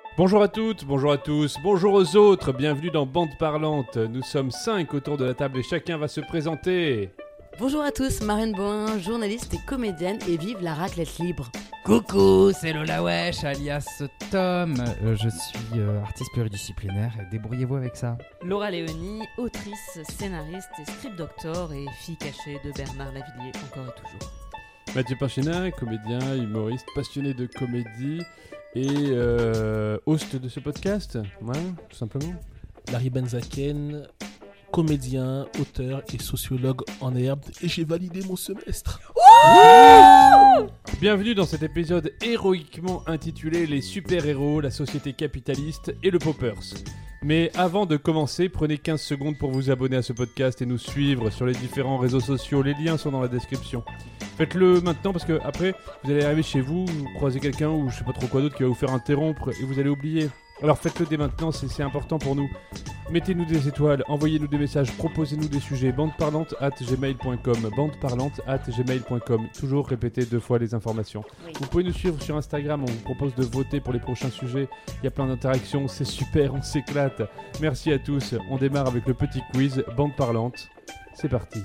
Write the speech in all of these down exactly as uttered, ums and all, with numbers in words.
Bonjour à toutes, bonjour à tous, bonjour aux autres, bienvenue dans Bande Parlante. Nous sommes cinq autour de la table et chacun va se présenter. Bonjour à tous, Marine Bohin, journaliste et comédienne, et vive la raclette libre. Coucou, c'est Lola Wesh, alias Tom. Euh, je suis euh, artiste pluridisciplinaire, débrouillez-vous avec ça. Laura Léonie, autrice, scénariste et script doctor et fille cachée de Bernard Lavilliers, encore et toujours. Mathieu Pinchena, comédien, humoriste, passionné de comédie et euh, host de ce podcast, ouais, tout simplement. Larry Benzaken, comédien, auteur et sociologue en herbe, et j'ai validé mon semestre. Bienvenue dans cet épisode héroïquement intitulé Les super-héros, la société capitaliste et le Poppers. Mais avant de commencer, prenez quinze secondes pour vous abonner à ce podcast et nous suivre sur les différents réseaux sociaux. Les liens sont dans la description. Faites-le maintenant parce que après, vous allez arriver chez vous, vous croisez quelqu'un ou je sais pas trop quoi d'autre qui va vous faire interrompre et vous allez oublier. Alors faites-le dès maintenant, c'est, c'est important pour nous. Mettez-nous des étoiles, envoyez-nous des messages, proposez-nous des sujets. bandeparlante arobase gmail point com, bandeparlante arobase gmail point com. Toujours répétez deux fois les informations. Oui. Vous pouvez nous suivre sur Instagram, on vous propose de voter pour les prochains sujets. Il y a plein d'interactions, c'est super, on s'éclate. Merci à tous, on démarre avec le petit quiz Bande Parlante. C'est parti.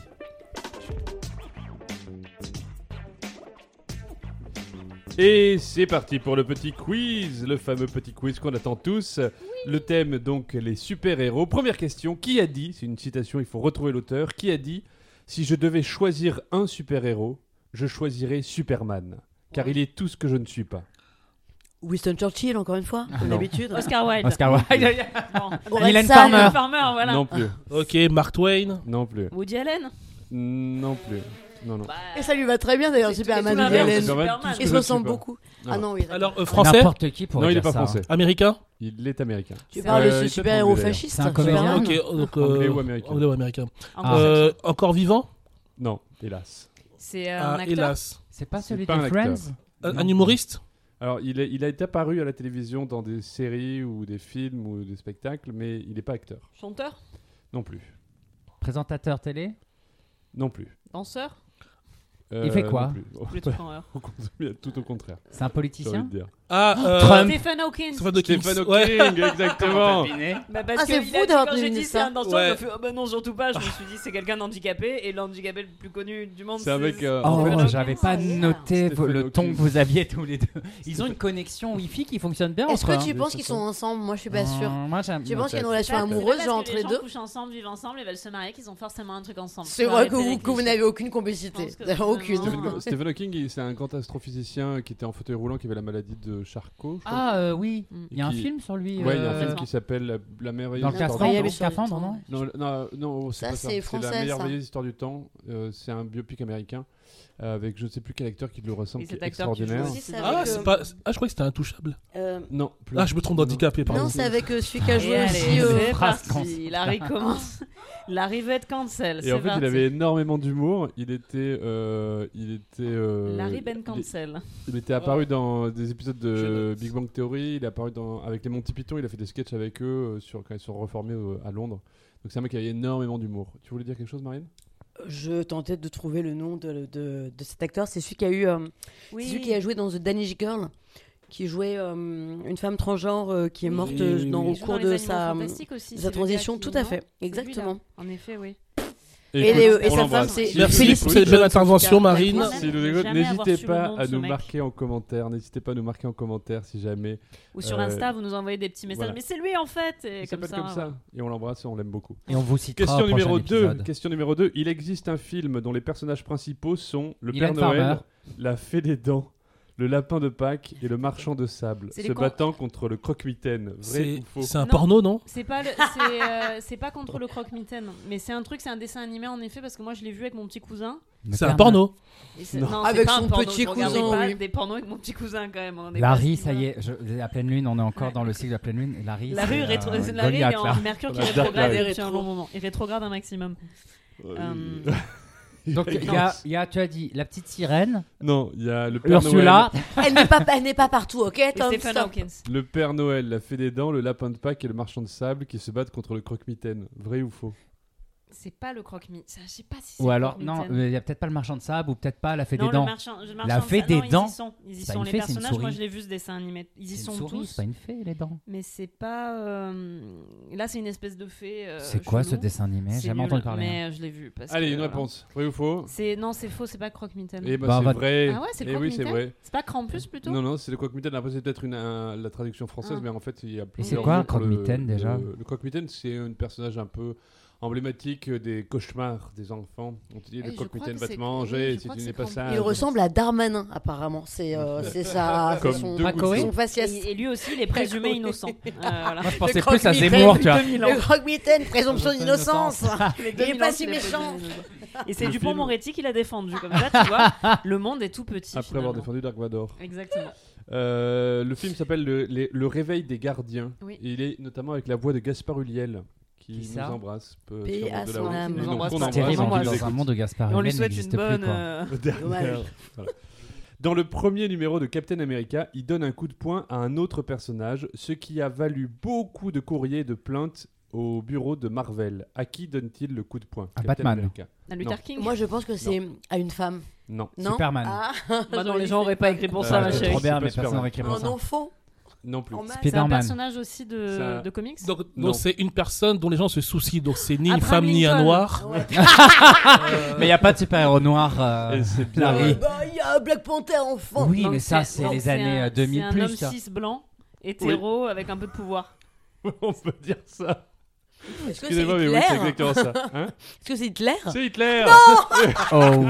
Et c'est parti pour le petit quiz, le fameux petit quiz qu'on attend tous. Oui. Le thème donc les super-héros. Première question, qui a dit, c'est une citation, il faut retrouver l'auteur, qui a dit « Si je devais choisir un super-héros, je choisirais Superman, car il est tout ce que je ne suis pas ». Winston Churchill, encore une fois, comme d'habitude. Oscar Wilde. Oscar Wilde. Bon. Mylène Farmer. Farmer, voilà. Non plus. Ok, Mark Twain. Non plus. Woody Allen. Non plus. Non, non. Bah, et ça lui va très bien d'ailleurs, Superman. Woody Allen. Il se ressemble beaucoup. Non. Ah non, oui. Alors, euh, français. N'importe qui pourrait Non, il dire est pas ça. français. Américain. Il est américain. Tu parles Euh, de il ce est super-héros anglais, fasciste. C'est un comédien. Ok, donc. Anglais Euh, ou américain. Anglais ou américain. Ah. Euh, encore vivant. Non, hélas. C'est euh, Ah, un acteur. hélas. C'est pas C'est celui pas de un Friends acteur. Un, un humoriste. Alors, il, est, il a été apparu à la télévision dans des séries ou des films ou des spectacles, mais il n'est pas acteur. Chanteur. Non plus. Présentateur télé. Non plus. Danseur. Euh, Il fait quoi? non plus. Oh, Les trucs en heure. tout au contraire. C'est un J'ai envie politicien. de dire. Ah, euh, Trump. Stephen Hawking. Stephen Hawking. Stéphane Hawking, Ouais. exactement. Bah parce Ah, que c'est il fou a dit, d'avoir quand j'ai deviné dit c'est ça. un danseur, Ouais. il m'a fait oh bah non surtout pas. Je me suis dit c'est quelqu'un d'handicapé et l'handicapé le plus connu du monde. C'est un mec. euh, Oh, en fait, j'avais pas noté Stephen le ton Hawking. que vous aviez tous les deux. Ils ont une connexion Wi-Fi qui fonctionne bien Est-ce entre eux, que tu hein. penses qu'ils sont ensemble? Moi, je suis pas sûre. Moi, j'aime. Tu penses qu'il y a une peut-être. relation amoureuse genre entre les deux? Les gens couchent ensemble, vivent ensemble, ils veulent se marier, qu'ils ont forcément un truc ensemble. C'est Faut vrai que arrêter vous, les que vous clichés. n'avez aucune complicité. Je pense que Aucune. vraiment- Stephen, Stephen Hawking, il- c'est un grand astrophysicien qui était en fauteuil roulant, qui avait la maladie de Charcot. je crois. Ah euh, oui, Mm. il y a un Qui- film sur lui. Ouais, il y a un euh, film qui s'appelle La, la merveilleuse Dans le histoire scaphandre, du Incroyable dans le temps. histoire du scaphandre, temps. non Non, non, non, c'est Ça, pas ça. c'est C'est français, La ça. merveilleuse histoire du temps. Euh, c'est un biopic américain euh, avec je ne sais plus quel acteur qui le ressemble, Et qui est cet acteur qui joue extraordinaire. aussi, c'est Ah, avec, c'est euh, pas. Ah, je crois que c'était Intouchable. Euh, Non, plus. Ah, je me trompe d'handicapé, pardon. Non, c'est avec euh, celui qui a Et joué allez, aussi. euh, c'est phrase parti. Larry commence. Larry va être cancel. Et c'est en fait, parti. il avait énormément d'humour. Il était, euh, il était. euh, Larry Ben il- cancel. Il était apparu dans des épisodes Je de note. Big Bang Theory. Il est apparu dans avec les Monty Python. Il a fait des sketchs avec eux euh, sur quand ils sont reformés euh, à Londres. Donc c'est un mec qui avait énormément d'humour. Tu voulais dire quelque chose, Marine? Je tentais de trouver le nom de, de, de cet acteur. C'est celui qui a eu, euh, Oui. c'est celui qui a joué dans The Danish Girl, qui jouait euh, une femme transgenre euh, qui est Oui. morte Oui, euh, oui, dans, oui. au Il joue cours dans de Les sa, Animaux Fantastiques aussi, de c'est sa le gars transition. qui- Tout à non fait, C'est exactement. lui, là. En effet, oui. Et, écoute, les- on et sa l'embrasse. femme, c'est S'il Merci nous pour écoute, cette belle en tout intervention, cas. Marine. Moi-même, S'il nous j'ai écoute, jamais avoir n'hésitez su pas le nom de à ce nous mec. marquer en commentaire. N'hésitez pas à nous marquer en commentaire si jamais. Ou sur Euh, Insta, vous nous envoyez des petits messages. voilà. Mais c'est lui en fait. Et Il comme s'appelle ça. comme ça. voilà. Et on l'embrasse et on l'aime beaucoup. Et on vous citera Question au prochain numéro deux. épisode. Question numéro deux. Il existe un film dont les personnages principaux sont le Mylène Père Noël, Farmer. la Fée des Dents, le Lapin de Pâques et le Marchand de Sable, C'est se les con- battant contre le Croque-Mitaine. Vrai C'est ou faux? c'est un Non. porno, non? C'est pas, le- c'est, euh, c'est pas contre le croque-mitaine, mais c'est un truc, c'est un dessin animé en effet, parce que moi je l'ai vu avec mon petit cousin. Le C'est un Père porno. Et c'est- Non. c'est Avec pas un son porno, petit je regardais cousin, pas oui. des pornos avec mon petit cousin quand même. on est Larry, pas- ça y est, je, à pleine lune, on est encore Ouais. dans le cycle de la pleine lune. Larry, La rue c'est, rétro... euh, Larry, il est Goliath, en là. Mercure qui On a rétrograde Dark depuis un Rétro. long moment. Il rétrograde un maximum. Euh, Euh, Donc, il y a, il y a, tu as dit, la petite sirène, Non, il y a le Père Noël, Ursula. Elle n'est pas, elle n'est pas partout, ok et Tom, Stephen stop. Hawkins. le Père Noël, la Fée des Dents, le Lapin de Pâques et le Marchand de Sable qui se battent contre le Croque-Mitaine. Vrai ou faux? C'est pas le croque-mitaine. Je sais pas si c'est Ou le alors, non, croque-mitaine. il y a peut-être pas le marchand de sable ou peut-être pas la fée Non, des dents. le marchand, le marchand La de fée sa- des non, dents. Ils y sont, ils y C'est pas sont une les fée, c'est une personnages. Moi, souris. je l'ai vu ce dessin animé. Ils y C'est sont une souris, tous. c'est pas une fée, les dents. Mais c'est pas. euh, Là, c'est une espèce de fée. euh, C'est quoi ce chelou. dessin animé? J'ai C'est jamais nul, entendu parler. Mais euh, je l'ai vu. Parce Allez, que, une euh, réponse. Vrai ou faux? C'est non, c'est faux. C'est pas croque-mitaine. Eh ben, Bah, on c'est va- vrai. Ah ouais, c'est le Eh oui, c'est croque-mitaine. vrai. C'est pas Krampus plutôt. Non, non, c'est le croque-mitaine. Après, c'est peut-être une, un- la traduction française, Ah. mais en fait, il y a c'est plusieurs quoi, mots un pour le- croque-mitaine, déjà Le, le croque-mitaine, c'est un personnage un peu emblématique des cauchemars des enfants. On te dit, Oui, le je croque-mitaine crois va que te c'est- manger oui, je si crois tu que n'es c'est pas Krampus. sage. Il ressemble à Darmanin, apparemment. C'est euh, c'est sa Comme c'est son, deux Pas gouttes Coé d'eau. son faciès. Et, et lui aussi, il est présumé D'accord. innocent. Euh, voilà. Moi, je pensais Le plus à croque-mitaine, Zemmour, tu vois. deux mille ans. Le croque-mitaine, présomption d'innocence. Les Il deux est mille pas ans si qu'il est méchant. présumé innocent. Et c'est Le Dupont film- Moretti qui l'a défendu. Comme ça, tu vois, le monde est tout petit. Après avoir finalement. défendu Dark Vador. Exactement. Euh, le film s'appelle le, les- Le Réveil des Gardiens. Oui. Et il est notamment avec la voix de Gaspard Ulliel, qui Qui nous ça embrasse. peu Paix sûrement à de son là où- âme. et Nous donc, embrasse qu'on pas. C'est terrible, embrasse, on Vraiment, vit qui nous dans un écoute. monde de Gaspard Et on lui Ulliel souhaite n'existe une plus, bonne. quoi. euh, Dernière- Dommage. Voilà. Dans le premier numéro de Captain America, il donne un coup de poing à un autre personnage, ce qui a valu beaucoup de courriers et de plaintes au bureau de Marvel. À qui donne-t-il le coup de poing? À Captain Batman. America. À Luther Non. King. Moi, je pense que c'est à une femme. Non. Non Superman. Ah, Bah non, les gens auraient pas écrit pour Euh, ça, ma c'est chérie. Trop bien, C'est mais pas personne Superman. n'aurait écrit pour un ça. enfant. Non plus. En masse. C'est un Spider-Man. personnage aussi de, Ça- de comics. Donc, Non. donc c'est une personne dont les gens se soucient. Donc c'est ni une Abraham femme ni un Lincoln. noir. Ouais. Euh, Mais il n'y a pas de super-héros noir. euh, Et c'est bien. Larry. Euh, bah, il y a Black Panther enfant. Oui, Donc mais ça, c'est donc les années un- euh, deux mille C'est un plus. homme ça. cis blanc, hétéro, avec un peu de pouvoir. On peut dire ça. Est-ce que c'est Excusez-moi, mais oui, Hitler c'est exactement ça. Hein? Est-ce que c'est Hitler C'est Hitler. Oh,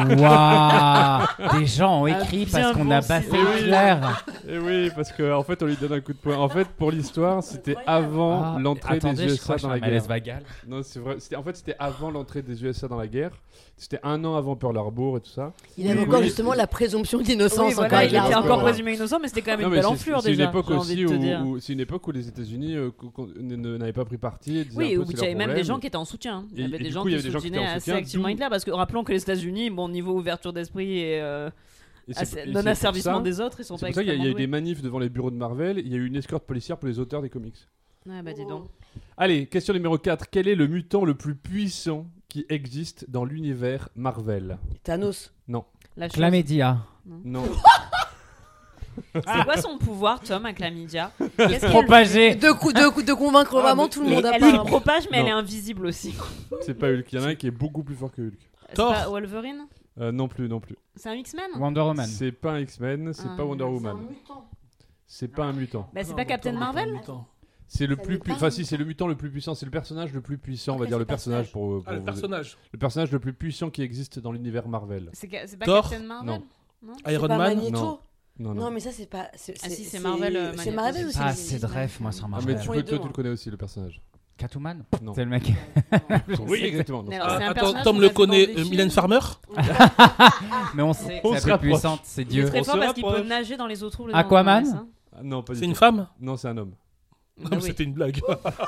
waouh. Des gens ont écrit Ah, bien parce qu'on bon a baffé cinéma. Hitler. Et oui, parce qu'en en fait, on lui donne un coup de poing. En fait, pour l'histoire, c'était avant Ah, l'entrée attendez, des je U S crois A que dans j'ai la un malaise guerre. vagal. Non, c'est vrai. C'était- En fait, c'était avant l'entrée des U S A dans la guerre. C'était un an avant Pearl Harbor et tout ça. Il avait Oui, encore oui, justement c'est- la présomption d'innocence. Oui, voilà, encore, il était Hitler. encore Voilà. présumé innocent, mais c'était quand même Non, une mais belle c'est- enflure c'est une déjà. époque j'ai envie aussi de te où, dire. où- c'est une époque où les États-Unis euh, co- co- ne- ne- n'avaient pas pris parti. et disaient Oui, un peu où c'est il y avait leur même des problème. gens qui étaient en soutien. Il y Et- avait et des du gens coup, il y qui avait des gens qui étaient soutenaient en assez soutien, activement d'où- Hitler, parce que rappelons que les États-Unis, bon, niveau ouverture d'esprit et euh, Et c'est- assez- et c'est pour non-asservissement ça- des autres, ils sont C'est pas pour ça qu'il y a- il y a eu des extrêmement manifs devant les bureaux de Marvel. Il y a eu une escorte policière pour les auteurs des comics. doués. Ah bah dis donc. Allez, question numéro quatre. Quel est le mutant le plus puissant qui existe dans l'univers Marvel? Thanos. La chose- Chlamydia. Non. C'est quoi son pouvoir, Tom, à Chlamydia Qu'est-ce qu'elle Propagé. De, cou- de, cou- de convaincre Ah, vraiment mais- tout le Et monde. elle à se part. propage, mais elle Non. est invisible aussi. C'est pas Hulk. Il y en a un qui est beaucoup plus fort que Hulk. C'est Thor. pas Wolverine Euh, non plus, non plus. C'est un X-Men Wonder Woman. C'est pas un X-Men, c'est Ah, pas Wonder c'est Woman. C'est pas un mutant. Bah c'est non, pas mais Captain attends, Marvel attends. C'est le Ça plus, n'est pu- pas enfin un si c'est le mutant le plus puissant, c'est le personnage le plus puissant, on va Après, dire c'est le le personnage personnage. pour, pour Ah, le vous- personnage. le personnage le plus puissant qui existe dans l'univers Marvel. C'est ca- c'est pas Thor Captain Marvel Non. C'est Iron pas Man. Magneto. Non. Non, non. Non, mais ça, c'est pas. Ah si, c'est Marvel, euh, C'est Magneto. Marvel ou c'est Ah, les- c'est de rêve, moi, sur Ah, Marvel. mais tu Pour peux, les toi, deux, tu le connais aussi le personnage. Catwoman. Non. C'est le mec. Oui, exactement. non. Mais alors, Ah, c'est un attends, personnage Tom qu'on le a vu dans connaît. des euh, films. Mylène Farmer. Mais on sait que On la se plus rapproche. puissante, c'est Il est Dieu. très On fort se parce qu'il peut rapproche. nager dans les eaux troubles. Aquaman dans- dans- dans- Ah, non, pas du C'est tout. une femme. Non, c'est un homme. Bah Comme oui. c'était une blague.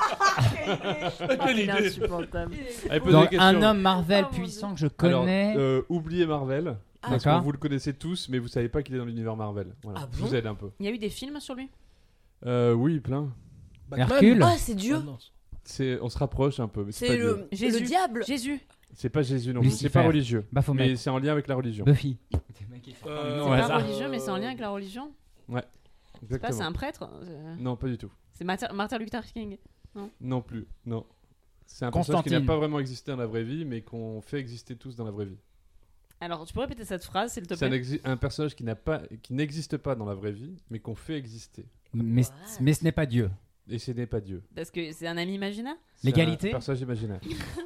Oh, Quelle il est idée. insupportable. Allez, posez Donc, des un questions. homme Marvel Oh, mon puissant que je Alors, connais. euh, oubliez Marvel. Ah, Parce que d'accord. vous le connaissez tous, mais vous savez pas qu'il est dans l'univers Marvel. Voilà. Ah Je bon vous aide un peu. Il y a eu des films sur lui Euh, oui, plein. Batman. Hercule. Ah, c'est Dieu. Oh, non. C'est, on se rapproche un peu, mais c'est, C'est pas Dieu. le, Jésus. le diable. Jésus. C'est pas Jésus non plus. Lucifer. C'est pas religieux. Baphomet. Mais c'est en lien avec la religion. Buffy. Euh, Non, C'est ouais, pas ça. religieux, mais c'est en lien avec la religion. C'est pas, Exactement. c'est un prêtre. C'est- Non, pas du tout. C'est Martin Martin Luther King. Non plus. Non. C'est un personnage qui n'a Constantine. pas vraiment existé dans la vraie vie, mais qu'on fait exister tous dans la vraie vie. Alors, tu peux répéter cette phrase, s'il te C'est un, plaît exi- un personnage qui n'a pas, qui n'existe pas dans la vraie vie, mais qu'on fait exister. Mais, mais ce n'est pas Dieu. Et ce n'est pas Dieu. Parce que c'est un ami imaginaire. C'est L'égalité un personnage imaginaire.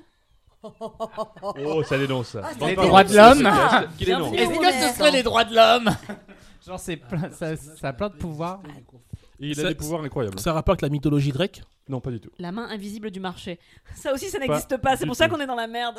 Oh, ça dénonce ça. Ah, Bon, c'est pardon, droits de c'est- l'homme. c'est- c'est- Qu'il est non. Bienvenue. Est-ce que ce serait les droits de l'homme Genre, c'est plein, ça, ça a plein de pouvoirs. Et il a Ça- des pouvoirs incroyables. Ça a rapport avec la mythologie grecque. Non, pas du tout. La main invisible du marché. Ça aussi, ça Pas n'existe pas. C'est du pour ça tout. qu'on est dans la merde.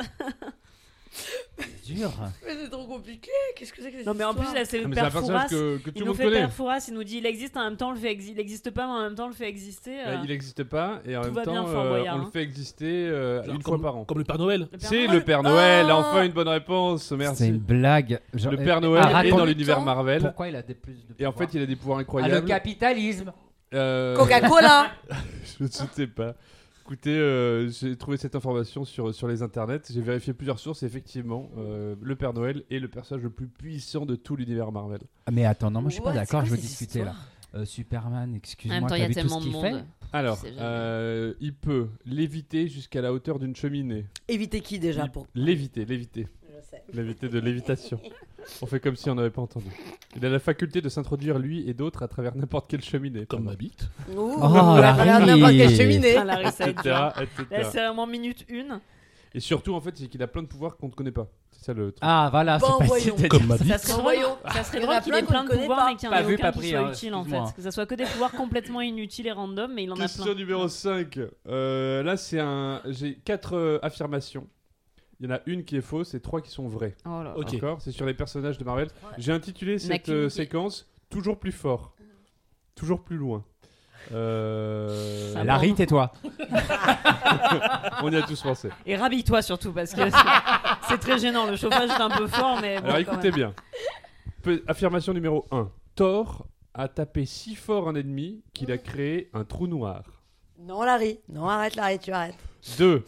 Dur. Mais c'est trop compliqué. Qu'est-ce que c'est que cette Non, mais en plus, histoire là, c'est Ah, le mais c'est un père personnage Fouras. que, que tout Il le nous monde fait connaît. père Fouras, il nous dit il existe, en même temps, on le fait exi- il existe pas, mais en même temps, on le fait exister. euh. Euh, il n'existe pas et en Tout même va bien, temps, Fort euh, Boyard, on hein. le fait exister euh, Genre une comme- fois par an. Comme le Père Noël. Le Père C'est Noël. le Père Noël, Ah enfin une bonne réponse, C'est merci. une blague. Genre, Le euh, Père Noël ah, est raconte- dans l'univers temps. Marvel Pourquoi il a des plus de et en fait il a des pouvoirs Ah, le incroyables. capitalisme. Euh, Coca-Cola. Je ne sais pas. Écoutez, euh, j'ai trouvé cette information sur, sur les internets, j'ai vérifié plusieurs sources et effectivement, euh, le Père Noël est le personnage le plus puissant de tout l'univers Marvel. Ah, mais attends, non, moi je suis pas Ouais, c'est d'accord, quoi je veux ces discuter là. histoires Euh, Superman, En même excuse-moi, temps, il y t'as a vu tout tellement ce de qu'il fait? monde. Alors, C'est jamais- euh, il peut léviter jusqu'à la hauteur d'une cheminée. Éviter qui déjà Il- pour... Léviter, léviter. Je sais. Léviter de lévitation. On fait comme si on n'avait pas entendu. Il a la faculté de s'introduire lui et d'autres à travers n'importe quelle cheminée. Comme pardon. ma bite. Ouh, Oh, à la travers Harry. n'importe quelle cheminée. Ah, Larry, ça va être Etc., dur. et Là, cetera. c'est vraiment minute une. Et surtout, en fait, c'est qu'il a plein de pouvoirs qu'on ne connaît pas. C'est ça le truc. Ah, voilà, Bon, c'est pas voyons. si Comme ma Ça bite. serait Bon, drôle, voyons. ça serait Il y en drôle a qu'il plein ait qu'on plein ne de connaît pouvoirs, pas. mais qu'il n'y en Pas ait vu, aucun pas qui pris, soit hein, utile en fait. excuse-moi. Que ça soit que des pouvoirs complètement inutiles et random, mais il en a Question plein. numéro cinq. Euh, là, c'est un. J'ai quatre euh, affirmations. Il y en a une qui est fausse et trois qui sont vraies. Oh là là. Ok. D'accord. C'est sur les personnages de Marvel. J'ai intitulé cette qu'une euh, idée. séquence Toujours plus fort. Toujours plus loin. Euh... Ça Larry, tais-toi. On y a tous pensé. Et rhabille-toi surtout parce que c'est très gênant. Le chauffage est un peu fort, mais bon, Alors quand écoutez même. bien. Peu- Affirmation numéro un. Thor a tapé si fort un ennemi qu'il a créé un trou noir. Non, Larry. Non, arrête, Larry, tu arrêtes. deux.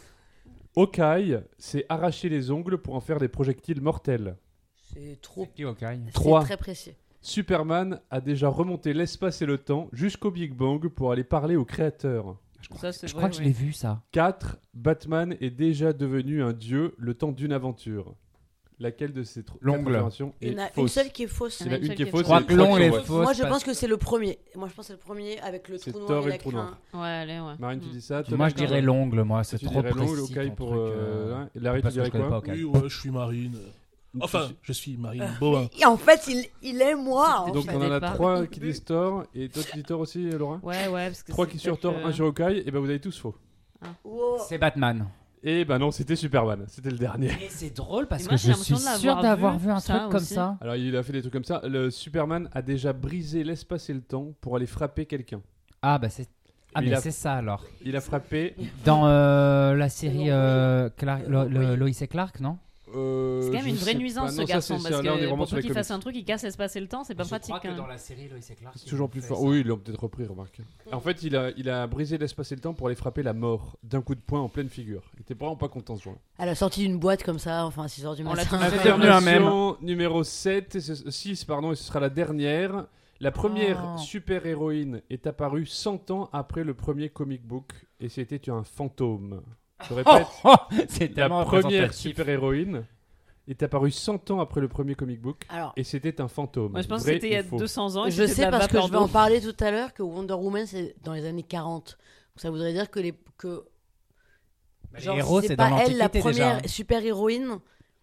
Hawkeye s'est arraché les ongles pour en faire des projectiles mortels. C'est trop... Qui, Hawkeye C'est Trois. très précis. Superman a déjà remonté l'espace et le temps jusqu'au Big Bang pour aller parler au créateur. Ça, c'est Je vrai, crois que je oui. l'ai vu ça. quatre. Batman est déjà devenu un dieu le temps d'une aventure. Laquelle de ces tro- quatre L'ongle. affirmations Il y est en a une fausse? seule qui est fausse. Il y en a une qui est fausse. Je crois et que trois l'ongle qui est sont vraies. fausse. Moi, je parce- pense que c'est le premier. Moi, je pense que c'est le premier avec le C'est trou Thor noir et et le la trou noir. crin. Ouais, allez, ouais. Marine, tu Mm. dis ça Thomas, Moi je tu dirais dis- l'ongle, moi, c'est Tu trop dirais l'ongle, précis. Hawkeye ton pour. truc, euh, euh, hein. Et Larry, tu parce que dirais je connais quoi pas Hawkeye. Oui, ouais, je suis Marine. Enfin, je suis Marine Boa. Et en fait, il, il est moi. En Donc fait. on en a départ. trois qui disent Thor et toi tu dis Thor aussi, Laura. Ouais, ouais, parce que Trois c'est qui sur peut-être Thor, le- un sur Hawkeye, et ben vous avez tous faux. Wow. C'est Batman. Et ben non, c'était Superman, c'était le dernier. Et c'est drôle parce Et que moi, j'ai je l'impression suis de sûr l'avoir d'avoir vu, vu un ça truc comme aussi. ça. Alors il a fait des trucs comme ça. Le Superman a déjà brisé l'espace et le temps pour aller frapper quelqu'un. Ah bah c'est ah Il mais a- c'est ça alors. Il a frappé. Dans euh, la série euh, Clark- Lo- Lo- Lois et Clark, non? euh, C'est quand même je une vraie sais nuisance pas. ce Non, ça, garçon c'est- parce là, on est que vraiment pour sur peu les qu'il fasse comics. un truc, il casse l'espace et le temps, c'est pas Je pratique. crois que hein. dans la série Lois et Clark. C'est ils toujours ont plus fait fort. ça. Oui, ils l'ont peut-être repris, remarque. En fait, il a, il a brisé l'espace et le temps pour aller frapper la mort d'un coup de poing en pleine figure. Il était vraiment pas content ce jour. À la sortie d'une boîte comme ça, enfin à six heures du On l'a matin. tous fait. C'est devenu un mème. Affirmation numéro sept, six, pardon, et ce sera la dernière. La première Oh. super-héroïne est apparue cent ans après le premier comic book et c'était un fantôme. Je Oh, répète, oh, c'est la tellement première représentatif. super-héroïne est apparue cent ans après le premier comic book Alors, et c'était un fantôme. Moi, je pense que Vrai c'était il y a ou faux? deux cents ans. et je c'était de sais la parce que vapeur je vais en d'eau. parler tout à l'heure que Wonder Woman c'est dans les années quarante. Donc ça voudrait dire que les que Bah, les genre, héros, c'est c'est pas dans elle la l'Antiquité première déjà. super héroïne.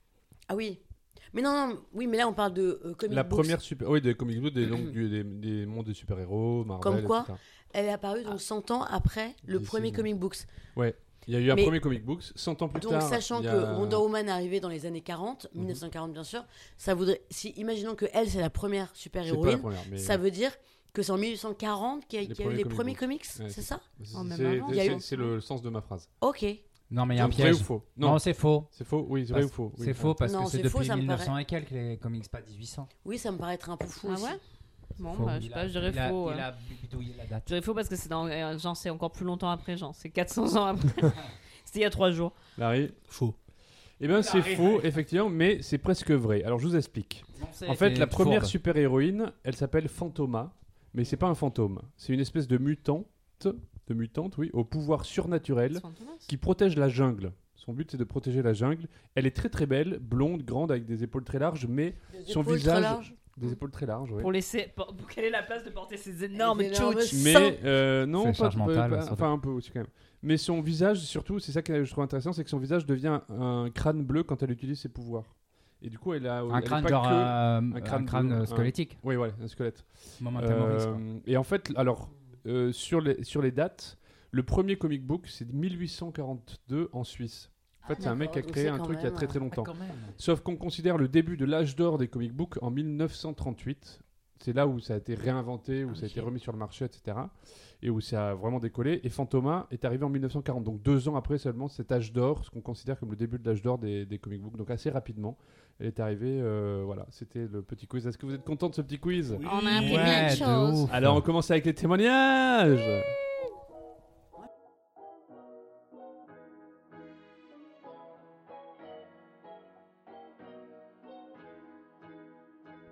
Ah oui. Mais non, non, oui, mais là on parle de euh, comic La books. première super, oui, des comic books, des, donc, du- des, des mondes de super-héros, Marvel, Comme quoi et cetera. Elle est apparue donc cent ans après le D'ici, premier ouais. comic books. Il y a eu un Mais- premier comic book, cent ans plus Donc tard. sachant il y que a- Wonder Woman est arrivée dans les années quarante, Mhm. mille neuf cent quarante bien sûr, ça voudrait si imaginons que elle c'est la première super C'est pas la héroïne, première, mais ça veut dire que c'est en mille huit cent quarante qu'il y a, Les qu'il y a eu premiers les comic premiers books. comics, Ouais, c'est c'est ça c'est- Oh, même c'est- avant. Il y a c'est- eu- c'est le sens de ma phrase. Ok. Non mais il y a un Donc, vrai piège. ou faux? Non, Non, c'est faux. c'est faux. Oui, c'est vrai ou Parce- faux? Oui. C'est faux parce Non, que c'est c'est faux, depuis ça me mille neuf cents paraît. et quelques les comics, pas mille huit cents. Oui, ça me paraît être un peu fou Ah aussi. ouais Bon, Faux. bah, je sais Il pas, a- je dirais il a- faux. Il ouais. a bidouillé la date. Je dirais faux parce que c'est dans, euh, genre c'est encore plus longtemps après, genre c'est quatre cents ans après. C'était il y a trois jours. Larry? Faux. Eh bien, c'est Larry, faux, Larry. effectivement, mais c'est presque vrai. Alors, je vous explique. En fait, la première super-héroïne, elle s'appelle Phantoma, mais c'est pas un fantôme. C'est une espèce de mutante, de mutante, oui, au pouvoir surnaturel qui protège la jungle. Son but, c'est de protéger la jungle. Elle est très très belle, blonde, grande, avec des épaules très larges, mais Des son épaules visage- très larges. des épaules très larges, oui. Pour laisser, pour, pour quelle est la place de porter ces énormes Des énormes tchouches Sans- Mais euh, non, C'est pas, charge pas- mentale, pas- ça enfin un peu aussi quand même. Mais son visage, surtout, c'est ça que je trouve intéressant, c'est que son visage devient un crâne bleu quand elle utilise ses pouvoirs. Et du coup, elle a Un elle est crâne pas genre que- euh, un un crâne crâne, bleu, euh, un- squelettique. Oui, voilà, un squelette. Momentum Morris, quoi. Euh, et en fait, alors euh, sur les sur les dates, le premier comic book, c'est mille huit cent quarante-deux en Suisse. En fait, Ah, c'est un mec qui a d'accord, créé donc un c'est truc quand il y a même, très très euh, longtemps. Ah, quand même. Sauf qu'on considère le début de l'âge d'or des comic books en mille neuf cent trente-huit. C'est là où ça a été réinventé, où ça a été remis sur le marché, et cetera. Et où ça a vraiment décollé. Et Phantoma est arrivé en mille neuf cent quarante, donc deux ans après seulement cet âge d'or, ce qu'on considère comme le début de l'âge d'or des, des comic books. Donc assez rapidement, elle est arrivée. euh, voilà, c'était le petit quiz. Est-ce que vous êtes content de ce petit quiz? Oui. On a appris Ouais, plein de de choses. ouf. Alors on commence avec les témoignages.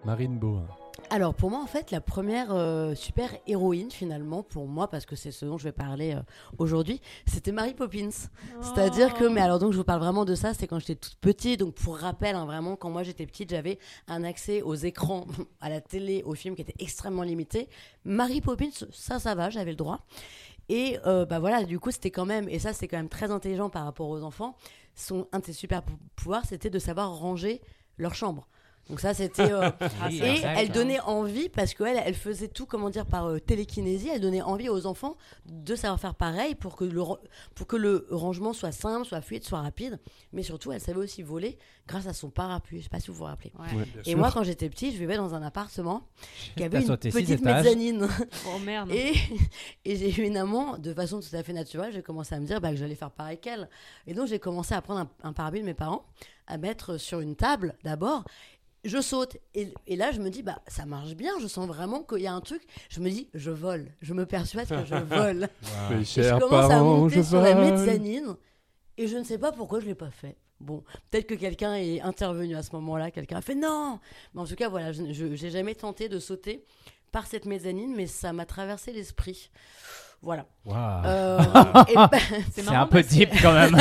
Marine Bohin. Alors pour moi en fait la première euh, super héroïne finalement pour moi parce que c'est ce dont je vais parler euh, aujourd'hui c'était Mary Poppins. Oh. C'est-à-dire que mais alors donc je vous parle vraiment de ça, c'est quand j'étais toute petite, donc pour rappel hein, vraiment quand moi j'étais petite j'avais un accès aux écrans, à la télé, aux films qui était extrêmement limité. Mary Poppins ça ça va, j'avais le droit. Et euh, bah voilà, du coup c'était quand même, et ça c'est quand même très intelligent par rapport aux enfants, son, un de ses super pouvoirs c'était de savoir ranger leur chambre. Donc ça c'était euh, Oui, et exact, elle hein. donnait envie parce qu'elle elle faisait tout comment dire par euh, télékinésie, elle donnait envie aux enfants de savoir faire pareil pour que le pour que le rangement soit simple, soit fluide, soit rapide, mais surtout elle savait aussi voler grâce à son parapluie, je sais pas si vous vous rappelez. Ouais. Ouais. Et moi quand j'étais petite, je vivais dans un appartement qui avait T'as une sauté six petite étages. mezzanine. Oh merde. Et, et j'ai eu une amant, de façon tout à fait naturelle, j'ai commencé à me dire bah, que j'allais faire pareil qu'elle. Et donc j'ai commencé à prendre un, un parapluie de mes parents, à mettre sur une table d'abord. Je saute. Et, et là, je me dis, bah, ça marche bien. Je sens vraiment qu'il y a un truc. Je me dis, je vole. Je me persuade que je vole. Mes Et je chers commence à parents, monter je sur la vole. mezzanine. Et je ne sais pas pourquoi je ne l'ai pas fait. Bon, peut-être que quelqu'un est intervenu à ce moment-là. Quelqu'un a fait non. Mais en tout cas, voilà, je n'ai jamais tenté de sauter par cette mezzanine, mais ça m'a traversé l'esprit. Voilà. Wow. Euh, et ben, C'est C'est marrant un peu parce que- deep quand même.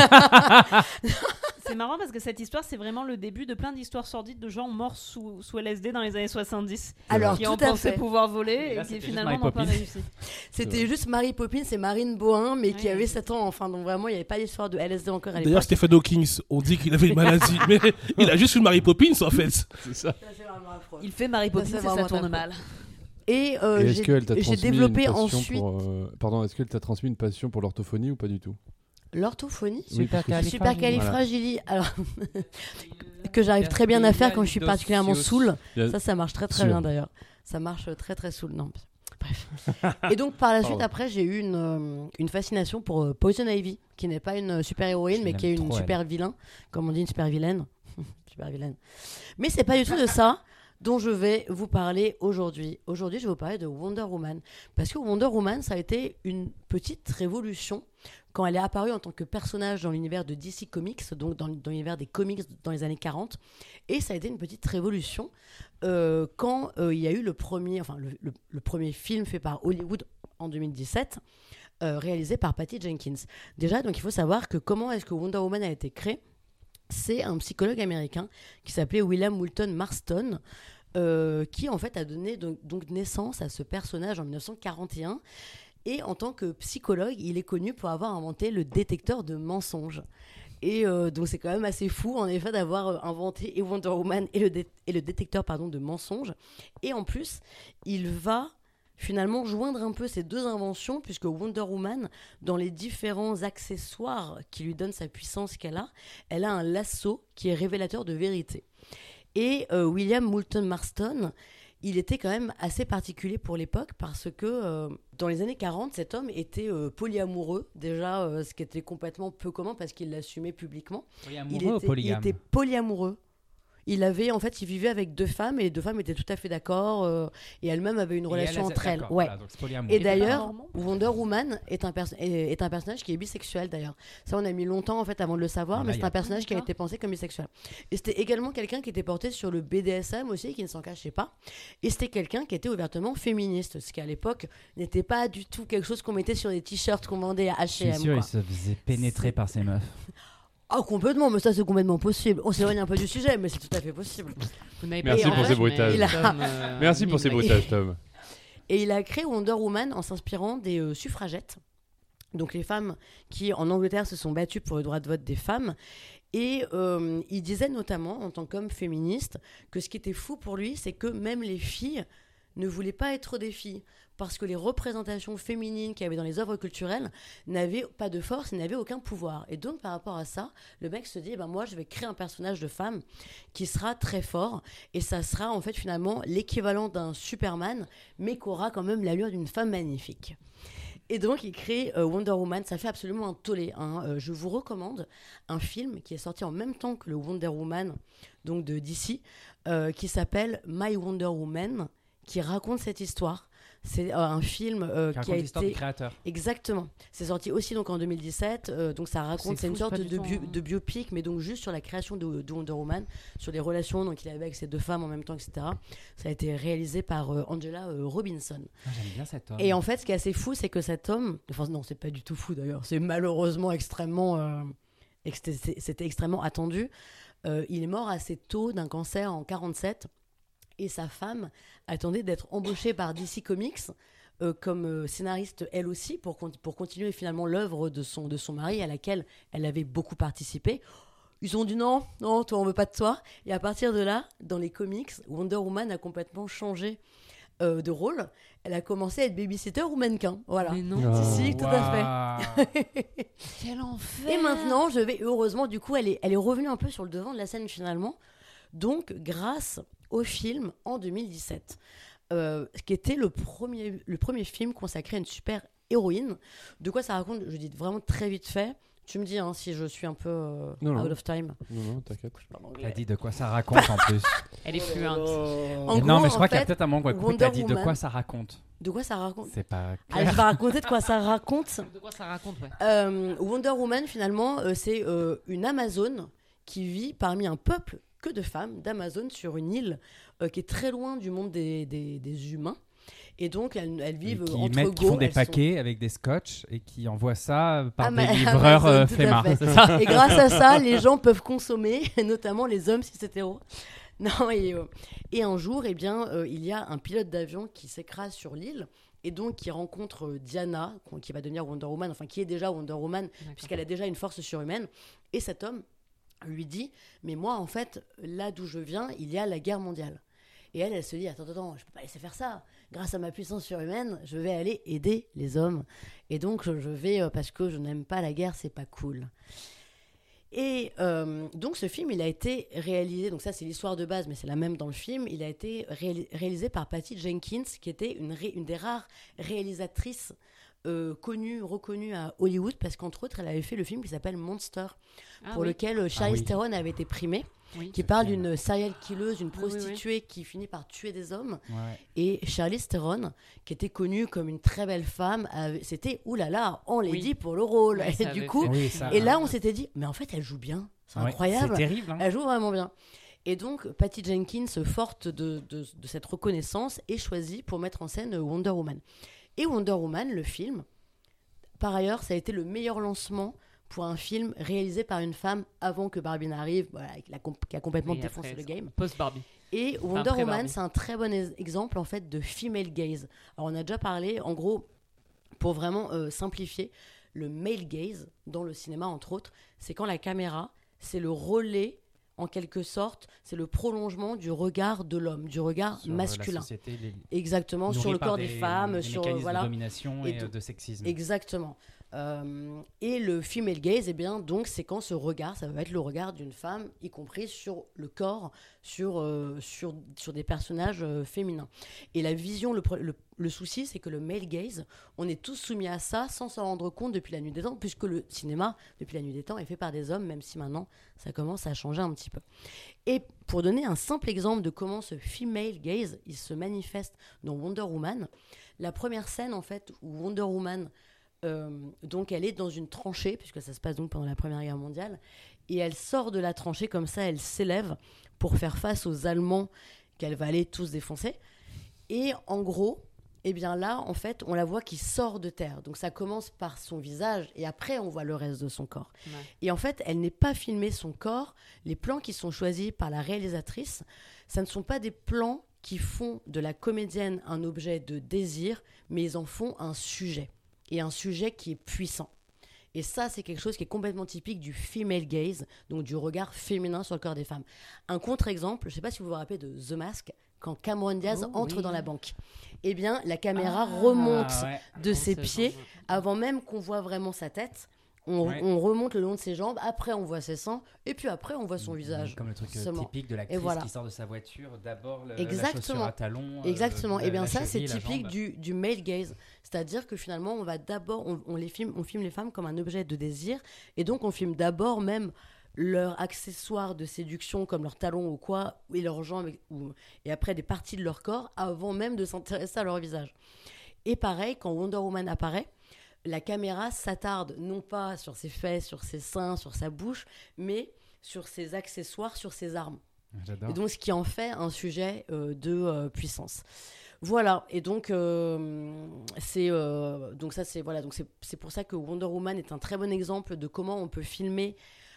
C'est marrant parce que cette histoire, c'est vraiment le début de plein d'histoires sordides de gens morts sous, sous L S D dans les années soixante-dix. alors, Qui tout ont à pensé fait. pouvoir voler Et et, là, qui c'était finalement juste n'ont pas Mary réussi. C'était juste Mary Poppins et Marine Bohin, mais qui Ouais. avait sept ans. Enfin, donc vraiment, il n'y avait pas d'histoire de L S D encore à l'époque. D'ailleurs, Stephen Hawking, on dit qu'il avait une maladie, mais il a juste une Mary Poppins en fait. C'est ça. Ça, c'est vraiment affreux. Il fait Mary Poppins Ça, c'est et ça vraiment tourne affreux. mal. Et, euh, Et est-ce j'ai- qu'elle t'a j'ai transmis développé une passion ensuite pour, euh, Pardon, est-ce qu'elle t'a transmis une passion pour l'orthophonie ou pas du tout? l'orthophonie. Oui, parce que- Supercalifragilie. Alors, que j'arrive très bien à faire quand je suis particulièrement saoule. Il y a- Ça, ça marche très très Sûr. bien d'ailleurs. Ça marche très très saoul. Non. Bref. Et donc par la suite, Pardon. après, j'ai eu une, euh, une fascination pour euh, Poison Ivy, qui n'est pas une super héroïne, Je mais qui est l'aime une trop, super vilain, comme on dit, une super vilaine. Super vilaine. Mais c'est pas du tout de ça dont je vais vous parler aujourd'hui. Aujourd'hui, je vais vous parler de Wonder Woman. Parce que Wonder Woman, ça a été une petite révolution quand elle est apparue en tant que personnage dans l'univers de D C Comics, donc dans, dans l'univers des comics dans les années quarante. Et ça a été une petite révolution euh, quand euh, il y a eu le premier, enfin, le, le- le premier film fait par Hollywood en deux mille dix-sept, euh, réalisé par Patty Jenkins. Déjà, donc il faut savoir que comment est-ce que Wonder Woman a été créée. C'est un psychologue américain qui s'appelait William Moulton Marston, euh, qui en fait a donné donc, donc naissance à ce personnage en dix-neuf cent quarante et un. Et en tant que psychologue, il est connu pour avoir inventé le détecteur de mensonges. Et euh, donc c'est quand même assez fou en effet d'avoir euh, inventé et Wonder Woman et le, dé- et le détecteur pardon, de mensonges. Et en plus, il va finalement joindre un peu ces deux inventions, puisque Wonder Woman, dans les différents accessoires qui lui donnent sa puissance qu'elle a, elle a un lasso qui est révélateur de vérité. Et euh, William Moulton Marston, il était quand même assez particulier pour l'époque parce que euh, dans les années quarante, cet homme était euh, polyamoureux, déjà, euh, ce qui était complètement peu commun parce qu'il l'assumait publiquement. Polyamoureux Il ou était, il polygame était polyamoureux. Il avait, en fait, il vivait avec deux femmes et les deux femmes étaient tout à fait d'accord euh, et elles-mêmes avaient une Et relation elle, entre elles. d'accord, Ouais. voilà, donc c'est polyamoureux. Et Il était pas d'ailleurs, normand Wonder Woman est un, perso- est, est un personnage qui est bisexuel d'ailleurs. Ça, on a mis longtemps en fait avant de le savoir, Ah, mais là, c'est y a- un personnage qui a D'accord. été pensé comme bisexuel. Et c'était également quelqu'un qui était porté sur le B D S M aussi, qui ne s'en cachait pas. Et c'était quelqu'un qui était ouvertement féministe, ce qui à l'époque n'était pas du tout quelque chose qu'on mettait sur des t-shirts qu'on vendait à Je H suis et M. sûr, quoi. il se faisait pénétrer C'est- par ces meufs. Ah, complètement, mais ça c'est complètement possible. On s'éloigne un peu du sujet, mais c'est tout à fait possible. Vous n'avez Merci pas pour en ces fait, bruitages. mais Il a- Tom, euh, Merci pour ces mime la- bruitages, Tom. Et il a créé Wonder Woman en s'inspirant des euh, suffragettes, donc les femmes qui en Angleterre se sont battues pour le droit de vote des femmes. Et euh, il disait notamment, en tant qu'homme féministe, que ce qui était fou pour lui, c'est que même les filles ne voulaient pas être des filles, parce que les représentations féminines qu'il y avait dans les œuvres culturelles n'avaient pas de force et n'avaient aucun pouvoir. Et donc, par rapport à ça, le mec se dit, eh ben, moi, je vais créer un personnage de femme qui sera très fort, et ça sera en fait finalement l'équivalent d'un Superman, mais qui aura quand même l'allure d'une femme magnifique. Et donc, il crée euh, Wonder Woman. Ça fait absolument un tollé. Hein. Euh, je vous recommande un film qui est sorti en même temps que le Wonder Woman, donc de D C, euh, qui s'appelle My Wonder Woman, qui raconte cette histoire C'est euh, un film euh, Qui qui a raconte l'histoire du été créateur. exactement. C'est sorti aussi donc en deux mille dix-sept. euh, donc ça raconte, C'est c'est une fou, sorte c'est de, pas du bio- tout, hein. de biopic, mais donc juste sur la création de, de Wonder Woman, sur les relations donc il avait avec ces deux femmes en même temps, et cetera. Ça a été réalisé par euh, Angela euh, Robinson. Ah, j'aime bien cet homme. Et en fait, ce qui est assez fou, c'est que cet homme, enfin non, c'est pas du tout fou d'ailleurs, c'est malheureusement extrêmement, euh, ex- c'était c'était extrêmement attendu. Euh, il est mort assez tôt d'un cancer en quarante-sept, et sa femme attendait d'être embauchée par D C Comics euh, comme euh, scénariste elle aussi pour, con- pour continuer finalement l'œuvre de son, de son mari à laquelle elle avait beaucoup participé. Ils ont dit non, non, toi on veut pas de toi. Et à partir de là, dans les comics, Wonder Woman a complètement changé euh, de rôle. Elle a commencé à être babysitter ou mannequin. Voilà. Mais non. Ah. Si, si, tout à fait. Quel enfer. Et maintenant, je vais, heureusement, du coup, elle est, elle est revenue un peu sur le devant de la scène finalement. Donc, grâce au film en deux mille dix-sept, euh, qui était le premier, le premier film consacré à une super héroïne. De quoi ça raconte? Je dis vraiment très vite fait. Tu me dis hein, si je suis un peu euh, Non, non. out of time. Non, non, t'inquiète. T'as dit de quoi ça raconte en plus. Elle est fluente. En non, gros, mais je crois en qu'il y a fait, peut-être un moment où Wonder t'as dit de Woman- quoi ça raconte. De quoi ça raconte? C'est pas Ah, clair. je vais raconter de quoi ça raconte. De quoi ça raconte, ouais. Euh, Wonder Woman, finalement, euh, c'est euh, une Amazone qui vit parmi un peuple que de femmes d'Amazon sur une île euh, qui est très loin du monde des, des, des humains. Et donc, elles, elles Et vivent qui, entre mettent, qui font go. des Elles sont- paquets avec des scotch et qui envoient ça par Ama- des livreurs Amazon, euh, tout à flemmards. fait. C'est ça Et grâce à ça, les gens peuvent consommer, notamment les hommes si c'est hétéro. Non, et, euh, et un jour, eh bien, euh, il y a un pilote d'avion qui s'écrase sur l'île et donc qui rencontre euh, Diana, qu'on- qui va devenir Wonder Woman, enfin qui est déjà Wonder Woman, puisqu'elle a déjà une force surhumaine. Et cet homme lui dit, mais moi, en fait, là d'où je viens, il y a la guerre mondiale. Et elle, elle se dit, attends, attends, je peux pas laisser faire ça. Grâce à ma puissance surhumaine, je vais aller aider les hommes. Et donc, je je vais, euh, parce que je n'aime pas la guerre, c'est pas cool. Et euh, donc, ce film, il a été réalisé, donc ça, c'est l'histoire de base, mais c'est la même dans le film. Il a été réali- réalisé par Patty Jenkins, qui était une, ré- une des rares réalisatrices euh, connues, reconnues à Hollywood, parce qu'entre autres, elle avait fait le film qui s'appelle Monster, Ah, pour oui. lequel euh, Charlize oui. Theron avait été primée, Oui. qui Ce parle film. d'une serial killeuse, une Oui, oui, oui. prostituée qui finit par tuer des hommes. Ouais. Et Charlize Theron, qui était connue comme une très belle femme, avait- c'était oulala, on l'a Oui. dit pour le rôle. Ouais, ça et du avait coup, fait- Oui, ça- et là, on s'était dit, mais en fait, elle joue bien. C'est Ouais, incroyable. C'est terrible. Hein. Elle joue vraiment bien. Et donc, Patty Jenkins, forte de, de, de cette reconnaissance, est choisie pour mettre en scène Wonder Woman. Et Wonder Woman, le film, par ailleurs, ça a été le meilleur lancement pour un film réalisé par une femme avant que Barbie n'arrive, voilà, qui a, comp- qui a complètement Et défoncé après, le game. Post-Barbie. Et Wonder après Woman, Barbie. c'est un très bon ex- exemple en fait de female gaze. Alors on a déjà parlé, en gros, pour vraiment euh, simplifier, le male gaze dans le cinéma entre autres, c'est quand la caméra, c'est le relais en quelque sorte, c'est le prolongement du regard de l'homme, du regard Sur, euh, masculin. La société, les- Exactement, nourrie sur le par corps des, femmes, des sur mécanismes voilà. de domination Et et, de- euh, de sexisme. Exactement. Euh, et le female gaze, eh bien, donc, c'est quand ce regard, ça va être le regard d'une femme, y compris sur le corps, sur, euh, sur, sur des personnages euh, féminins. Et la vision, le, pro- le, le souci, c'est que le male gaze, on est tous soumis à ça sans s'en rendre compte depuis la nuit des temps, puisque le cinéma, depuis la nuit des temps, est fait par des hommes, même si maintenant, ça commence à changer un petit peu. Et pour donner un simple exemple de comment ce female gaze, il se manifeste dans Wonder Woman, la première scène, en fait, où Wonder Woman... Euh, donc elle est dans une tranchée, puisque ça se passe donc pendant la Première Guerre mondiale, et elle sort de la tranchée comme ça, elle s'élève pour faire face aux Allemands qu'elle va aller tous défoncer. Et en gros, eh bien là, en fait, on la voit qui sort de terre. Donc ça commence par son visage, et après on voit le reste de son corps. Ouais. Et en fait, elle n'est pas filmée son corps. Les plans qui sont choisis par la réalisatrice, ça ne sont pas des plans qui font de la comédienne un objet de désir, mais ils en font un sujet. Et un sujet qui est puissant. Et ça, c'est quelque chose qui est complètement typique du female gaze, donc du regard féminin sur le corps des femmes. Un contre-exemple, je ne sais pas si vous vous rappelez de The Mask, quand Cameron Diaz Oh, entre oui. dans la banque. Eh bien, la caméra Ah, remonte ouais. de ses c'est pieds genre- avant même qu'on voit vraiment sa tête. On, Ouais. on remonte le long de ses jambes, après on voit ses seins, et puis après on voit son Mmh, visage. Comme le truc euh, seulement. typique de l'actrice voilà. qui sort de sa voiture, d'abord le, la Exactement. chaussure à talons. euh, Exactement. la- Et bien la ça, c'est cheville, la typique jambe. du, du male gaze. C'est-à-dire que finalement, on va d'abord, on, on les filme, on filme les femmes comme un objet de désir, et donc on filme d'abord même leurs accessoires de séduction comme leurs talons ou quoi, et leurs jambes, et, ou, et après des parties de leur corps, avant même de s'intéresser à leur visage. Et pareil, quand Wonder Woman apparaît, la caméra s'attarde non pas sur ses fesses, sur ses seins, sur sa bouche, mais sur ses accessoires, sur ses armes. J'adore. Et donc, ce qui en fait un sujet euh, de euh, puissance. Voilà, et donc, euh, c'est, euh, donc ça, c'est, voilà, donc c'est, c'est pour ça que Wonder Woman est un très bon exemple de comment on peut filmer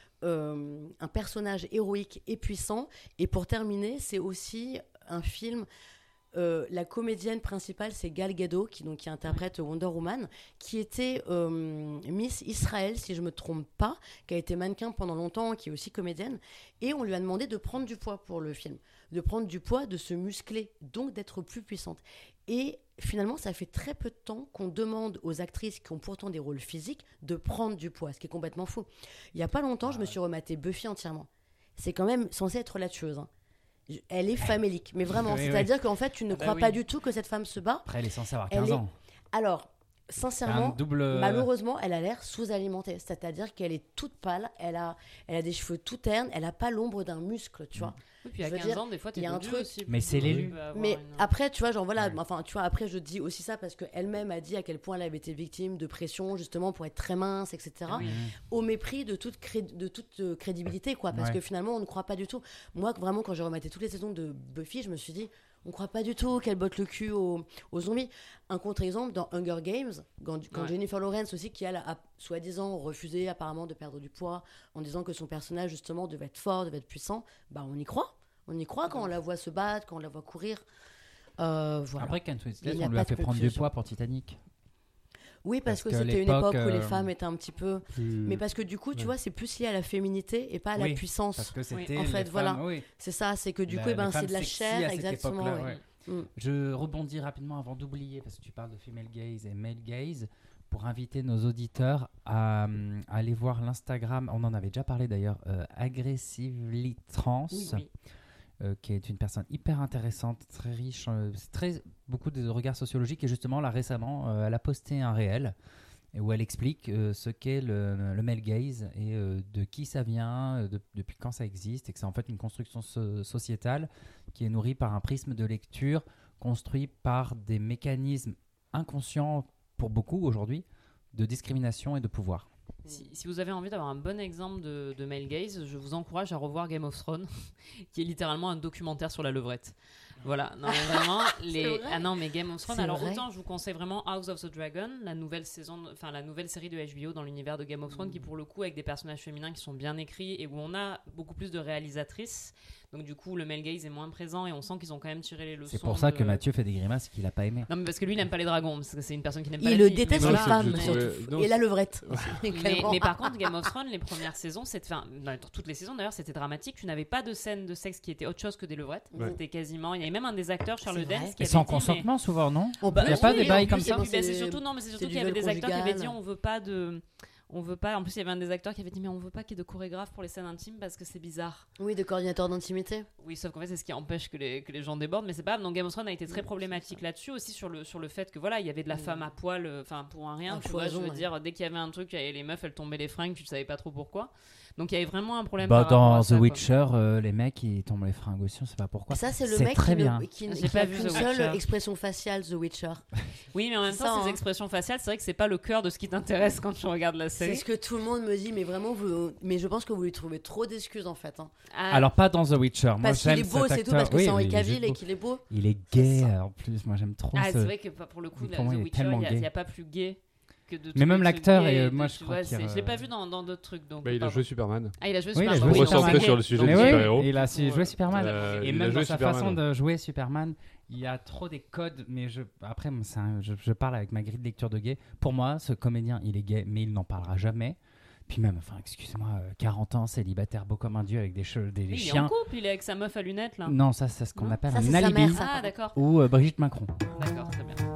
euh, un personnage héroïque et puissant. Et pour terminer, c'est aussi un film... Euh, la comédienne principale, c'est Gal Gadot, qui, donc, qui interprète Wonder Woman, qui était euh, Miss Israël, si je ne me trompe pas, qui a été mannequin pendant longtemps, qui est aussi comédienne. Et on lui a demandé de prendre du poids pour le film, de prendre du poids, de se muscler, donc d'être plus puissante. Et finalement, ça fait très peu de temps qu'on demande aux actrices qui ont pourtant des rôles physiques de prendre du poids, ce qui est complètement fou. Il n'y a pas longtemps, je me suis rematé Buffy entièrement. C'est quand même censé être la tueuse, hein. Elle est famélique, mais vraiment, Oui, c'est-à-dire oui. qu'en fait, tu ne Ah bah crois oui. pas du tout que cette femme se bat. Après, elle est censée avoir Elle quinze est- ans. Alors, C'est un sincèrement, double. malheureusement, elle a l'air sous-alimentée, c'est-à-dire qu'elle est toute pâle, elle a, elle a des cheveux tout ternes, elle n'a pas l'ombre d'un muscle, tu vois. Oui, puis à Je veux quinze dire, ans, des fois, t'es il y a un dodu truc- aussi. Mais c'est Tu l'élu. peux avoir Mais une- après, tu vois, genre voilà, Ouais. enfin, tu vois, après, je dis aussi ça parce qu'elle-même a dit à quel point elle avait été victime de pression, justement, pour être très mince, et cetera. Oui. Au mépris de toute, cré- de toute euh, crédibilité, quoi. Parce Ouais. que finalement, on ne croit pas du tout. Moi, vraiment, quand j'ai rematé toutes les saisons de Buffy, je me suis dit, on ne croit pas du tout qu'elle botte le cul aux, aux zombies. Un contre-exemple, dans Hunger Games, quand, quand Ouais. Jennifer Lawrence aussi, qui elle a soi-disant refusé apparemment de perdre du poids, en disant que son personnage, justement, devait être fort, devait être puissant, bah on y croit. On y croit quand on la voit se battre, quand on la voit courir. Euh, voilà. Après, Kate Winslet, Il n'y a on lui pas a de fait prendre du conclusion. poids pour Titanic. Oui, parce, parce que, que c'était une l'époque, époque où les euh, femmes étaient un petit peu... Plus- Mais parce que du coup, tu ouais. vois, c'est plus lié à la féminité et pas à la Oui, puissance. Parce que c'était. En les fait, femmes- voilà. oui. C'est ça, c'est que du La- coup, eh ben, les c'est femmes de la sexy chair, à cette exactement. époque-là, ouais. ouais. Mm. Je rebondis rapidement avant d'oublier, parce que tu parles de female gaze et male gaze, pour inviter nos auditeurs à, euh, à aller voir l'Instagram, on en avait déjà parlé d'ailleurs, euh, Aggressively Trans, Oui, oui. euh, qui est une personne hyper intéressante, très riche, euh, c'est très, beaucoup de regards sociologiques, et justement là récemment, euh, elle a posté un réel et où elle explique euh, ce qu'est le, le male gaze et euh, de qui ça vient, euh, de- depuis quand ça existe, et que c'est en fait une construction so- sociétale qui est nourrie par un prisme de lecture construit par des mécanismes inconscients pour beaucoup aujourd'hui de discrimination et de pouvoir. Si, si vous avez envie d'avoir un bon exemple de, de male gaze, je vous encourage à revoir Game of Thrones, qui est littéralement un documentaire sur la levrette. Voilà, non mais vraiment les vrai ah non mais Game of Thrones. C'est Alors vrai autant je vous conseille vraiment House of the Dragon, la nouvelle saison, de- enfin la nouvelle série de H B O dans l'univers de Game of Thrones, qui pour le coup avec des personnages féminins qui sont bien écrits et où on a beaucoup plus de réalisatrices. Donc du coup le male gaze est moins présent et on sent qu'ils ont quand même tiré les leçons. C'est pour ça de- que Mathieu fait des grimaces et qu'il n'a pas aimé. Non mais parce que lui il n'aime pas les dragons, parce que c'est une personne qui n'aime pas Il les le filles, déteste mais les voilà. femmes, c'est que je trouvais- surtout. non, Et la c'est- levrette. Mais, Clairement. mais par contre, Game of Thrones, les premières saisons, c'était, enfin, dans toutes les saisons d'ailleurs, c'était dramatique. Tu n'avais pas de scène de sexe qui était autre chose que des levrettes. Ouais. C'était quasiment. Il y avait même un des acteurs, Charles C'est vrai. Dance, qui Et avait sans dit, mais- consentement souvent, non On Il y a peut- pas oui, des en bails plus, comme c'est ça bon, Et puis, bah, c'est c'est- surtout non, mais c'est surtout du qu'il y avait viol des acteurs qui avaient dit conjugal. on veut pas de. On veut pas. En plus, il y avait un des acteurs qui avait dit mais on veut pas qu'il y ait de chorégraphe pour les scènes intimes parce que c'est bizarre. Oui, de coordinateur d'intimité. Oui, sauf qu'en fait, c'est ce qui empêche que les, que les gens débordent, mais c'est pas grave. Donc Game of Thrones a été très Oui, problématique là-dessus aussi sur le, sur le fait que voilà, il y avait de la Mm. femme à poil, euh, enfin pour un rien, À tu vois. Je foison, veux ouais. dire, dès qu'il y avait un truc, et les meufs, elles tombaient les fringues, tu savais pas trop pourquoi. Donc il y avait vraiment un problème. Bah, par rapport à dans ça, The quoi. Witcher, euh, les mecs ils tombent les fringues aussi, on sait pas pourquoi. Ça, c'est le C'est mec très qui, bien. ne, qui, J'ai qui pas a vu qu'une The seule Witcher. expression faciale, The Witcher. Oui, mais en même C'est temps, ça, ces hein. expressions faciales, c'est vrai que c'est pas le cœur de ce qui t'intéresse quand tu regardes la C'est série. ce que tout le monde me dit, mais vraiment, vous, mais je pense que vous lui trouvez trop d'excuses en fait. Hein. Ah, Alors pas dans The Witcher, moi Parce qu'il j'aime est beau, cet c'est tout, acteur. parce que Oui, c'est Henri oui, il est Cavill et beau. qu'il est beau. Il est C'est gay ça. en plus, moi j'aime trop ah, ce... c'est vrai que pas- pour le coup, Pour la- moi, The il est Witcher, tellement il gay. n'y a, pas plus gay que de. Mais tous même les l'acteur, trucs et, gays euh, de- moi, je tu crois vois, qu'il c'est- y a- Je l'ai pas vu dans dans d'autres trucs. Donc, Bah, il a pardon. joué Superman. Ah, il a joué Oui, il a Superman. joué Pour oui, Superman. recentrer donc, sur le sujet Mais du oui, super-héros. il a su jouer Superman. Euh, Et il a même joué dans sa Superman. façon de jouer Superman, il y a trop des codes. Mais je, après, c'est un- je, je parle avec ma grille de lecture de gay. Pour moi, ce comédien, il est gay, mais il n'en parlera jamais. Puis même, enfin, excusez-moi, euh, quarante ans, célibataire, beau comme un dieu, avec des, cheveux, des, des Oui, il est chiens. en couple, il est avec sa meuf à lunettes là. Non, ça, c'est ce qu'on Non. appelle Ça, un c'est sa alibi. mère, ça. Ah, d'accord. Ou euh, Brigitte Macron. D'accord, très bien.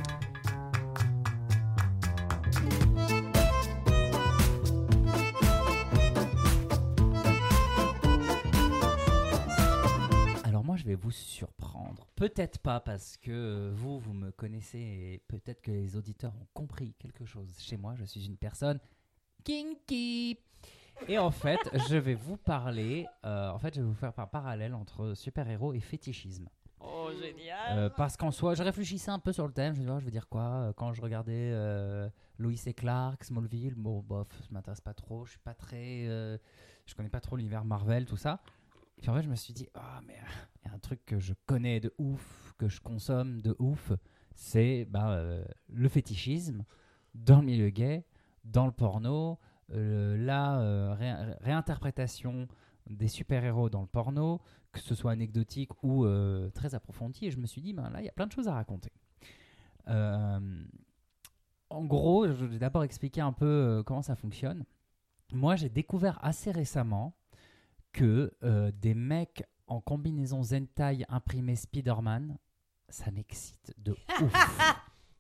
Alors moi, je vais vous surprendre. Peut-être pas parce que euh, vous, vous me connaissez et peut-être que les auditeurs ont compris quelque chose. Chez moi, je suis une personne kinky. Et en fait, je vais vous parler. Euh, en fait, je vais vous faire un parallèle entre super-héros et fétichisme. Oh, génial. Euh, parce qu'en soi, je réfléchissais un peu sur le thème. Je me disais, oh, je veux dire quoi euh, quand je regardais euh, Lois et Clark, Smallville. Bon, bof, ça m'intéresse pas trop. Je suis pas très, euh, je connais pas trop l'univers Marvel, tout ça. Et puis en fait, je me suis dit, ah, mais il y a un truc que je connais de ouf, que je consomme de ouf, c'est bah, euh, le fétichisme dans le milieu gay, dans le porno, euh, la euh, ré- réinterprétation des super-héros dans le porno, que ce soit anecdotique ou euh, très approfondi. Et je me suis dit, ben là, il y a plein de choses à raconter. Euh, en gros, je vais d'abord expliquer un peu euh, comment ça fonctionne. Moi, j'ai découvert assez récemment que euh, des mecs en combinaison Zentai imprimé Spider-Man, ça m'excite de ouf.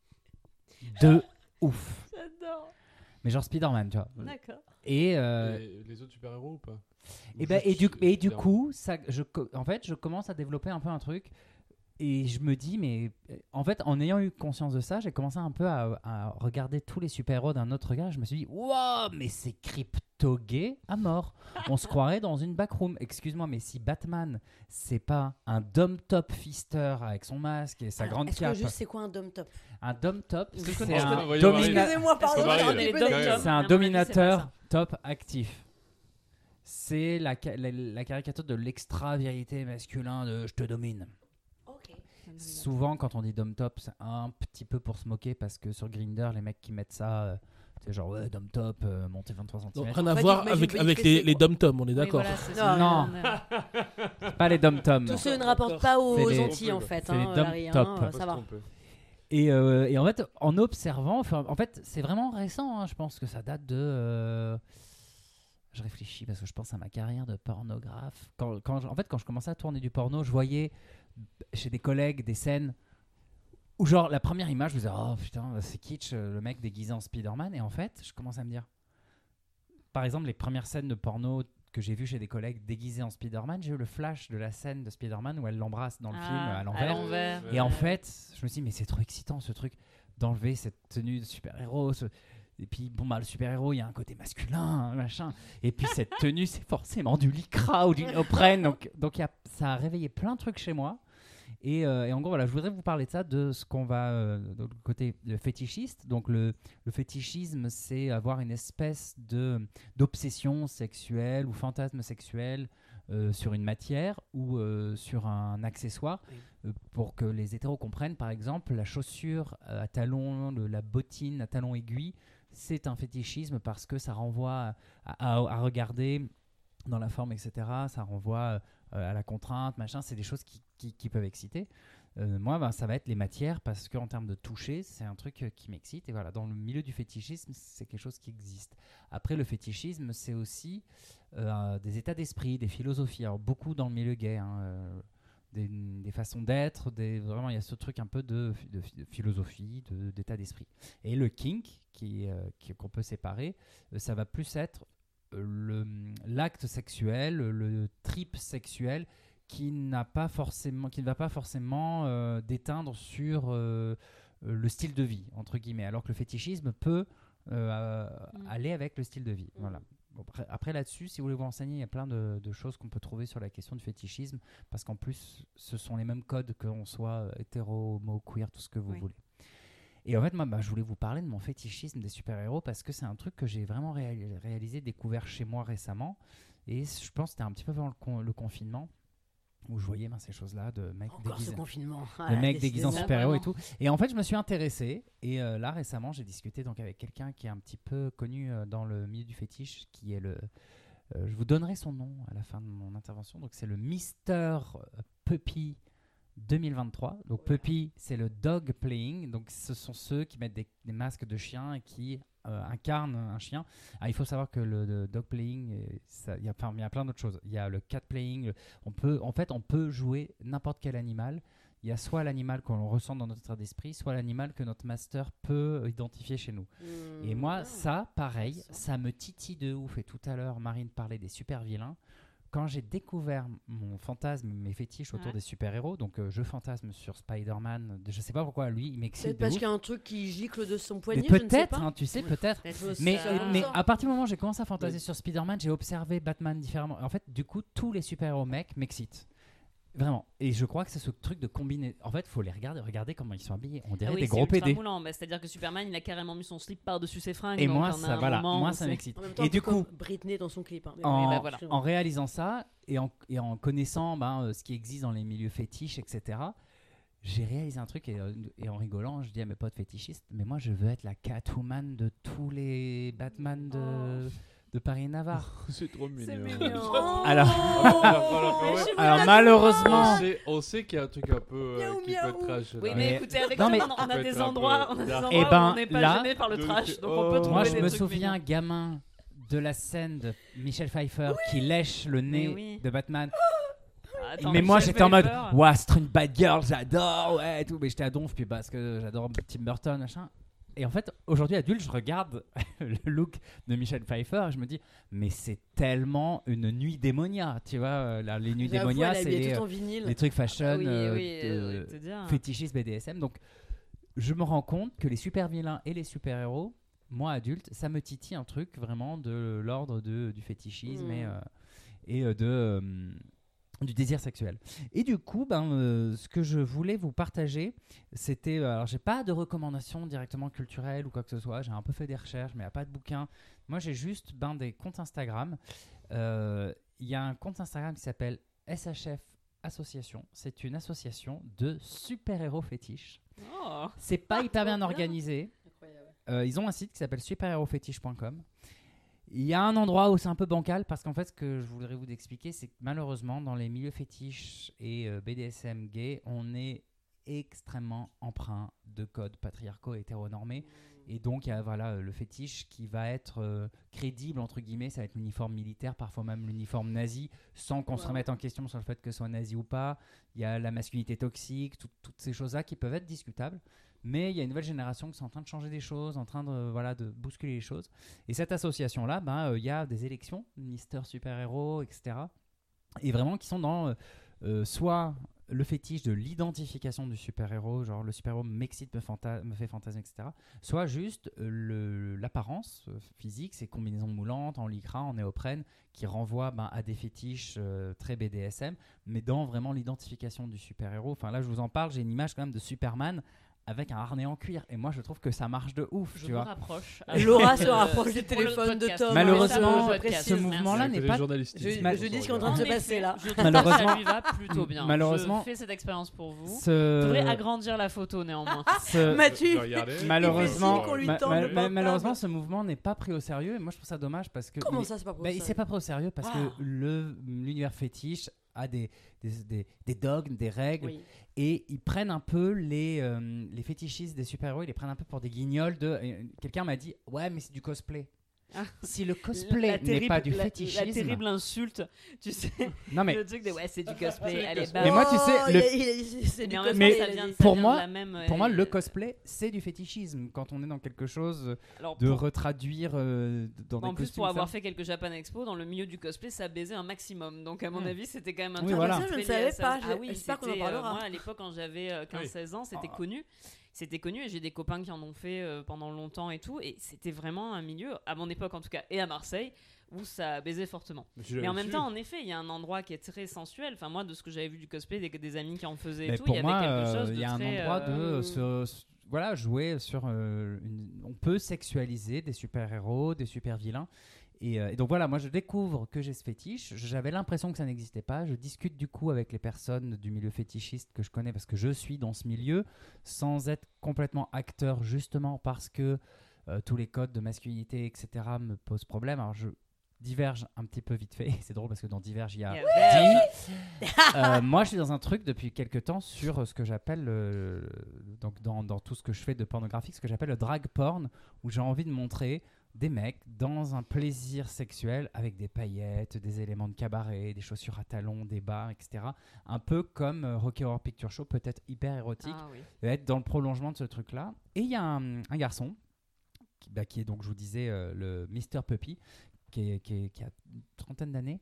De ouf. J'adore. Mais genre Spider-Man, tu vois. D'accord. Et, euh, Et les autres super-héros ou pas? et, Ou ben, et, juste du, et du Spider-Man? coup, ça, je, co- en fait, je commence à développer un peu un truc. Et je me dis, mais euh, en fait, en ayant eu conscience de ça, j'ai commencé un peu à, à regarder tous les super-héros d'un autre regard. Je me suis dit, waouh, mais c'est crypto-gay à mort. On se croirait dans une backroom. Excuse-moi, mais si Batman, c'est pas un dom-top fister avec son masque et sa Alors, grande Est-ce cape, que juste c'est quoi un dom top? un dom-top, Je c'est connais, je un, connais. Voyons, domina- Marie. Excusez-moi, pardon. Marie, j'ai elle- un petit les peu dom de- top. c'est un À mon avis, c'est dominateur pas ça. top actif. C'est la, ca- la, la caricature de l'extra-vérité masculin de je te domine. Ok. Souvent, quand on dit dom top, c'est un petit peu pour se moquer parce que sur Grindr, les mecs qui mettent ça, euh, c'est genre ouais, dom top, euh, monté vingt-trois Donc, centimètres. rien à En fait, voir j'imagine avec, pas avec une les, fessée, les quoi. dom-tom, on est Oui, d'accord. voilà, c'est Non, ça. non. C'est pas les dom tom. Tout cela ne rapporte pas aux C'est les- Antilles en fait, c'est les hein, dom Larry, hein, top. euh, ça va. Et, euh, et en fait, en observant, enfin, en fait, c'est vraiment récent. Hein, je pense que ça date de. euh, Je réfléchis parce que je pense à ma carrière de pornographe. Quand, quand, je- en fait, quand je commençais à tourner du porno, je voyais chez des collègues des scènes où, genre, la première image, je me disais, oh putain, c'est kitsch, euh, le mec déguisé en Spider-Man. Et en fait, je commence à me dire, par exemple, les premières scènes de porno que j'ai vues chez des collègues déguisés en Spider-Man, j'ai eu le flash de la scène de Spider-Man où elle l'embrasse dans le Ah, film à À l'envers. l'envers. Et en fait, je me suis dit, mais c'est trop excitant ce truc d'enlever cette tenue de super-héros. ce- Et puis, bon, bah, le super-héros, il y a un côté masculin, hein, machin. Et puis, cette tenue, c'est forcément du lycra ou du néoprène. Donc, donc y a, ça a réveillé plein de trucs chez moi. Et, euh, et en gros, voilà, je voudrais vous parler de ça, de ce qu'on va, euh, de le côté euh, fétichiste. Donc, le, le fétichisme, c'est avoir une espèce de, d'obsession sexuelle ou fantasme sexuel euh, sur une matière ou euh, sur un accessoire. Oui. Euh, pour que les hétéros comprennent, par exemple, la chaussure euh, à talons, le- la bottine à talons aiguilles, c'est un fétichisme parce que ça renvoie à, à- à regarder dans la forme, et cetera. Ça renvoie euh, à la contrainte, machin. C'est des choses qui, qui- qui peuvent exciter. Euh, moi, ben, ça va être les matières parce qu'en termes de toucher, c'est un truc euh, qui m'excite. Et voilà, dans le milieu du fétichisme, c'est quelque chose qui existe. Après, le fétichisme, c'est aussi euh, des états d'esprit, des philosophies. Alors, beaucoup dans le milieu gay, hein, euh, des, des façons d'être, des, vraiment, il y a ce truc un peu de, de, de philosophie, de, d'état d'esprit. Et le kink, qui, euh, qui- qu'on peut séparer, euh, ça va plus être euh, le, l'acte sexuel, le trip sexuel qui n'a pas forcément, qui ne va pas forcément euh, déteindre sur euh, euh, le style de vie entre guillemets, alors que le fétichisme peut euh, Mm. aller avec le style de vie. Voilà. Bon, après, après, là-dessus, si vous voulez vous renseigner, il y a plein de, de choses qu'on peut trouver sur la question du fétichisme, parce qu'en plus, ce sont les mêmes codes qu'on soit euh, hétéro, homo, queer, tout ce que vous Oui. voulez. Et en fait, moi, bah, je voulais vous parler de mon fétichisme des super-héros parce que c'est un truc que j'ai vraiment réali- réalisé, découvert chez moi récemment. Et je pense que c'était un petit peu avant le, con- le confinement où je voyais ben, ces choses-là de mecs Encore ce déguisés. confinement. Le Voilà, mec déguisé en décidément. super-héros et vraiment. tout. Et en fait, je me suis intéressé. Et euh, là, récemment, j'ai discuté donc avec quelqu'un qui est un petit peu connu euh, dans le milieu du fétiche, qui est le. euh, je vous donnerai son nom à la fin de mon intervention. Donc, c'est le Mister Puppy deux mille vingt-trois. Donc, Puppy, c'est le dog playing. Donc, ce sont ceux qui mettent des, des masques de chiens et qui euh, incarnent un chien. Ah, il faut savoir que le, le dog playing, euh, ça- il y a, enfin, il y a plein d'autres choses. Il y a le cat playing. le- on peut, en fait, on peut jouer n'importe quel animal. Il y a soit l'animal qu'on ressent dans notre état d'esprit, soit l'animal que notre master peut identifier chez nous. Mmh. Et moi, Ah. ça, pareil, Intéressant. ça me titille de ouf. Et tout à l'heure, Marine parlait des super vilains. quand j'ai découvert mon fantasme, mes fétiches autour Ouais. des super-héros, donc euh, je fantasme sur Spider-Man, je sais pas pourquoi lui, il m'excite Peut-être de parce ouf. qu'il y a un truc qui gicle de son Mais poignet, je ne sais peut-être, pas. hein, tu sais, peut-être. Peut-être Mais, ça. mais ça. à partir du moment où j'ai commencé à fantaser sur Spider-Man, j'ai observé Batman différemment. En fait, du coup, tous les super-héros mecs m'excitent. Vraiment. Et je crois que c'est ce truc de combiner. En fait, il faut les regarder, regarder comment ils sont habillés. On dirait Ah oui, des c'est gros ultra P D. moulant. Bah, c'est-à-dire que Superman, il a carrément mis son slip par-dessus ses fringues. Et donc moi, on a ça, un voilà, moment moi, où ça c'est- m'excite. En même temps, Et un du peu coup, comme Britney dans son clip. hein. Mais en, oui, bah voilà. en réalisant ça et en, et en connaissant ben, euh, ce qui existe dans les milieux fétiches, et cetera, j'ai réalisé un truc et, euh, et en rigolant, je dis à mes potes fétichistes, mais moi, je veux être la Catwoman de tous les Batman de, de Paris et Navarre. C'est trop mignon. C'est mignon. Oh. Alors, Alors, alors, quand même, alors malheureusement, on sait, on sait qu'il y a un truc un peu euh, Miaou, qui miaou. peut être trash. Oui, là. mais Mais- écoutez, avec Non, ça, mais- on a- on peut a être des un peu endroits, on a des dark. endroits Eh ben, où on n'est pas là- gêné par le Donc, trash, donc on oh. peut trouver moi, des je me trucs souviens, mignons. gamin, de la scène de Michel Pfeiffer qui lèche le nez Mais oui. de Batman. Attends, mais moi, Michel j'étais en mode, Pfeiffer. ouah, c'est une bad girl, j'adore, ouais, et tout. Mais j'étais à donf, puis parce que j'adore Tim Burton, machin. Et en fait, aujourd'hui, adulte, je regarde le look de Michel Pfeiffer et je me dis, mais c'est tellement une nuit démonia, tu vois. euh, Là, les nuits J'avoue, démonia, elle a c'est habillé les, tout en vinyle. les trucs fashion, Ah oui, euh, oui, de- euh, te dire. fétichisme B D S M. Donc, je me rends compte que les super vilains et les super héros, moi adulte, ça me titille un truc vraiment de l'ordre de, du fétichisme Mm. et, euh, et euh, de, euh, du désir sexuel. Et du coup, ben, euh, ce que je voulais vous partager, c'était. euh, Alors, j'ai pas de recommandations directement culturelles ou quoi que ce soit. J'ai un peu fait des recherches, mais il n'y a pas de bouquin. Moi, j'ai juste ben, des comptes Instagram. Euh, Il y a un compte Instagram qui s'appelle S H F Association. C'est une association de super-héros fétiches. Oh. C'est pas hyper bien trop bien. organisé. Incroyable. Euh, ils ont un site qui s'appelle super héros fétiche point com. Il y a un endroit où c'est un peu bancal parce qu'en fait, ce que je voudrais vous expliquer, c'est que malheureusement, dans les milieux fétiches et euh, B D S M gay, on est extrêmement empreint de codes patriarcaux et hétéronormés. Et donc, il y a voilà, euh, le fétiche qui va être euh, crédible, entre guillemets, ça va être l'uniforme militaire, parfois même l'uniforme nazi, sans qu'on se Ouais. remette en question sur le fait que ce soit nazi ou pas. Il y a la masculinité toxique, tout- toutes ces choses-là qui peuvent être discutables. Mais il y a une nouvelle génération qui est en train de changer des choses, en train de, euh, voilà, de bousculer les choses. Et cette association-là, ben, euh, il y a des élections, Mister Super-Héros, et cetera. Et vraiment qui sont dans euh, euh, soit le fétiche de l'identification du super-héros, genre le super-héros m'excite, me, fanta- me fait fantasmer, et cetera. Soit juste euh, le- l'apparence euh, physique, ces combinaisons moulantes en lycra, en néoprène, qui renvoient ben, à des fétiches euh, très B D S M, mais dans vraiment l'identification du super-héros. Enfin là, je vous en parle, j'ai une image quand même de Superman avec un harnais en cuir. Et moi, je trouve que ça marche de ouf, Je tu me vois. rapproche. Laura se Euh, rapproche c'est du pour le téléphone de podcast. Tom. Malheureusement, je ce précise. mouvement-là C'est n'est que pas- les journalistes Je- ici, je ils dis sont ce qui est en train de se regardés. passer là. Je trouve Malheureusement- que ça lui va plutôt bien. Malheureusement- Je fais cette expérience pour vous. Ce- Il faudrait agrandir la photo néanmoins. ce- Mathieu, Je regardais. Malheureusement, Il fait signe qu'on lui ma- tend ma- le ma- portable. malheureusement, ce mouvement n'est pas pris au sérieux. Et moi, je trouve ça dommage parce que. comment il est- ça, c'est pas pour bah, ça il s'est pas pris au sérieux parce Ah. que le l'univers fétiche a des, des, des, des dogmes, des règles, Oui. et ils prennent un peu les, euh, les fétichistes des super-héros, ils les prennent un peu pour des guignols de. euh, Quelqu'un m'a dit, ouais, mais c'est du cosplay. Ah. Si le cosplay La n'est terrible- pas du la- fétichisme. La terrible insulte, tu sais. Non mais Le truc de ouais, c'est du cosplay. C'est Allez, du bah. Mais moi, tu sais, Oh, le- il a- il a dit, c'est du Mais en même cosplay, temps, ça il a vient, dit. ça Pour vient moi- de la même, pour moi, euh, le cosplay, c'est du fétichisme quand on est dans quelque chose alors, de pour- retraduire euh, dans En des plus, costumes. pour avoir femmes. fait quelques Japan Expo, dans le milieu du cosplay, ça baisait un maximum. Donc, à mon Hmm. avis, c'était quand même un Oui, truc voilà. très Ça, je ne lié savais à ça. pas. Ah Je- oui, j'espère qu'on en c'était, euh, parlera. moi, à l'époque, quand j'avais euh, quinze seize ans, c'était Ah. connu. C'était connu et j'ai des copains qui en ont fait euh, pendant longtemps et tout. Et c'était vraiment un milieu, à mon époque en tout cas, et à Marseille, où ça baisait fortement. Mais en même temps, en effet, il y a un endroit qui est très sensuel. Enfin, moi, de ce que j'avais vu du cosplay, des, des amis qui en faisaient et Mais tout, pour il y avait moi, quelque euh, chose de il y a un très, endroit euh, de se- se- voilà, jouer sur. euh, une- on peut sexualiser des super-héros, des super-vilains. Et, euh, et donc voilà, moi je découvre que j'ai ce fétiche. J'avais l'impression que ça n'existait pas. Je discute du coup avec les personnes du milieu fétichiste que je connais parce que je suis dans ce milieu sans être complètement acteur, justement parce que euh, tous les codes de masculinité, et cetera me posent problème. Alors je diverge un petit peu vite fait. C'est drôle parce que dans Diverge, il y a il y a- euh, moi, je suis dans un truc depuis quelques temps sur euh, ce que j'appelle, euh, donc dans, dans tout ce que je fais de pornographique, ce que j'appelle le drag porn, où j'ai envie de montrer des mecs dans un plaisir sexuel avec des paillettes, des éléments de cabaret, des chaussures à talons, des bas, et cetera. Un peu comme euh, Rocky Horror Picture Show, peut-être hyper érotique, Ah oui. et être dans le prolongement de ce truc-là. Et il y a un, un garçon, qui, bah, qui est donc, je vous disais, euh, le Mister Puppy, qui, est- qui est- qui a une trentaine d'années,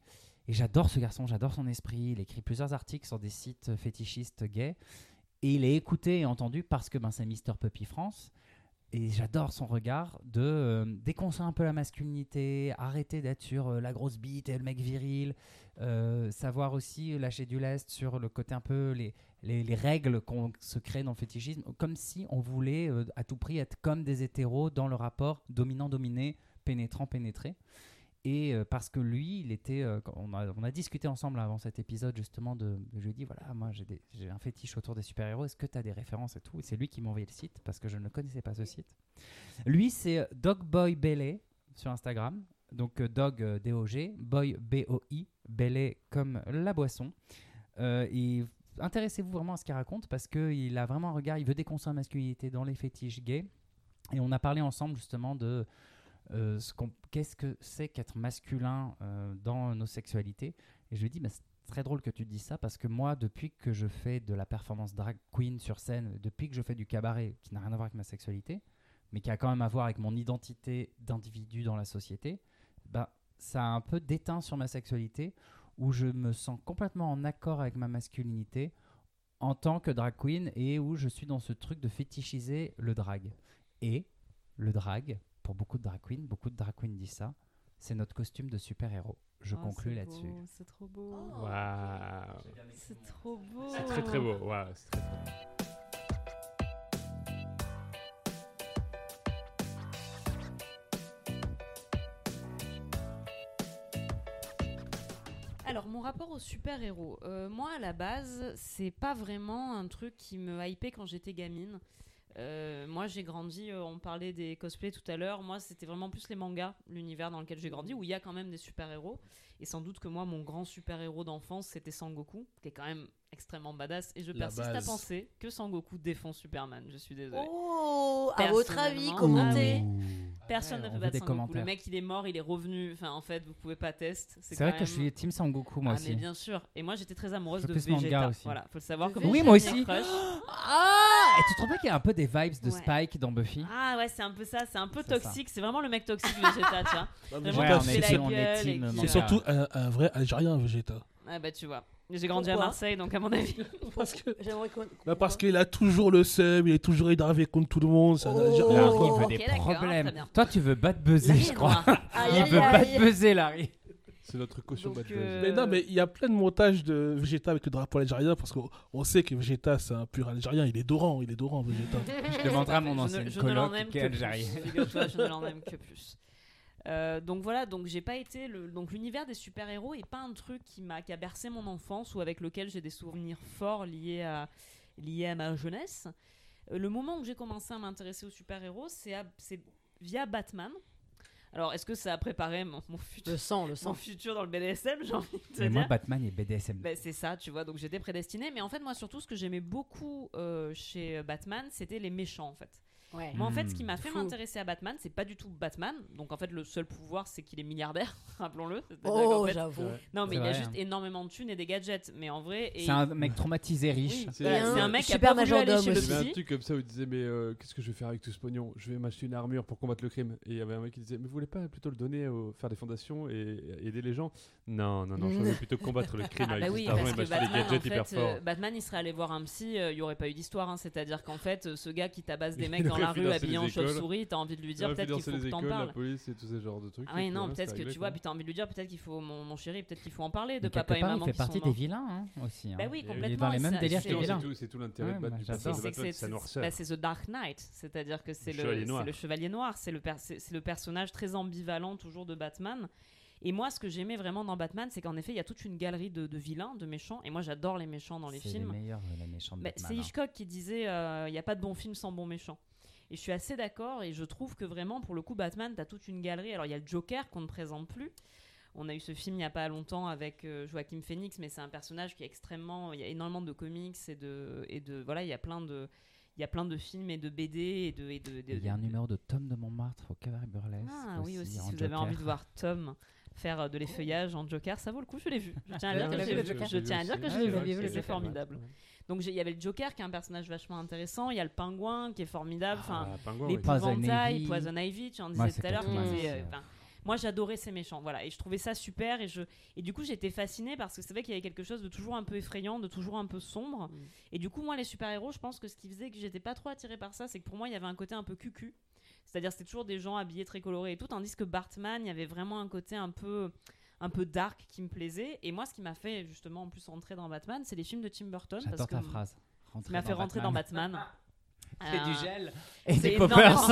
Et j'adore ce garçon, j'adore son esprit. Il écrit plusieurs articles sur des sites fétichistes gays. Et il est écouté et entendu parce que ben, c'est Mister Puppy France. Et j'adore son regard de euh, déconstruire un peu la masculinité, arrêter d'être sur euh, la grosse bite et le mec viril, euh, savoir aussi lâcher du lest sur le côté un peu les, les, les règles qu'on se crée dans le fétichisme, comme si on voulait euh, à tout prix être comme des hétéros dans le rapport dominant-dominé, pénétrant-pénétré. Et euh, parce que lui, il était, euh, on, a, on a discuté ensemble avant cet épisode justement de, de je lui ai dit voilà, moi j'ai, des, j'ai un fétiche autour des super-héros, est-ce que tu as des références et tout. Et c'est lui qui m'a envoyé le site parce que je ne connaissais pas ce site. Lui, c'est Dogboy Belay sur Instagram, donc euh, Dog euh, D O G, Boy B O I, Belay comme la boisson. Euh, et intéressez-vous vraiment à ce qu'il raconte parce qu'il a vraiment un regard, il veut déconstruire la masculinité dans les fétiches gays. Et on a parlé ensemble justement de Euh, ce qu'on, qu'est-ce que c'est qu'être masculin euh, dans nos sexualités. Et je lui ai dit, bah, c'est très drôle que tu te dises ça parce que moi, depuis que je fais de la performance drag queen sur scène, depuis que je fais du cabaret, qui n'a rien à voir avec ma sexualité, mais qui a quand même à voir avec mon identité d'individu dans la société, bah, ça a un peu déteint sur ma sexualité où je me sens complètement en accord avec ma masculinité en tant que drag queen et où je suis dans ce truc de fétichiser le drag. Et le drag, pour beaucoup de drag queens, beaucoup de drag queens disent ça, c'est notre costume de super-héros. Je Oh, conclus c'est là-dessus. beau, c'est trop beau. Waouh. C'est trop beau. C'est très très beau. Waouh, c'est très, très beau. Alors, mon rapport aux super-héros. Euh, moi, à la base, c'est pas vraiment un truc qui me hypait quand j'étais gamine. Euh, moi, j'ai grandi, euh, on parlait des cosplays tout à l'heure. Moi, c'était vraiment plus les mangas, l'univers dans lequel j'ai grandi, où il y a quand même des super-héros. Et sans doute que moi, mon grand super-héros d'enfance, c'était Sangoku, qui est quand même extrêmement badass. Et je La persiste base. à penser que Sangoku défend Superman. Je suis désolée. Oh, à votre avis, Personnellement, commentez. Personne Ouais, ne on peut veut battre des Sangoku. commentaires. Le mec, il est mort, il est revenu. Enfin, en fait, vous pouvez pas tester. C'est, vrai quand que je même- suis Team Sangoku, moi ah, aussi. mais bien sûr. Et moi, j'étais très amoureuse Je de veux plus manga Vegeta. aussi. Voilà, faut le savoir. De que Oui, mon moi premier aussi. crush- Ah Et tu trouves pas qu'il y a un peu des vibes de Ouais. Spike dans Buffy? Ah ouais, c'est un peu ça. C'est un peu C'est toxique. C'est vraiment le mec toxique Vegeta, tu vois. Non, Vraiment, Ouais, Vegeta, on il est fait c'est- la on est gueule team et qui- c'est manga. surtout un, un vrai Algérien, Vegeta. Ah bah tu vois. J'ai grandi à Pourquoi Marseille, donc à mon avis. Parce que J'aimerais qu'on- Bah parce qu'il a toujours le seum, il est toujours énervé contre tout le monde. C'est un Oh. Algérien. Larry Oh, veut ok, des d'accord, très problèmes. bien. Toi, tu veux battre buzzer, Larry je est crois. noir. Aïe, Il aïe, veut aïe. battre buzzer, Larry. C'est notre caution Donc, bad buzz. euh, Mais non, mais il y a plein de montages de Vegeta avec le drapeau algérien parce qu'on on sait que Vegeta c'est un pur Algérien. Il est dorant, il est dorant, Vegeta. Je demanderai à mon Je ne- ancienne je ne l'en coloc aime qui est que plus. algérienne. Figure-toi, je ne l'en aime que plus. Euh, donc voilà, donc j'ai pas été le... donc l'univers des super-héros est pas un truc qui m'a qui a bercé mon enfance ou avec lequel j'ai des souvenirs forts liés à liés à ma jeunesse. Euh, le moment où j'ai commencé à m'intéresser aux super-héros, c'est à- c'est via Batman. Alors, est-ce que ça a préparé mon, mon futur Le sang, le mon sang. futur dans le B D S M, j'ai envie de te Mais dire. moi, Batman et B D S M. Ben, c'est ça, tu vois, donc j'étais prédestinée. Mais en fait, moi, surtout, ce que j'aimais beaucoup euh, chez Batman, c'était les méchants, en fait. Ouais. Moi, en fait, ce qui Hmm. m'a fait Fou. m'intéresser à Batman, c'est pas du tout Batman. Donc, en fait, le seul pouvoir, c'est qu'il est milliardaire, rappelons-le. C'est-à-dire Oh, qu'en fait- j'avoue. non, mais C'est il a vrai, juste hein. énormément de thunes et des gadgets. Mais en vrai. Et C'est un mec traumatisé riche. Oui, C'est- voilà, Et c'est un un mec qui a super pas voulu aller majordome chez le Il y avait un psy. truc comme ça où il disait mais euh, qu'est-ce que je vais faire avec tout ce pognon? Je vais m'acheter une armure pour combattre le crime. Et il y avait un mec qui disait mais vous voulez pas plutôt le donner au faire des fondations et et aider les gens? Non non non, je veux plutôt combattre le crime Ah avec bah cet oui, argent parce et que m'acheter des Batman, en gadgets hyper fait, forts. euh, Batman, il serait allé voir un psy, euh, il y aurait pas eu d'histoire. Hein. C'est-à-dire qu'en fait, euh, ce gars qui tabasse des mecs Il dans la aurait rue financé habillés les en écoles. chauve-souris, t'as envie de lui Il dire aurait peut-être qu'il financé faut que les t'en écoles, la parles. police et tous ces genres de trucs. Ah oui, et non, puis, peut-être c'était que réglé, tu vois, quoi. puis t'as envie de lui dire peut-être qu'il faut, mon, mon chéri, peut-être qu'il faut en parler de Mais papa quelque et part, maman il fait qui sont partie des morts. vilains hein, aussi. hein. Bah oui, Il est complètement. Il est dans les et mêmes ça- délires c'est- que les C'est vilains. tout- C'est tout l'intérêt Ouais, de Bat- moi, du j'adore. personnage de C'est que Batman, c'est- c'est sa c'est- noirceur. bah, c'est The Dark Knight, c'est-à-dire que c'est Le le, Chevalier c'est Noir. le Chevalier Noir, c'est le, per- c'est c'est le personnage très ambivalent toujours de Batman. Et moi, ce que j'aimais vraiment dans Batman, c'est qu'en effet, il y a toute une galerie de, de vilains, de méchants. Et moi, j'adore les méchants dans les C'est films. les meilleurs, euh, les méchants de Bah, Batman. c'est hein. Hitchcock qui disait euh, il n'y a pas de bon film sans bon méchant. Et je suis assez d'accord et je trouve que vraiment pour le coup Batman t'as toute une galerie. Alors il y a le Joker qu'on ne présente plus. On a eu ce film il n'y a pas longtemps avec euh, Joaquin Phoenix, mais c'est un personnage qui est extrêmement... Il y a énormément de comics et de... Et de voilà, il y a plein de... Il y a plein de films et de B D et de... Et de, de- Il y a un de- numéro de Tom de Montmartre au Cabaret Burlesque. Ah oui aussi, en si vous avez Joker. envie de voir Tom faire euh, de l'effeuillage en Joker, ça vaut le coup, je l'ai vu. Je tiens à Ouais, dire que ouais, je ouais, l'ai j'ai vu. vu Je tiens à dire que aussi. je Ouais, l'ai vous vu, l'aviez vu, et le c'est Joker, formidable. Ouais. Donc j'ai- il y avait le Joker qui est un personnage vachement intéressant, il y a le Pingouin qui est formidable, enfin... Ah, Pingouin, Les oui. Poison Poison Ivy. Poison Ivy, tu en Ouais, disais c'est tout à l'heure. pas mal tu disais, aussi, euh, ouais. enfin, moi j'adorais ces méchants, voilà, et je trouvais ça super, et je et du coup j'étais fascinée parce que c'est vrai qu'il y avait quelque chose de toujours un peu effrayant, de toujours un peu sombre, mm. et du coup moi les super-héros, je pense que ce qui faisait que j'étais pas trop attirée par ça, c'est que pour moi il y avait un côté un peu cucu, c'est-à-dire c'était toujours des gens habillés très colorés et tout, tandis que Batman, il y avait vraiment un côté un peu un peu dark qui me plaisait, et moi ce qui m'a fait justement en plus rentrer dans Batman, c'est les films de Tim Burton. J'adore parce que ta phrase. Ça m'a fait rentrer Batman. dans Batman. C'est Euh, du gel et et c'est des non, poppers.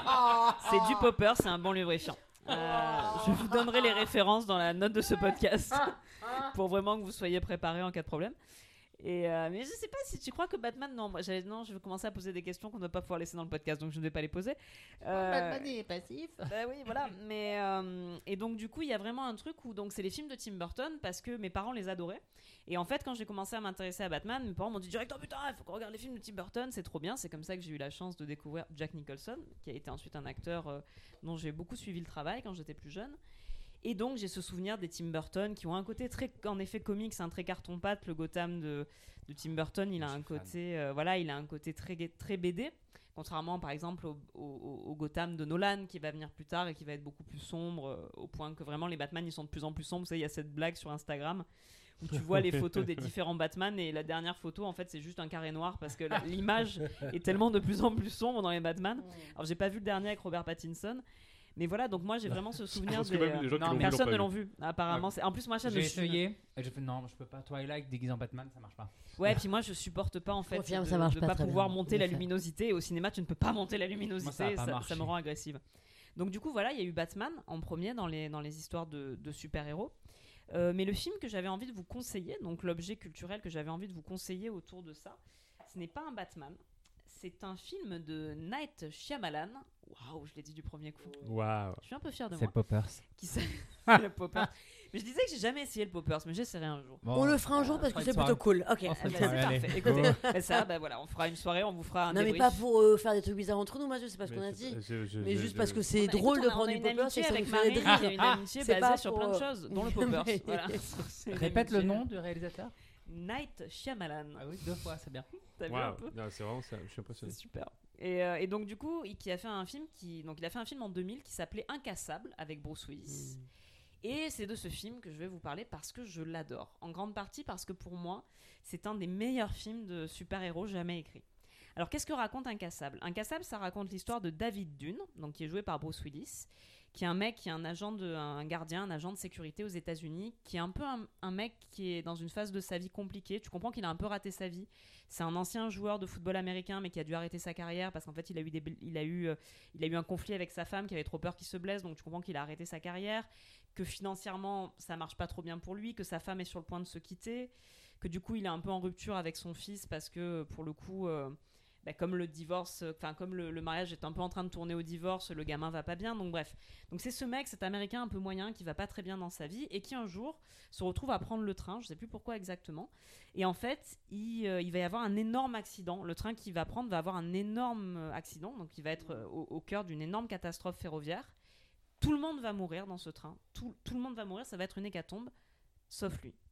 C'est du popper, c'est un bon lubrifiant. Euh, je vous donnerai les références dans la note de ce podcast pour vraiment que vous soyez préparés en cas de problème. Et euh, mais je sais pas si tu crois que Batman, non, moi, j'allais, non, je vais commencer à poser des questions qu'on ne va pas pouvoir laisser dans le podcast, donc je ne vais pas les poser. Euh, Batman est passif. Bah oui, voilà. Mais euh, et donc du coup, il y a vraiment un truc où donc c'est les films de Tim Burton parce que mes parents les adoraient. Et en fait, quand j'ai commencé à m'intéresser à Batman, mes parents m'ont dit direct, oh putain, il faut qu'on regarde les films de Tim Burton, c'est trop bien. C'est comme ça que j'ai eu la chance de découvrir Jack Nicholson, qui a été ensuite un acteur euh, dont j'ai beaucoup suivi le travail quand j'étais plus jeune. Et donc j'ai ce souvenir des Tim Burton qui ont un côté très, en effet, comique, c'est un très carton-pâte. Le Gotham de, de Tim Burton, il a un côté, euh, voilà, il a un côté très, très B D. Contrairement par exemple au, au, au Gotham de Nolan qui va venir plus tard et qui va être beaucoup plus sombre, euh, au point que vraiment les Batman ils sont de plus en plus sombres. Vous savez, il y a cette blague sur Instagram où tu vois les photos des différents Batman et la dernière photo en fait c'est juste un carré noir parce que la, l'image est tellement de plus en plus sombre dans les Batman. Alors j'ai pas vu le dernier avec Robert Pattinson. Mais voilà, donc moi j'ai vraiment ce souvenir de. Euh, non, personne ne l'ont vu, apparemment. Ouais. C'est... En plus, moi, ça j'ai ne essayé. Et j'ai fait non, je peux pas. Twilight déguisé en Batman, ça marche pas. Ouais, puis moi je supporte pas en fait Confirme, de, ça marche de pas, pas très pouvoir bien. monter la luminosité. Et au cinéma, tu ne peux pas monter la luminosité. Moi, ça, a pas ça, marché. ça me rend agressive. Donc du coup, voilà, il y a eu Batman en premier dans les dans les histoires de, de super-héros. Euh, mais le film que j'avais envie de vous conseiller, donc l'objet culturel que j'avais envie de vous conseiller autour de ça, ce n'est pas un Batman. C'est un film de Night Shyamalan. Waouh, je l'ai dit du premier coup. Waouh. Je suis un peu fière de c'est moi. C'est le Poppers. Qui c'est le Poppers. Mais je disais que j'ai jamais essayé le Poppers, mais j'essaierai un jour. Bon, on le fera un jour parce que c'est plutôt cool. Ok. Oh, bah, c'est parfait. Écoutez, bah, ça, bah, voilà, on fera une soirée, on vous fera un Non, débrief. mais pas pour euh, faire des trucs bizarres entre nous, Mathieu, c'est pas ce Mais qu'on a c'est- dit. je- je- Mais je- juste je- parce que c'est On a- drôle écoute, de on a- prendre on a du une Poppers amitié et ça avec nous fait Marie, rire. il y a une amitié C'est basée pas sur pour, plein de euh, choses, dont le Poppers. Voilà. C'est une Répète le amitié. nom du réalisateur. Night Shyamalan. Ah oui, deux fois, c'est bien. T'as vu un Waouh. peu? Non, c'est vraiment ça, je suis C'est impressionné. super. Et, euh, et donc du coup, il, qui a fait un film qui, donc il a fait un film en deux mille qui s'appelait Incassable avec Bruce Willis. Mm. Et c'est de ce film que je vais vous parler parce que je l'adore. En grande partie parce que pour moi, c'est un des meilleurs films de super-héros jamais écrits. Alors qu'est-ce que raconte Incassable ? Incassable, ça raconte l'histoire de David Dunn, donc qui est joué par Bruce Willis, qui est un mec qui est un agent de, un gardien, un agent de sécurité aux États-Unis, qui est un peu un, un mec qui est dans une phase de sa vie compliquée. Tu comprends qu'il a un peu raté sa vie. C'est un ancien joueur de football américain, mais qui a dû arrêter sa carrière parce qu'en fait, il a eu des, il a eu, euh, il a eu un conflit avec sa femme, qui avait trop peur qu'il se blesse. Donc tu comprends qu'il a arrêté sa carrière, que financièrement, ça marche pas trop bien pour lui, que sa femme est sur le point de se quitter, que du coup, il est un peu en rupture avec son fils parce que pour le coup. Euh, Bah, comme le divorce, enfin comme le, le mariage est un peu en train de tourner au divorce, le gamin va pas bien, donc bref. Donc c'est ce mec, cet américain un peu moyen qui va pas très bien dans sa vie et qui un jour se retrouve à prendre le train, je sais plus pourquoi exactement. Et en fait, il, euh, il va y avoir un énorme accident. Le train qu'il va prendre va avoir un énorme accident, donc il va être euh, au, au cœur d'une énorme catastrophe ferroviaire. Tout le monde va mourir dans ce train. Tout, tout le monde va mourir, ça va être une hécatombe, sauf lui.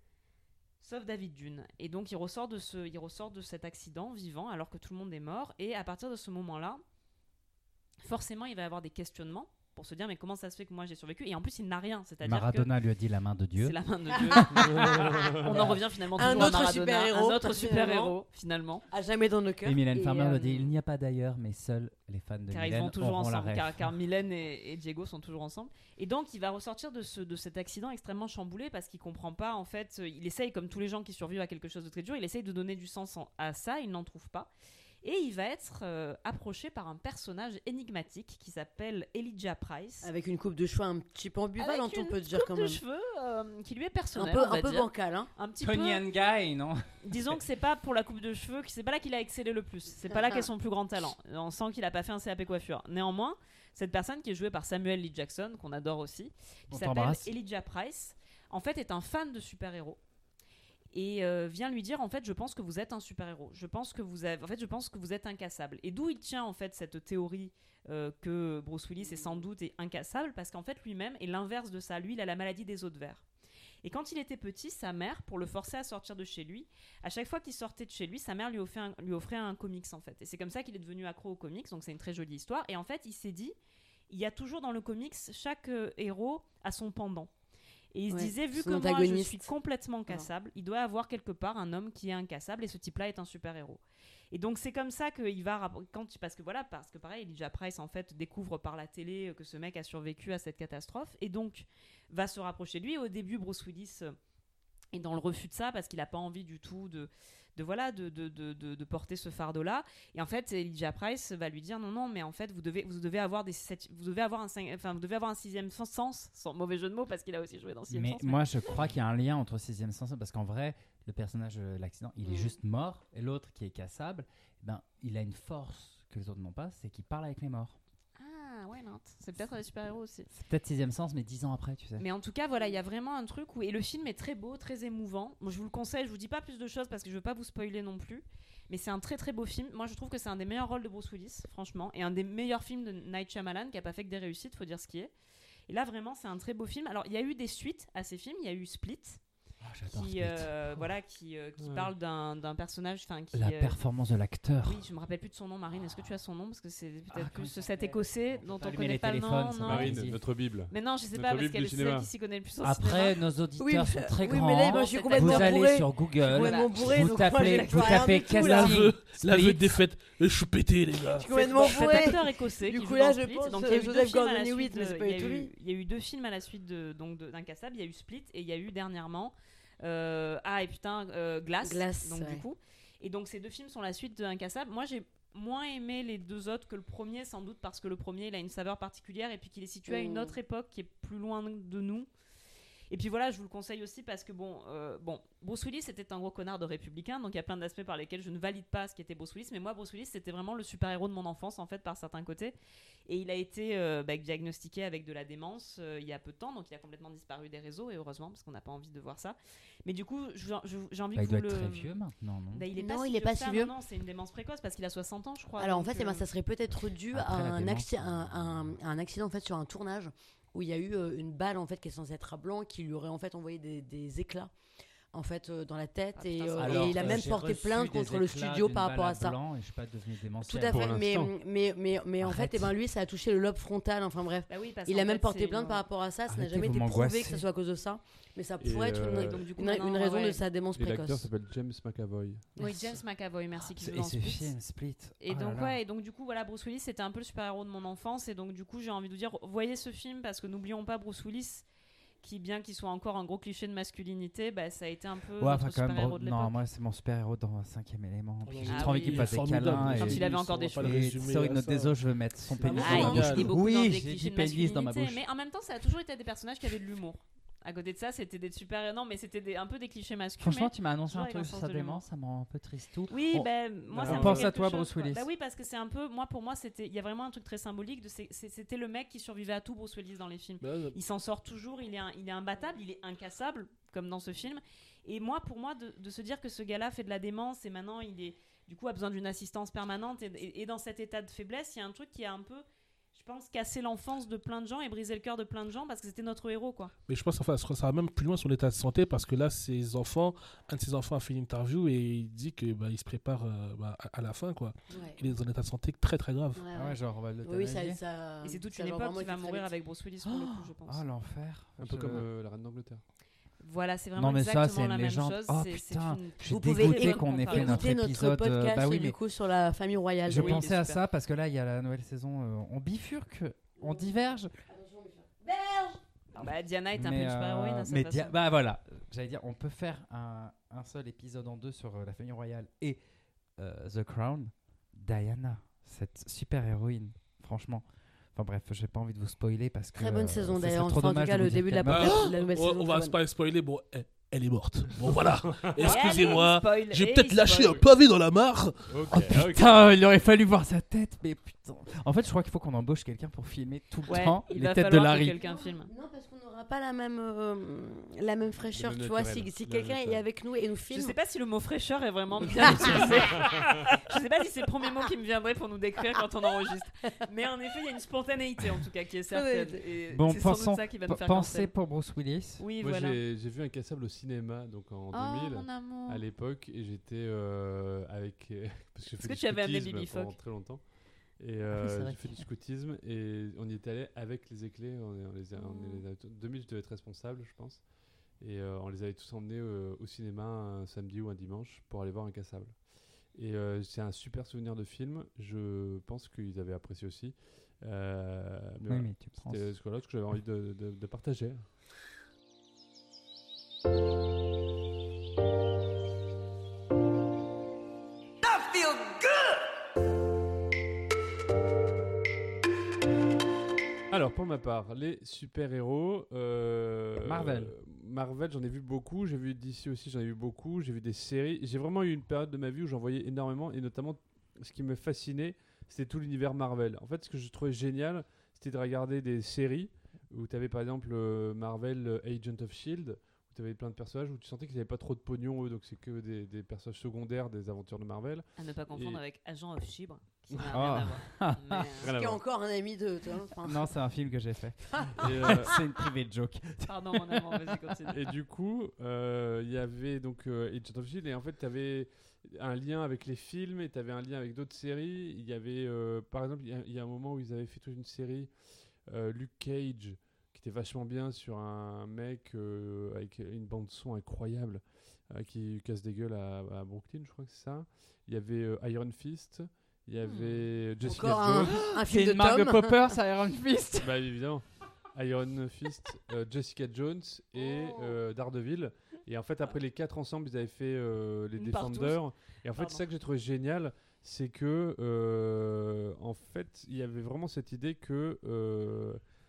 Sauf David Dunn. Et donc il ressort, de ce, il ressort de cet accident vivant alors que tout le monde est mort. Et à partir de ce moment-là, forcément il va y avoir des questionnements pour se dire mais comment ça se fait que moi j'ai survécu ? Et en plus il n'a rien. C'est-à-dire Maradona que lui a dit la main de Dieu. c'est la main de Dieu. On en revient finalement toujours Un à autre Maradona. super-héros, Un autre finalement. super-héros finalement. À jamais dans nos cœurs. Et Mylène Et, Farmer euh, le dit, il n'y a pas d'ailleurs, mais seuls les fans de Car ils Mylène vont toujours auront la ensemble, ref. car, car Mylène et, et Diego sont toujours ensemble. Et donc il va ressortir de, ce, de cet accident extrêmement chamboulé parce qu'il comprend pas, en fait, euh, il essaye, comme tous les gens qui survivent à quelque chose de très dur, il essaye de donner du sens en- à ça, il n'en trouve pas. Et il va être euh, approché par un personnage énigmatique qui s'appelle Elijah Price. Avec une coupe de cheveux un petit peu ambivalente, Avec on une peut dire coupe quand de même. cheveux euh, qui lui est Un personnel, peu, on va un peu dire. bancal, hein. Un petit Tony peu. and Guy, non? Disons que c'est pas pour la coupe de cheveux, que c'est pas là qu'il a excellé le plus. C'est pas là qu'est son plus grand talent. On sent qu'il a pas fait un C A P coiffure. Néanmoins, cette personne qui est jouée par Samuel L. Jackson, qu'on adore aussi, On qui s'appelle t'embrasse. Elijah Price, en fait est un fan de super-héros. Et euh, vient lui dire en fait je pense que vous êtes un super-héros. Je pense que vous avez en fait je pense que vous êtes incassable. Et d'où il tient en fait cette théorie euh, que Bruce Willis est sans doute est incassable parce qu'en fait lui-même est l'inverse de ça. Lui, il a la maladie des os de verre. Et quand il était petit, sa mère, pour le forcer à sortir de chez lui, à chaque fois qu'il sortait de chez lui, sa mère lui offrait un, lui offrait un comics en fait. Et c'est comme ça qu'il est devenu accro aux comics. Donc c'est une très jolie histoire. Et en fait, il s'est dit il y a toujours dans le comics, chaque euh, héros a son pendant. Et il se Ouais, disait, vu son que moi, je antagoniste. suis complètement cassable, il doit avoir quelque part un homme qui est incassable, et ce type-là est un super-héros. Et donc, c'est comme ça qu'il va... Rapp- quand, parce que voilà, parce que pareil, Elijah Price, en fait, découvre par la télé que ce mec a survécu à cette catastrophe, et donc va se rapprocher de lui. Au début, Bruce Willis euh, est dans le refus de ça, parce qu'il n'a pas envie du tout de... de voilà de, de, de, de, de porter ce fardeau là, et en fait Elijah Price va lui dire non non mais en fait vous devez vous devez avoir des sept- vous devez avoir un cinq- enfin vous devez avoir un sixième sens, sans mauvais jeu de mots parce qu'il a aussi joué dans sixième Mais sens. moi, je crois qu'il y a un lien entre sixième sens, parce qu'en vrai, le personnage de l'accident, il est Mm. juste mort, et l'autre qui est cassable, eh ben, il a une force que les autres n'ont pas, c'est qu'il parle avec les morts. Ah ouais non, c'est peut-être des super héros aussi. C'est peut-être sixième sens, mais dix ans après, tu sais. Mais en tout cas, voilà, il y a vraiment un truc où... Et le film est très beau, très émouvant. Moi, je vous le conseille, je vous dis pas plus de choses parce que je veux pas vous spoiler non plus. Mais c'est un très très beau film. Moi, je trouve que c'est un des meilleurs rôles de Bruce Willis, franchement. Et un des meilleurs films de Night Shyamalan, qui a pas fait que des réussites, faut dire ce qui est. Et là, vraiment, c'est un très beau film. Alors, il y a eu des suites à ces films. Il y a eu Split, Ah, j'adore qui, Split. euh, voilà, qui, euh, qui Ouais. parle d'un, d'un personnage... enfin qui La euh, performance de l'acteur. Oui, je me rappelle plus de son nom, Marine. Est-ce que tu as son nom? Parce que c'est peut-être Ah, comment plus il cet s'appelle écossais dont pas on allumer connaît les pas le téléphones, nom. ça non. va Marine, vas-y. notre Bible. Mais non, je sais Notre pas, parce Bible qu'elle du est celle cinéma. qui s'y connaît le plus au Après, cinéma. nos auditeurs Oui, sont très oui, grands. mais là, moi, je suis Vous complètement vous allez bourrée. sur Je suis Google, complètement bourrée, vous donc moi, j'ai tapez, la vous rien tapez du tout, là. casting, L'aveu, l'aveu Split. défaite. Je suis pété, les gars. Je suis complètement Cet bourrée. acteur écossais Du qui coup, joue là, dans je Split. pense, Donc, il y a eu Joseph deux films à la Gordon-Levitt, suite mais de- c'est pas il y a du tout eu- lui. Il y a eu deux films à la suite de, donc, de- d'Incassable. Il y a eu Split et il y a eu dernièrement euh, ah et putain euh, Glass. Glass, donc ouais. du coup, et donc ces deux films sont la suite de Incassable. Moi, j'ai moins aimé les deux autres que le premier, sans doute parce que le premier il a une saveur particulière et puis qu'il est situé à une Mm. autre époque qui est plus loin de nous. Et puis voilà, je vous le conseille aussi parce que bon, euh, bon, Bruce Willis était un gros connard de républicain, donc il y a plein d'aspects par lesquels je ne valide pas ce qu'était Bruce Willis, mais moi Bruce Willis c'était vraiment le super-héros de mon enfance en fait par certains côtés, et il a été euh, bah, diagnostiqué avec de la démence euh, il y a peu de temps, donc il a complètement disparu des réseaux, et heureusement parce qu'on n'a pas envie de voir ça. Mais du coup, je- je- j'ai envie Bah, que il doit vous être le... très vieux maintenant, non Bah, il est Non, pas il si est pas que si ça, vieux. Non, non, c'est une démence précoce parce qu'il a soixante ans, je crois. Alors en donc, fait, eh ben, euh, ça serait peut-être dû Après à la un, démence, acci- un, euh, un- un accident en fait sur un tournage où il y a eu euh, une balle en fait qui est censée être à blanc qui lui aurait en fait envoyé des, des éclats en fait euh, dans la tête Ah, et, putain, euh, ça- et Alors, il a euh, même j'ai porté reçu plainte des contre le éclats studio d'une par balle rapport à à ça. blanc et je suis pas devenu Tout démentiel. à Pour fait, mais, l'instant. mais, mais, mais en Arrête. fait, eh ben, lui, ça a touché le lobe frontal, enfin bref. bah oui, parce Il qu'en a même fait, porté c'est plainte une- par rapport à ça, ça n'a Arrêtez, jamais vous été prouvé m'angoissez. que ce soit à cause de ça, mais ça Et, pourrait être euh, une, donc, du coup, une, maintenant, une raison ouais. de sa démence Et l'acteur précoce. s'appelle James McAvoy. Oui, James McAvoy, merci qui joue Et dans ce Split. film, Split. Et oh là donc là. ouais, et donc du coup voilà, Bruce Willis c'était un peu le super-héros de mon enfance, et donc du coup j'ai envie de vous dire voyez ce film parce que n'oublions pas Bruce Willis qui, bien qu'il soit encore un gros cliché de masculinité, bah, ça a été un peu Ouais, notre enfin, quand même, super-héros Bro- de non, l'époque. moi c'est mon super-héros dans un cinquième élément. Puis Ah J'ai oui, trop envie qu'il il fasse est des formidable. câlins. Quand et- il avait encore des On va pas cheveux. le Et résumer sur à une note ça. des autres, je vais mettre son C'est pénis. pas Ah, bon, il génial. était beaucoup Oui, dans des j'ai clichés dit de pénis dans ma masculinité, bouche. mais en même temps ça a toujours été des personnages qui avaient de l'humour. À côté de ça, c'était des super non mais c'était des, un peu des clichés masculins. Franchement, tu m'as annoncé toujours un avec un truc sur sens sa de l'humour. démence, ça me rend un peu tristou. Oui, On- ben moi On ça me pense fait à quelque toi, chose, Bruce quoi. Willis. Bah oui, parce que c'est un peu moi pour moi c'était il y a vraiment un truc très symbolique de c'est- c'est- c'était le mec qui survivait à tout, Bruce Willis, dans les films. Bah, Il s'en sort toujours, il est, un- il est imbattable, il est incassable, comme dans ce film. Et moi, pour moi, de, de se dire que ce gars-là fait de la démence et maintenant il est, du coup, a besoin d'une assistance permanente et, et- et dans cet état de faiblesse, il y a un truc qui a un peu, je pense, cassé l'enfance de plein de gens et brisé le cœur de plein de gens parce que c'était notre héros, quoi. Mais je pense que ça, ça va même plus loin sur l'état de santé parce que là, ses enfants, un de ses enfants a fait une interview et il dit que bah, il se prépare euh, bah, à, à la fin, quoi. Ouais. Il est dans un état de santé très très grave. Ouais, Ah ouais. ouais, genre, on va le Oui, ça, ça, Et c'est toute ça une va époque vraiment qui va être très mourir vite. avec Bruce Willis pour le coup, je pense. Oh l'enfer. Un peu Je- comme euh, la Reine d'Angleterre. Voilà, c'est vraiment Non, mais ça, exactement c'est une la même légende. chose. Oh c'est, c'est putain, une... je suis Vous pouvez dégoûté écouter- qu'on ait fait notre Écoutez notre épisode. euh, podcast Bah oui, du mais coup sur la famille royale. je Oui, il est pensais à super. ça parce que là, il y a la nouvelle saison. euh, On bifurque, on diverge. Alors, bah, Diana est un peu Mais, une super-héroïne euh, à sa mais façon. Dia- bah voilà, j'allais dire, on peut faire un, un seul épisode en deux sur euh, la famille royale et euh, The Crown. Diana, cette super héroïne, franchement. Enfin bref, j'ai pas envie de vous spoiler parce que. Très bonne euh, saison ce serait d'ailleurs. trop Enfin, en tout dommage cas, de le vous début de la, dire qu'elle meurt. la nouvelle On, saison. on va très pas bonne. spoiler, bon, elle, elle est morte. Bon voilà. Et Excusez-moi, allez, spoil, j'ai et peut-être il lâché spoil. un pavé dans la mare. Ok, Oh putain, il aurait fallu voir sa tête, mais putain. En fait, je crois qu'il faut qu'on embauche quelqu'un pour filmer tout le Ouais, temps il les va têtes de falloir que Larry. quelqu'un filme. Non, parce qu'on n'aura pas la même, euh, la même fraîcheur, Le tu même vois. naturel. Si, si Le quelqu'un même est naturel. avec nous et nous Je filme. sais pas si le mot fraîcheur est vraiment bien utilisé. Je sais pas si c'est le premier mot qui me viendrait pour nous décrire quand on enregistre. Mais en effet, il y a une spontanéité en tout cas qui est certaine. Et Bon, c'est sans doute pensons, ça qui va nous p- faire pensez cancel. pour Bruce Willis. Oui, Moi, voilà. j'ai j'ai vu Incassable au cinéma, donc en Oh, deux mille, mon amour. à l'époque, et j'étais euh, avec. euh, parce que j'ai fait Est-ce que du tu avais amené scoutisme Bibi pendant Fock très longtemps. Et euh, Ah oui, c'est vrai j'ai fait que- du scoutisme et on y était allé avec les éclés. On, est- on les a, on les a- deux mille, je devais être responsable, je pense. Et euh, on les avait tous emmenés euh, au cinéma un samedi ou un dimanche pour aller voir Incassable. Et euh, c'est un super souvenir de film. Je pense qu'ils avaient apprécié aussi. Euh, mais Oui, voilà. mais tu prends. C'était ce que, ce que j'avais envie de, de- de partager. Alors, pour ma part, les super-héros. euh, Marvel. Marvel, j'en ai vu beaucoup. J'ai vu D C aussi, j'en ai vu beaucoup. J'ai vu des séries. J'ai vraiment eu une période de ma vie où j'en voyais énormément. Et notamment, ce qui me fascinait, c'était tout l'univers Marvel. En fait, ce que je trouvais génial, c'était de regarder des séries où tu avais par exemple euh, Marvel euh, Agent of Shield, où tu avais plein de personnages où tu sentais qu'ils n'avaient pas trop de pognon, eux, donc c'est que des, des personnages secondaires des aventures de Marvel. À ne pas confondre Et- avec Agent of Chibre, qui n'a Ah. rien à voir. Mais, euh, Rien à Qui est voir. encore un ami de. tu vois, enfin, Non, c'est un film que j'ai fait. Et, euh, C'est une private joke. Pardon, mon amour, vas-y, continue. Et du coup, euh, il y avait donc euh, Agent of Shield et en fait, tu avais un lien avec les films et tu avais un lien avec d'autres séries. Il y avait, euh, par exemple, il y, a- il y a un moment où ils avaient fait toute une série, euh, Luke Cage, qui était vachement bien sur un mec euh, avec une bande-son incroyable euh, qui casse des gueules à, à Brooklyn, je crois que c'est ça. Il y avait euh, Iron Fist, il y avait Jessica encore un, Jones. un C'est film de une marque de Tom. Popper, ça Iron Fist. Bah évidemment. Iron Fist, euh, Jessica Jones et Oh. euh, Daredevil. Et en fait, après les quatre ensemble, ils avaient fait euh, les Une par tous. Defenders. Et en fait, Pardon. c'est ça que j'ai trouvé génial, c'est que euh, en fait, il y avait vraiment cette idée que euh,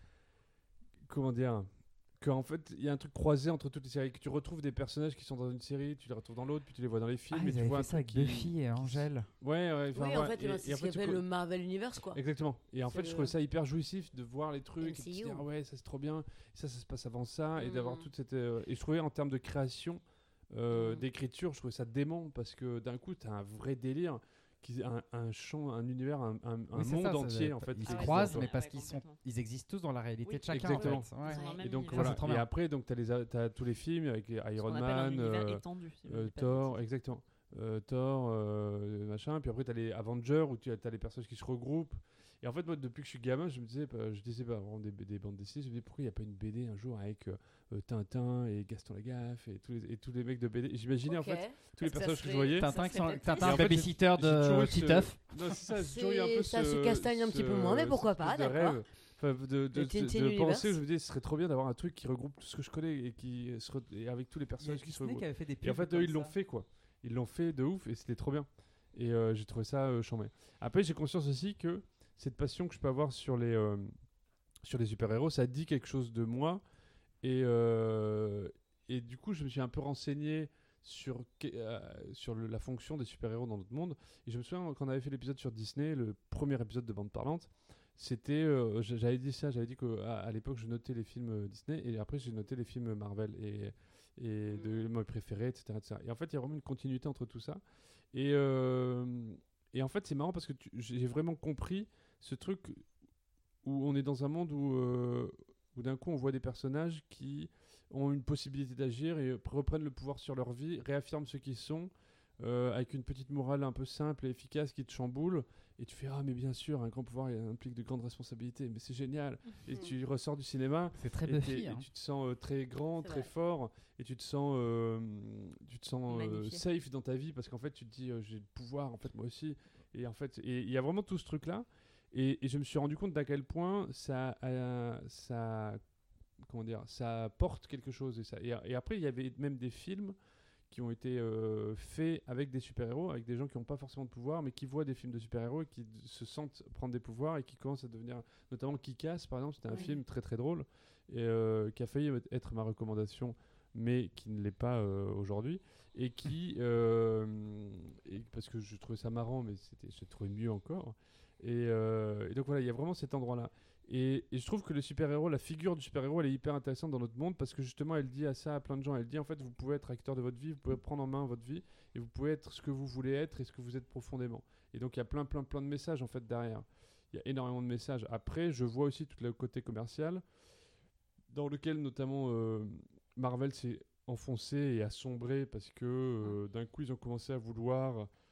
comment dire, qu'en fait, il y a un truc croisé entre toutes les séries, que tu retrouves des personnages qui sont dans une série, tu les retrouves dans l'autre, puis tu les vois dans les Ah, films, et ils tu avaient vois fait un ça avec truc qui- Buffy et Angèle. Ouais, ouais. enfin, Oui, en voilà. fait, Et- ben, et c'est en ce fait, qu'on tu appelle co- le Marvel Universe, quoi. Exactement. Et en C'est fait, je le- trouvais ça hyper jouissif de voir les trucs et de se M C U. dire, ah ouais, ça c'est trop bien, et ça, ça se passe avant ça, et Mhm. d'avoir toute cette. euh, Et je trouvais en termes de création, euh, Mhm. d'écriture, je trouvais ça dément parce que d'un coup, tu as un vrai délire, qui, un, un champ, un univers, un, un- un Oui, c'est monde ça, ça- entier en fait. Ils qui se Ah ouais, croisent, existe, mais ouais, parce ouais, qu'ils sont, complètement. ils existent tous dans la réalité Oui, de chacun. exactement. En fait. Ouais. Ils sont dans le Ouais. même Et donc univers. voilà. c'est trop Et bien. après, donc t'as les, a- t'as tous les films avec les Ce Iron qu'on appelle un Man, univers euh, étendu. si je ne euh, dis pas de Thor, bêtises. exactement. Euh, Thor, euh, machin. Puis après, t'as les Avengers où tu as les personnages qui se regroupent. Et en fait, moi, depuis que je suis gamin, je me disais, bah, je disais pas vraiment des, des bandes dessinées. Je me disais, pourquoi il n'y a pas une B D un jour avec euh, euh, Tintin et Gaston Lagaffe et tous les, et tous les mecs de B D. Et J'imaginais Ok. en fait tous les Ça personnages que je serait- voyais. Ça Tintin, qui serait sont- peut-être Tintin, Et en fait, babysitter j'ai toujours de eu ce- Titeuf. Non, c'est ça, j'ai toujours eu un peu C'est- ça ce- se castagne un petit peu ce- moins, mais pourquoi cette pas, espèce de d'accord. rêve. Enfin, de, de, de, Le Tintin de Universe. penser, je me disais, ce serait trop bien d'avoir un truc qui regroupe tout ce que je connais et qui se re- et avec tous les Il y a personnages qui se Disney regroupent. qui avait fait des Et en pubs fait, eux, comme ils l'ont ça. fait, quoi. Ils l'ont fait de ouf et c'était trop bien. Et euh, j'ai trouvé ça euh, chambé. Après, j'ai conscience aussi que cette passion que je peux avoir sur les, euh, sur les super-héros, ça dit quelque chose de moi. Et, euh, et du coup, je me suis un peu renseigné sur, que- euh, sur le- la fonction des super-héros dans notre monde. Et je me souviens, quand on avait fait l'épisode sur Disney, le premier épisode de Bande Parlante, c'était, euh, j- j'avais dit ça, j'avais dit qu'à à, l'époque, je notais les films euh, Disney, et après, j'ai noté les films Marvel, et, et de mes préférés, et cetera, et cetera. Et en fait, il y a vraiment une continuité entre tout ça. Et, euh, et en fait, c'est marrant parce que tu- j'ai vraiment compris ce truc où on est dans un monde où, euh, où d'un coup, on voit des personnages qui ont une possibilité d'agir et reprennent le pouvoir sur leur vie, réaffirment ce qu'ils sont, euh, avec une petite morale un peu simple et efficace qui te chamboule. Et tu fais, ah mais bien sûr, un grand pouvoir implique de grandes responsabilités, mais c'est génial. Et tu ressors du cinéma C'est très et, t'es- Buffy. et hein. tu te sens euh, très grand, C'est très vrai. fort, et tu te sens, euh, tu te sens euh, Magnifié. safe dans ta vie parce qu'en fait tu te dis euh, j'ai le pouvoir en fait moi aussi. Et en fait, et il y a vraiment tout ce truc là. Et, et je me suis rendu compte d'à quel point ça, euh, ça, comment dire, ça porte quelque chose. Et, ça, et, et après il y avait même des films qui ont été euh, faits avec des super-héros, avec des gens qui n'ont pas forcément de pouvoir, mais qui voient des films de super-héros et qui d- se sentent prendre des pouvoirs et qui commencent à devenir, notamment Kick-Ass par exemple, c'était un Oui. film très très drôle et euh, qui a failli être ma recommandation, mais qui ne l'est pas euh, aujourd'hui et qui, euh, et parce que je trouvais ça marrant, mais c'était, j'ai trouvé mieux encore. Et, euh, et donc voilà, il y a vraiment cet endroit-là. Et, et je trouve que le super-héros, la figure du super-héros, elle est hyper intéressante dans notre monde parce que justement, elle dit à ça à plein de gens. Elle dit en fait, vous pouvez être acteur de votre vie, vous pouvez prendre en main votre vie et vous pouvez être ce que vous voulez être et ce que vous êtes profondément. Et donc, il y a plein, plein, plein de messages en fait derrière. Il y a énormément de messages. Après, je vois aussi tout le côté commercial dans lequel notamment euh, Marvel s'est enfoncé et a sombré parce que euh, d'un coup, ils ont commencé à vouloir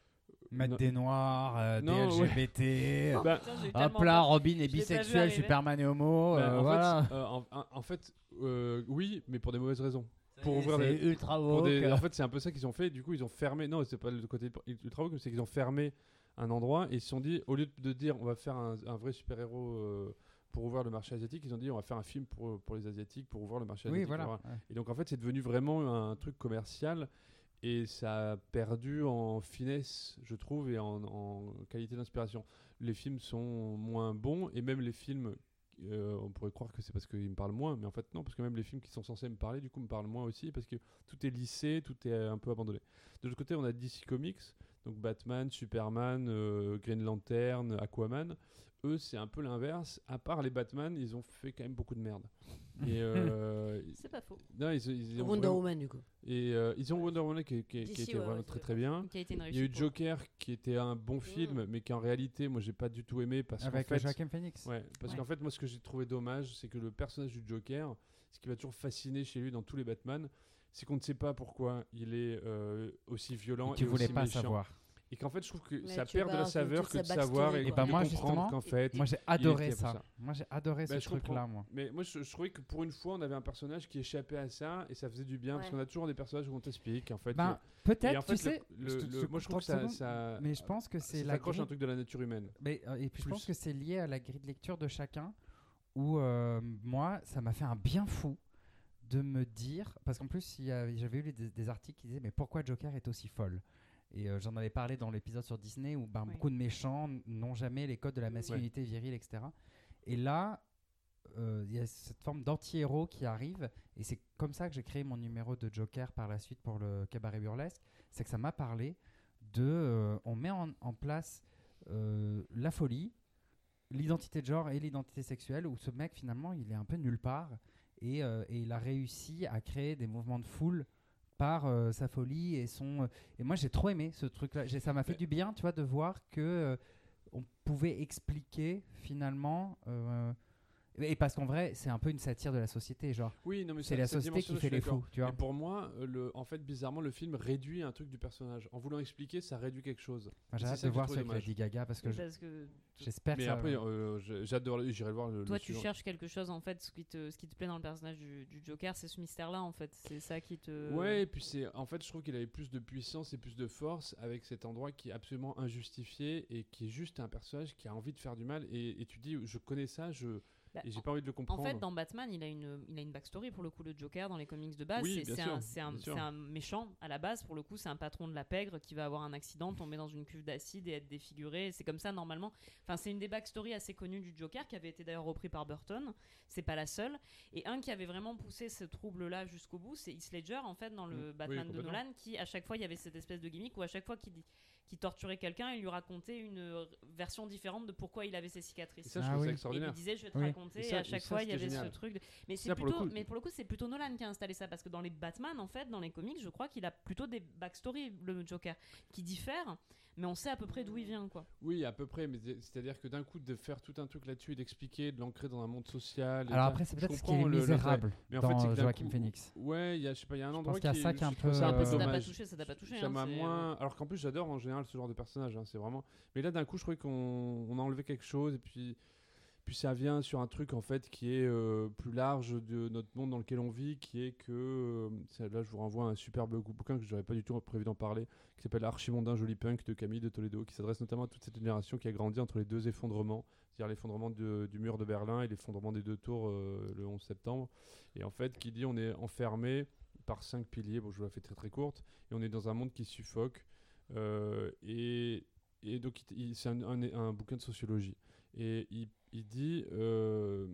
Mettre non. des noirs, euh, des Non, L G B T. Bah, Putain, j'ai eu Hop tellement là, peur. Robin est Je l'ai pas vu bisexuel, arriver. Superman est homo. Bah, euh, en, voilà. fait, euh, en, en- en fait, euh, oui, mais pour des mauvaises raisons. Pour C'est- ouvrir c'est des- ultra Pour woke. des- En fait, c'est un peu ça qu'ils ont fait. Du coup, ils ont fermé. Non, c'est pas le côté ultra woke, mais c'est qu'ils ont fermé un endroit et ils se sont dit, au lieu de dire on va faire un, un vrai super-héros euh, pour ouvrir le marché asiatique, ils ont dit on va faire un film pour, pour les Asiatiques pour ouvrir le marché Oui, asiatique. voilà. Voilà. Ouais. Et donc, en fait, c'est devenu vraiment un truc commercial et ça a perdu en finesse, je trouve, et en, en qualité d'inspiration. Les films sont moins bons et même les films. Euh, on pourrait croire que c'est parce qu'ils me parlent moins, mais en fait non, parce que même les films qui sont censés me parler, du coup, me parlent moins aussi, parce que tout est lissé, tout est un peu abandonné. De l'autre côté, on a D C Comics, donc Batman, Superman, euh, Green Lantern, Aquaman. Eux, c'est un peu l'inverse. À part les Batman, ils ont fait quand même beaucoup de merde. Et euh, C'est pas faux. non, ils, ils ont Wonder vraiment- Woman, du coup. et euh, ils ont Wonder Woman qui, qui- qui D C, était ouais, vraiment ouais, très c'est très bien. Qui a été une Il y a eu réussite. Joker qui était un bon film, mais qui en réalité, moi, j'ai pas du tout aimé parce Avec qu'en fait, Joaquin Phoenix. Ouais, parce Ouais. qu'en fait, moi, ce que j'ai trouvé dommage, c'est que le personnage du Joker, ce qui va toujours fasciner chez lui dans tous les Batman, c'est qu'on ne sait pas pourquoi il est euh, aussi violent Et tu et voulais aussi pas méchant. savoir. Et qu'en fait, je trouve que Mais ça tu perd de la parles de saveur toute que de sa savoir backstory, et, Et quoi. bah de moi, comprendre justement, qu'en fait. Moi j'ai il adoré était pour ça. ça. Moi j'ai adoré Bah, ce je comprends. truc-là, moi. Mais moi, je, je trouvais que pour une fois, on avait un personnage qui échappait à ça et ça faisait du bien parce Ouais. qu'on a toujours des personnages où on t'explique en fait. Ben, que- et peut-être, en fait, tu sais. le- je le- te- le- je moi, je coupe trouve que ça, trente ça, Mais je pense que c'est ça la s'accroche à un grille. truc de la nature humaine. Mais, euh, et puis je Plus. pense que c'est lié à la grille de lecture de chacun. Où euh, moi, ça m'a fait un bien fou de me dire, parce qu'en plus, il y a- j'avais lu des, des articles qui disaient mais pourquoi Joker est aussi folle. Et euh, j'en avais parlé dans l'épisode sur Disney où ben, Oui. beaucoup de méchants n'ont jamais les codes de la masculinité virile, et cetera. Et là, euh, il y a cette forme d'anti-héros qui arrive, et c'est comme ça que j'ai créé mon numéro de Joker par la suite pour le cabaret burlesque. C'est que ça m'a parlé de, euh, on met en, en place euh, la folie, l'identité de genre et l'identité sexuelle, où ce mec finalement il est un peu nulle part et, euh, et il a réussi à créer des mouvements de foule par euh, sa folie et son euh, et moi j'ai trop aimé ce truc là. Ça m'a fait Ouais. du bien, tu vois, de voir que euh, on pouvait expliquer finalement euh, et parce qu'en vrai c'est un peu une satire de la société, genre Oui, non, mais c'est ça- la cette société qui dimension-là, fait je les suis d'accord. fous, tu vois. Et pour moi, euh, le, en fait, bizarrement, le film réduit un truc du personnage. En voulant expliquer, ça réduit quelque chose. Enfin, j'ai c'est hâte ça de que voir je ce trouve avec dommage. Lady Gaga parce que je- Parce que j'espère que Mais ça après, va- euh, j'ai- j'adore, j'irai le voir le. toi, le tu suivant. cherches quelque chose en fait. Ce qui te, ce qui te plaît dans le personnage du, du Joker, c'est ce mystère-là en fait. C'est ça qui te. Ouais, et puis c'est, en fait, je trouve qu'il avait plus de puissance et plus de force avec cet endroit qui est absolument injustifié et qui est juste un personnage qui a envie de faire du mal. Et, et tu dis, je connais ça, je, Bah, et j'ai pas envie de le En comprendre. fait, dans Batman, il a une, il a une backstory pour le coup, le Joker, dans les comics de base. Oui, c'est bien c'est sûr, un, c'est un, bien sûr. c'est un méchant à la base, pour le coup, c'est un patron de la pègre qui va avoir un accident, tomber dans une cuve d'acide et être défiguré. C'est comme ça normalement. Enfin, c'est une des backstories assez connues du Joker qui avait été d'ailleurs repris par Burton. C'est pas la seule. Et un qui avait vraiment poussé ce trouble-là jusqu'au bout, c'est Heath Ledger en fait dans le Mm. Batman Oui, de complètement. Nolan, qui à chaque fois il y avait cette espèce de gimmick où à chaque fois qu'il qu'il torturait quelqu'un, il lui racontait une euh, version différente de pourquoi il avait ses cicatrices. Et ça, je Ah trouve oui. ça Et il extraordinaire. lui disait je vais te Oui. raconter Et et, ça- à et chaque ça, fois il y c'était avait génial. ce truc de- mais c'est Ça, pour le plutôt coup- mais pour le coup c'est plutôt Nolan qui a installé ça parce que dans les Batman en fait dans les comics je crois qu'il a plutôt des backstories le Joker qui diffèrent mais on sait à peu près d'où il vient quoi. Oui, à peu près, mais c'est- c'est-à-dire que d'un coup, de faire tout un truc là-dessus et d'expliquer, de l'ancrer dans un monde social. et Alors ça, après c'est je peut-être ce qui comprends est le- misérable Mais en dans fait, c'est que d'un Joaquin coup- Phoenix. Ouais, il y a, je sais pas, il y a un Je endroit pense qu'il y a qui ça est- qui est un je trouve peu, ça un euh, peu Ça t'a pas dommage. touché, ça t'a pas touché. Ça hein, m'a c'est- moins. Alors qu'en plus, j'adore en général ce genre de personnage. hein, c'est vraiment. Mais là, d'un coup, je trouvais qu'on on a enlevé quelque chose et puis. Puis ça vient sur un truc en fait qui est euh, plus large de notre monde dans lequel on vit, qui est que euh, ça- là je vous renvoie à un superbe bouquin que j'aurais pas du tout prévu d'en parler, qui s'appelle Archimondain Joli Punk de Camille de Toledo, qui s'adresse notamment à toute cette génération qui a grandi entre les deux effondrements, c'est-à-dire l'effondrement de- du mur de Berlin et l'effondrement des deux tours euh, le onze septembre, et en fait qui dit on est enfermé par cinq piliers, bon je vous la fais très très courte, et on est dans un monde qui suffoque, euh, et, et donc il- il- c'est un, un- un bouquin de sociologie, et il il dit euh,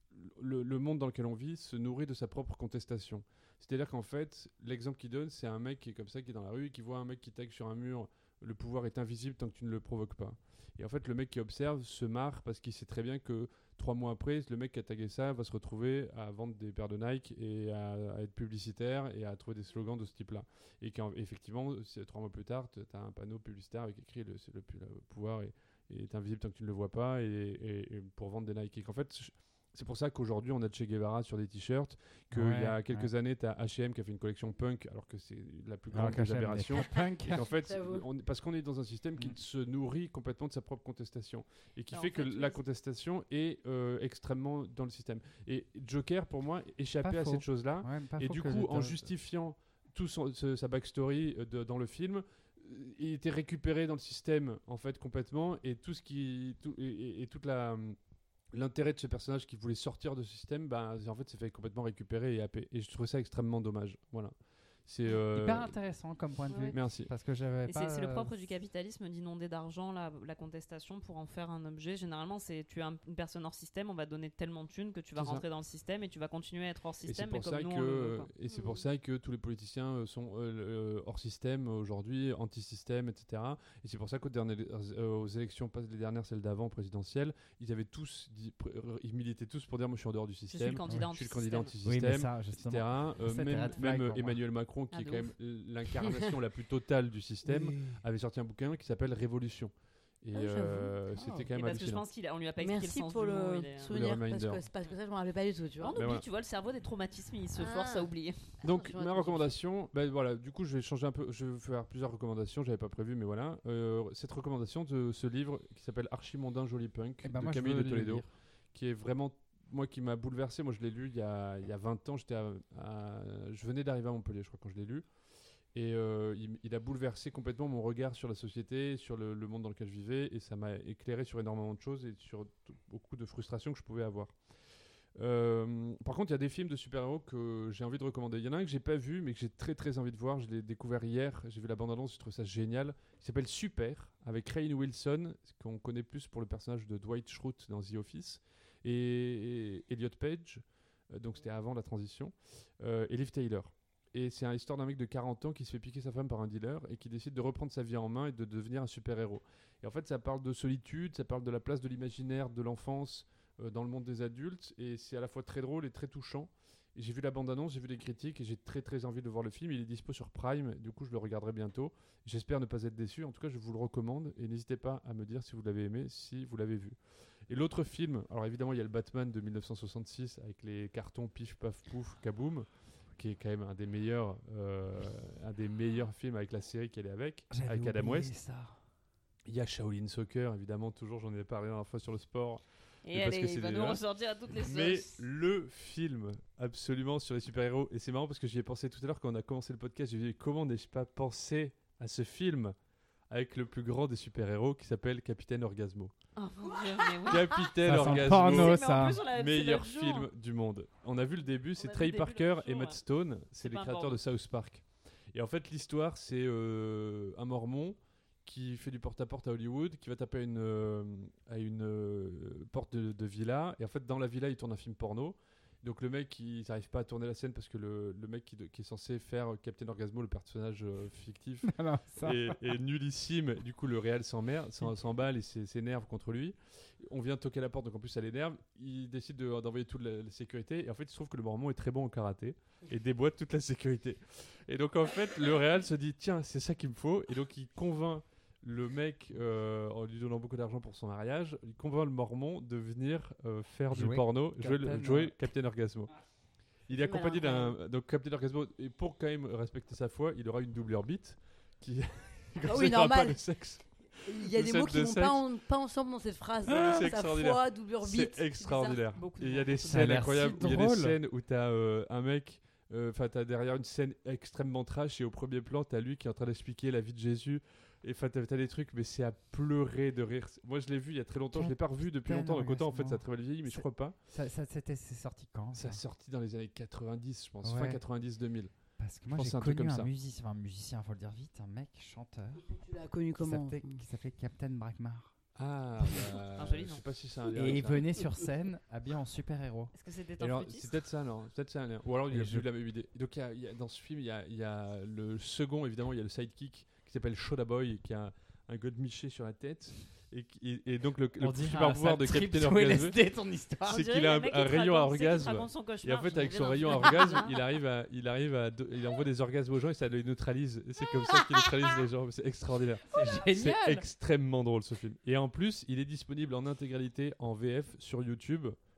le, le monde dans lequel on vit se nourrit de sa propre contestation. C'est-à-dire qu'en fait, l'exemple qu'il donne, c'est un mec qui est comme ça, qui est dans la rue, qui voit un mec qui tag sur un mur, le pouvoir est invisible tant que tu ne le provoques pas. Et en fait, le mec qui observe se marre parce qu'il sait très bien que trois mois après, le mec qui a tagué ça va se retrouver à vendre des paires de Nike et à, à être publicitaire et à trouver des slogans de ce type-là. Et qu'effectivement, trois mois plus tard, tu as un panneau publicitaire avec écrit le, le, le pouvoir est, est invisible tant que tu ne le vois pas et, et, et pour vendre des Nike. Et qu'en fait, C'est pour ça qu'aujourd'hui, on a Che Guevara sur des t-shirts, qu'il Ouais, y a quelques ouais. années, tu as H et M qui a fait une collection punk, alors que c'est la plus Alors grande qu'H des et M n'est aberrations. pas punk. Et qu'en fait, J'avoue. on est- parce qu'on est dans un système qui Mm. se nourrit complètement de sa propre contestation. Et qui Alors, fait en que fait, la oui. contestation est euh, extrêmement dans le système. Et Joker, pour moi, échappait Pas à faux. cette chose-là. Ouais, pas Et faux du que coup, en le- justifiant tout son- ce- sa backstory euh, de- dans le film, euh, il était récupéré dans le système en fait complètement, et tout ce qui tout- et, et- et toute la hum, l'intérêt de ce personnage qui voulait sortir de ce système, bah, en fait, s'est fait complètement récupérer et happer. Et je trouve ça extrêmement dommage. Voilà. C'est euh, Hyper intéressant comme point de vue. Ouais. merci. Parce que j'avais Et pas. c'est c'est le euh, propre du capitalisme d'inonder d'argent la, la contestation pour en faire un objet. Généralement, c'est tu es un- une personne hors système, on va donner tellement de thunes que tu vas C'est ça. rentrer dans le système et tu vas continuer à être hors Et c'est système. Mais pour comme ça nous, que on le veut, quoi. et c'est pour Mhm. ça que tous les politiciens euh, sont euh, euh, hors système aujourd'hui, anti-système, et cetera. Et c'est pour ça qu'aux dernières euh, aux élections, pas les dernières, celles d'avant présidentielles, ils avaient tous dit, pr- euh, ils militaient tous pour dire moi je suis en dehors du Je suis système, le candidat je suis le candidat anti-système. Oui, mais anti-système. ça, et justement. cetera. Euh, C'était même red flag même pour moi. Emmanuel Macron, qui Ah, est de quand ouf. même l'incarnation la plus totale du système, Oui. avait sorti un bouquin qui s'appelle Révolution. Et Ah, j'avoue. euh, Ah. c'était quand Et même parce que je hallucinant. pense qu'on lui a pas expliqué Merci le sens pour du mot. le il est- souvenir, parce reminder. que, parce que ça, je me rappelais pas du tout, tu vois. On Ben oublie, voilà. tu vois, le cerveau des traumatismes, il se Ah. force à oublier. Donc je ma m'attends recommandation, ben voilà, du coup je vais changer un peu, je vais faire plusieurs recommandations, j'avais pas prévu, mais voilà. Euh, cette recommandation de ce livre qui s'appelle Archimondain Joli Punk Eh ben, de moi, je Camille veux de le Toledo, lire. qui est vraiment moi qui m'a bouleversé. Moi je l'ai lu il y a, il y a vingt ans, j'étais à- à- je venais d'arriver à Montpellier, je crois, quand je l'ai lu. Et euh, il, il a bouleversé complètement mon regard sur la société, sur le, le monde dans lequel je vivais, et ça m'a éclairé sur énormément de choses et sur tout- beaucoup de frustrations que je pouvais avoir. Euh, par contre, il y a des films de super-héros que j'ai envie de recommander. Il y en a un que j'ai pas vu, mais que j'ai très très envie de voir. Je l'ai découvert hier. J'ai vu la bande-annonce, je trouve ça génial. Il s'appelle Super, avec Rainn Wilson, qu'on connaît plus pour le personnage de Dwight Schrute dans The Office, et, et Elliot Page, euh, donc c'était avant la transition, euh, et Liv Taylor. Et c'est une histoire d'un mec de quarante ans qui se fait piquer sa femme par un dealer et qui décide de reprendre sa vie en main et de devenir un super-héros. Et en fait, ça parle de solitude, ça parle de la place de l'imaginaire, de l'enfance euh, dans le monde des adultes, et c'est à la fois très drôle et très touchant. Et j'ai vu la bande-annonce, j'ai vu les critiques, et j'ai très très envie de voir le film. Il est dispo sur Prime, du coup je le regarderai bientôt. J'espère ne pas être déçu, en tout cas je vous le recommande, et n'hésitez pas à me dire si vous l'avez aimé, si vous l'avez vu. Et l'autre film, alors évidemment il y a le Batman de mille neuf cent soixante-six avec les cartons pif paf pouf kaboom, qui est quand même un des meilleurs, euh, un des meilleurs films avec la série qu'elle est avec, J'avais avec Adam oublié West. ça. Il y a Shaolin Soccer, évidemment, toujours, j'en ai parlé la dernière fois sur le sport. Et Mais parce allez, que c'est il va des nous gens. ressortir à toutes les Mais sauces. le film, absolument, sur les super-héros, et c'est marrant parce que j'y ai pensé tout à l'heure quand on a commencé le podcast, j'ai dit comment n'ai-je pas pensé à ce film avec le plus grand des super-héros qui s'appelle Capitaine Orgasmo. Oh mon dieu, mais oui. Capitaine Ça sent Orgasmo, porno, Mais en ça. plus, on l'avait fait meilleur l'autre jour. film du monde. On a vu le début, c'est a vu Trey le début Parker l'autre et jour, Matt ouais. Stone, c'est les pas un créateurs porno. de South Park. Et en fait, l'histoire, c'est euh, un mormon qui fait du porte-à-porte à Hollywood, qui va taper à une, euh, à une euh, porte de, de villa, et en fait, dans la villa, il tourne un film porno. Donc le mec, il n'arrive pas à tourner la scène parce que le, le mec qui, de- qui est censé faire Captain Orgasmo, le personnage euh, fictif, Non, ça. est, est nullissime. Du coup, le réal s'emmerde, s'en- s'emballe et s'é- s'énerve contre lui. On vient toquer à la porte, donc en plus ça l'énerve. Il décide de- d'envoyer toute la, la sécurité. Et en fait, il se trouve que le mormon est très bon en karaté et déboîte toute la sécurité. Et donc en fait, le réal se dit tiens, c'est ça qu'il me faut. Et donc il convainc le mec, euh, en lui donnant beaucoup d'argent pour son mariage, il convainc le mormon de venir euh, faire du Jouer porno, jouer, le- Captain, jouer euh, Captain Orgasmo. Il est C'est accompagné malin, d'un. Donc Captain Orgasmo, et pour quand même respecter sa foi, il aura une double orbite qui. Ah Comme oui, ça, il aura normal. pas de sexe. Il y a Le des set mots qui de vont sexe. pas, en- pas ensemble dans cette phrase. Ah, c'est Sa extraordinaire. foi, double orbite. C'est extraordinaire. Beaucoup de Et il y a mots. des Ça a scènes l'air incroyables. si où Il y a des drôle. scènes où t'as euh, un mec. euh, Enfin, t'as derrière une scène extrêmement trash et au premier plan, t'as lui qui est en train d'expliquer la vie de Jésus. Et enfin, t'as t'as des trucs, mais c'est à pleurer de rire. Moi, je l'ai vu il y a très longtemps. Je l'ai pas revu depuis Captain longtemps. Donc autant en fait, Orgasmo. ça a très mal vieilli, mais je C'est- crois pas. Ça, ça, c'était, c'est sorti quand Ça a ça sorti dans les années quatre-vingt-dix, je pense, Ouais. fin quatre-vingt-dix deux mille. Parce que moi, pense j'ai c'est un truc connu comme un ça. musicien, enfin un musicien, faut le dire vite, un mec chanteur Tu l'as connu qui comment s'appelait, qui s'appelait Captain Brackmar. Ah, bah, Un joli je nom. sais pas si c'est un lien Et avec il ça. venait sur scène habillé en super-héros. Est-ce que c'était Et un alors, flûtiste c'est peut-être ça, non Peut-être ça. un lien. Ou alors il Et a je- eu la même idée. Donc il y a- il y a- dans ce film, il y a, il y a le second, évidemment, il y a le sidekick qui s'appelle Shoda Boy, qui a un godemiché sur la tête. Et, qui- et, et donc le, le super pouvoir de Captain Orgasmo, ton histoire. On c'est dirait qu'il a le un, mec un qui te rayon à raconte- c'est qu'il te orgasme. raconte son Et en cauchemar, fait, je avec dirais son dans rayon à le film. orgasme, il arrive à, il arrive à, do- il envoie des orgasmes aux gens et ça les neutralise. Et c'est comme ça qu'il neutralise les gens. C'est extraordinaire. C'est C'est génial. extrêmement drôle ce film. Et en plus, il est disponible en intégralité en V F sur YouTube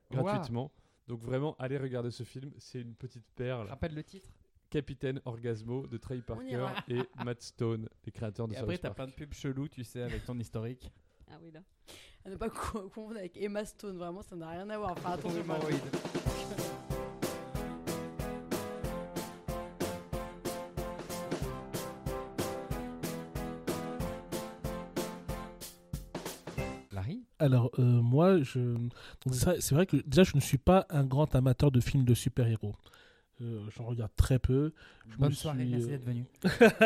gratuitement. Donc vraiment, allez regarder ce film, c'est une petite perle. Rappelle le titre. Capitaine Orgasmo de Trey Parker ira. et Matt Stone, les créateurs de Et après, South t'as Park. plein de pubs chelous, tu sais, avec ton historique. Ah oui, là. À ne pas co- confondre avec Emma Stone, vraiment, ça n'a rien à voir. Enfin, attention. Hémorroïdes. Larry. Alors, euh, moi, je... donc, ça, c'est vrai que déjà, je ne suis pas un grand amateur de films de super-héros. Euh, j'en regarde très peu. Je Bonne me soirée, suis, merci euh, d'être venu.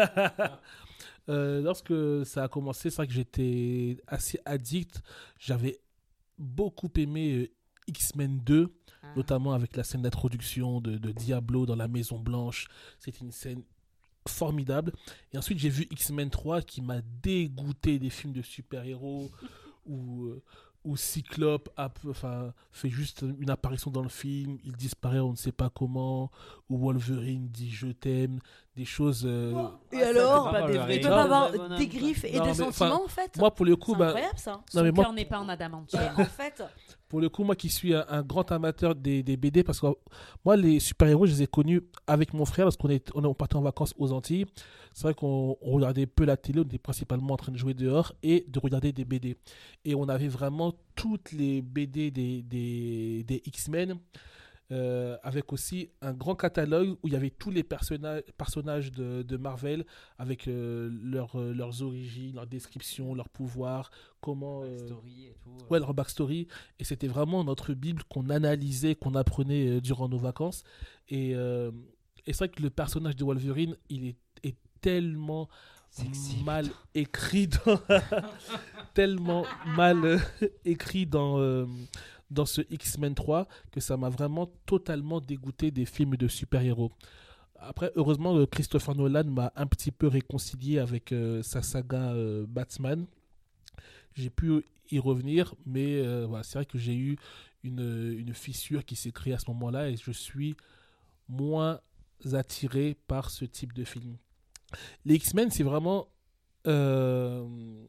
Euh, lorsque ça a commencé, c'est vrai que j'étais assez addict. J'avais beaucoup aimé euh, X-Men deux, Ah. notamment avec la scène d'introduction de, de Diablo dans la Maison Blanche. C'était une scène formidable. Et ensuite, j'ai vu X-Men trois qui m'a dégoûté des films de super-héros où, euh, où Cyclope a, enfin, fait juste une apparition dans le film, il disparaît, on ne sait pas comment, où Wolverine dit je t'aime, des choses... euh, Et alors, pas des il vrais peut gars, pas avoir le bonhomme, des quoi. griffes et Non, des mais, sentiments enfin, en fait. Moi, pour le coup, C'est bah, incroyable ça. Son non, mais moi- cœur n'est pas en adamantium. en fait, pour le coup, moi qui suis un, un grand amateur des, des B D, parce que moi, les super-héros, je les ai connus avec mon frère, parce qu'on est, on, est- on partait en vacances aux Antilles. C'est vrai qu'on on regardait peu la télé, on était principalement en train de jouer dehors et de regarder des B D. Et on avait vraiment toutes les B D des, des, des X-Men, euh, avec aussi un grand catalogue où il y avait tous les personna- personnages de, de Marvel, avec euh, leur, euh, leurs origines, leurs descriptions, leurs pouvoirs, comment... euh, Story et tout. Ouais, leur backstory. Et c'était vraiment notre Bible qu'on analysait, qu'on apprenait euh, durant nos vacances. Et, euh, et c'est vrai que le personnage de Wolverine, il est, est tellement Sexy. mal écrit dans... tellement mal euh, écrit dans, euh, dans ce X-Men trois que ça m'a vraiment totalement dégoûté des films de super-héros. Après, heureusement, euh, Christopher Nolan m'a un petit peu réconcilié avec euh, sa saga euh, Batman. J'ai pu y revenir, mais euh, voilà, c'est vrai que j'ai eu une, une fissure qui s'est créée à ce moment-là et je suis moins attiré par ce type de film. Les X-Men, c'est vraiment... Euh,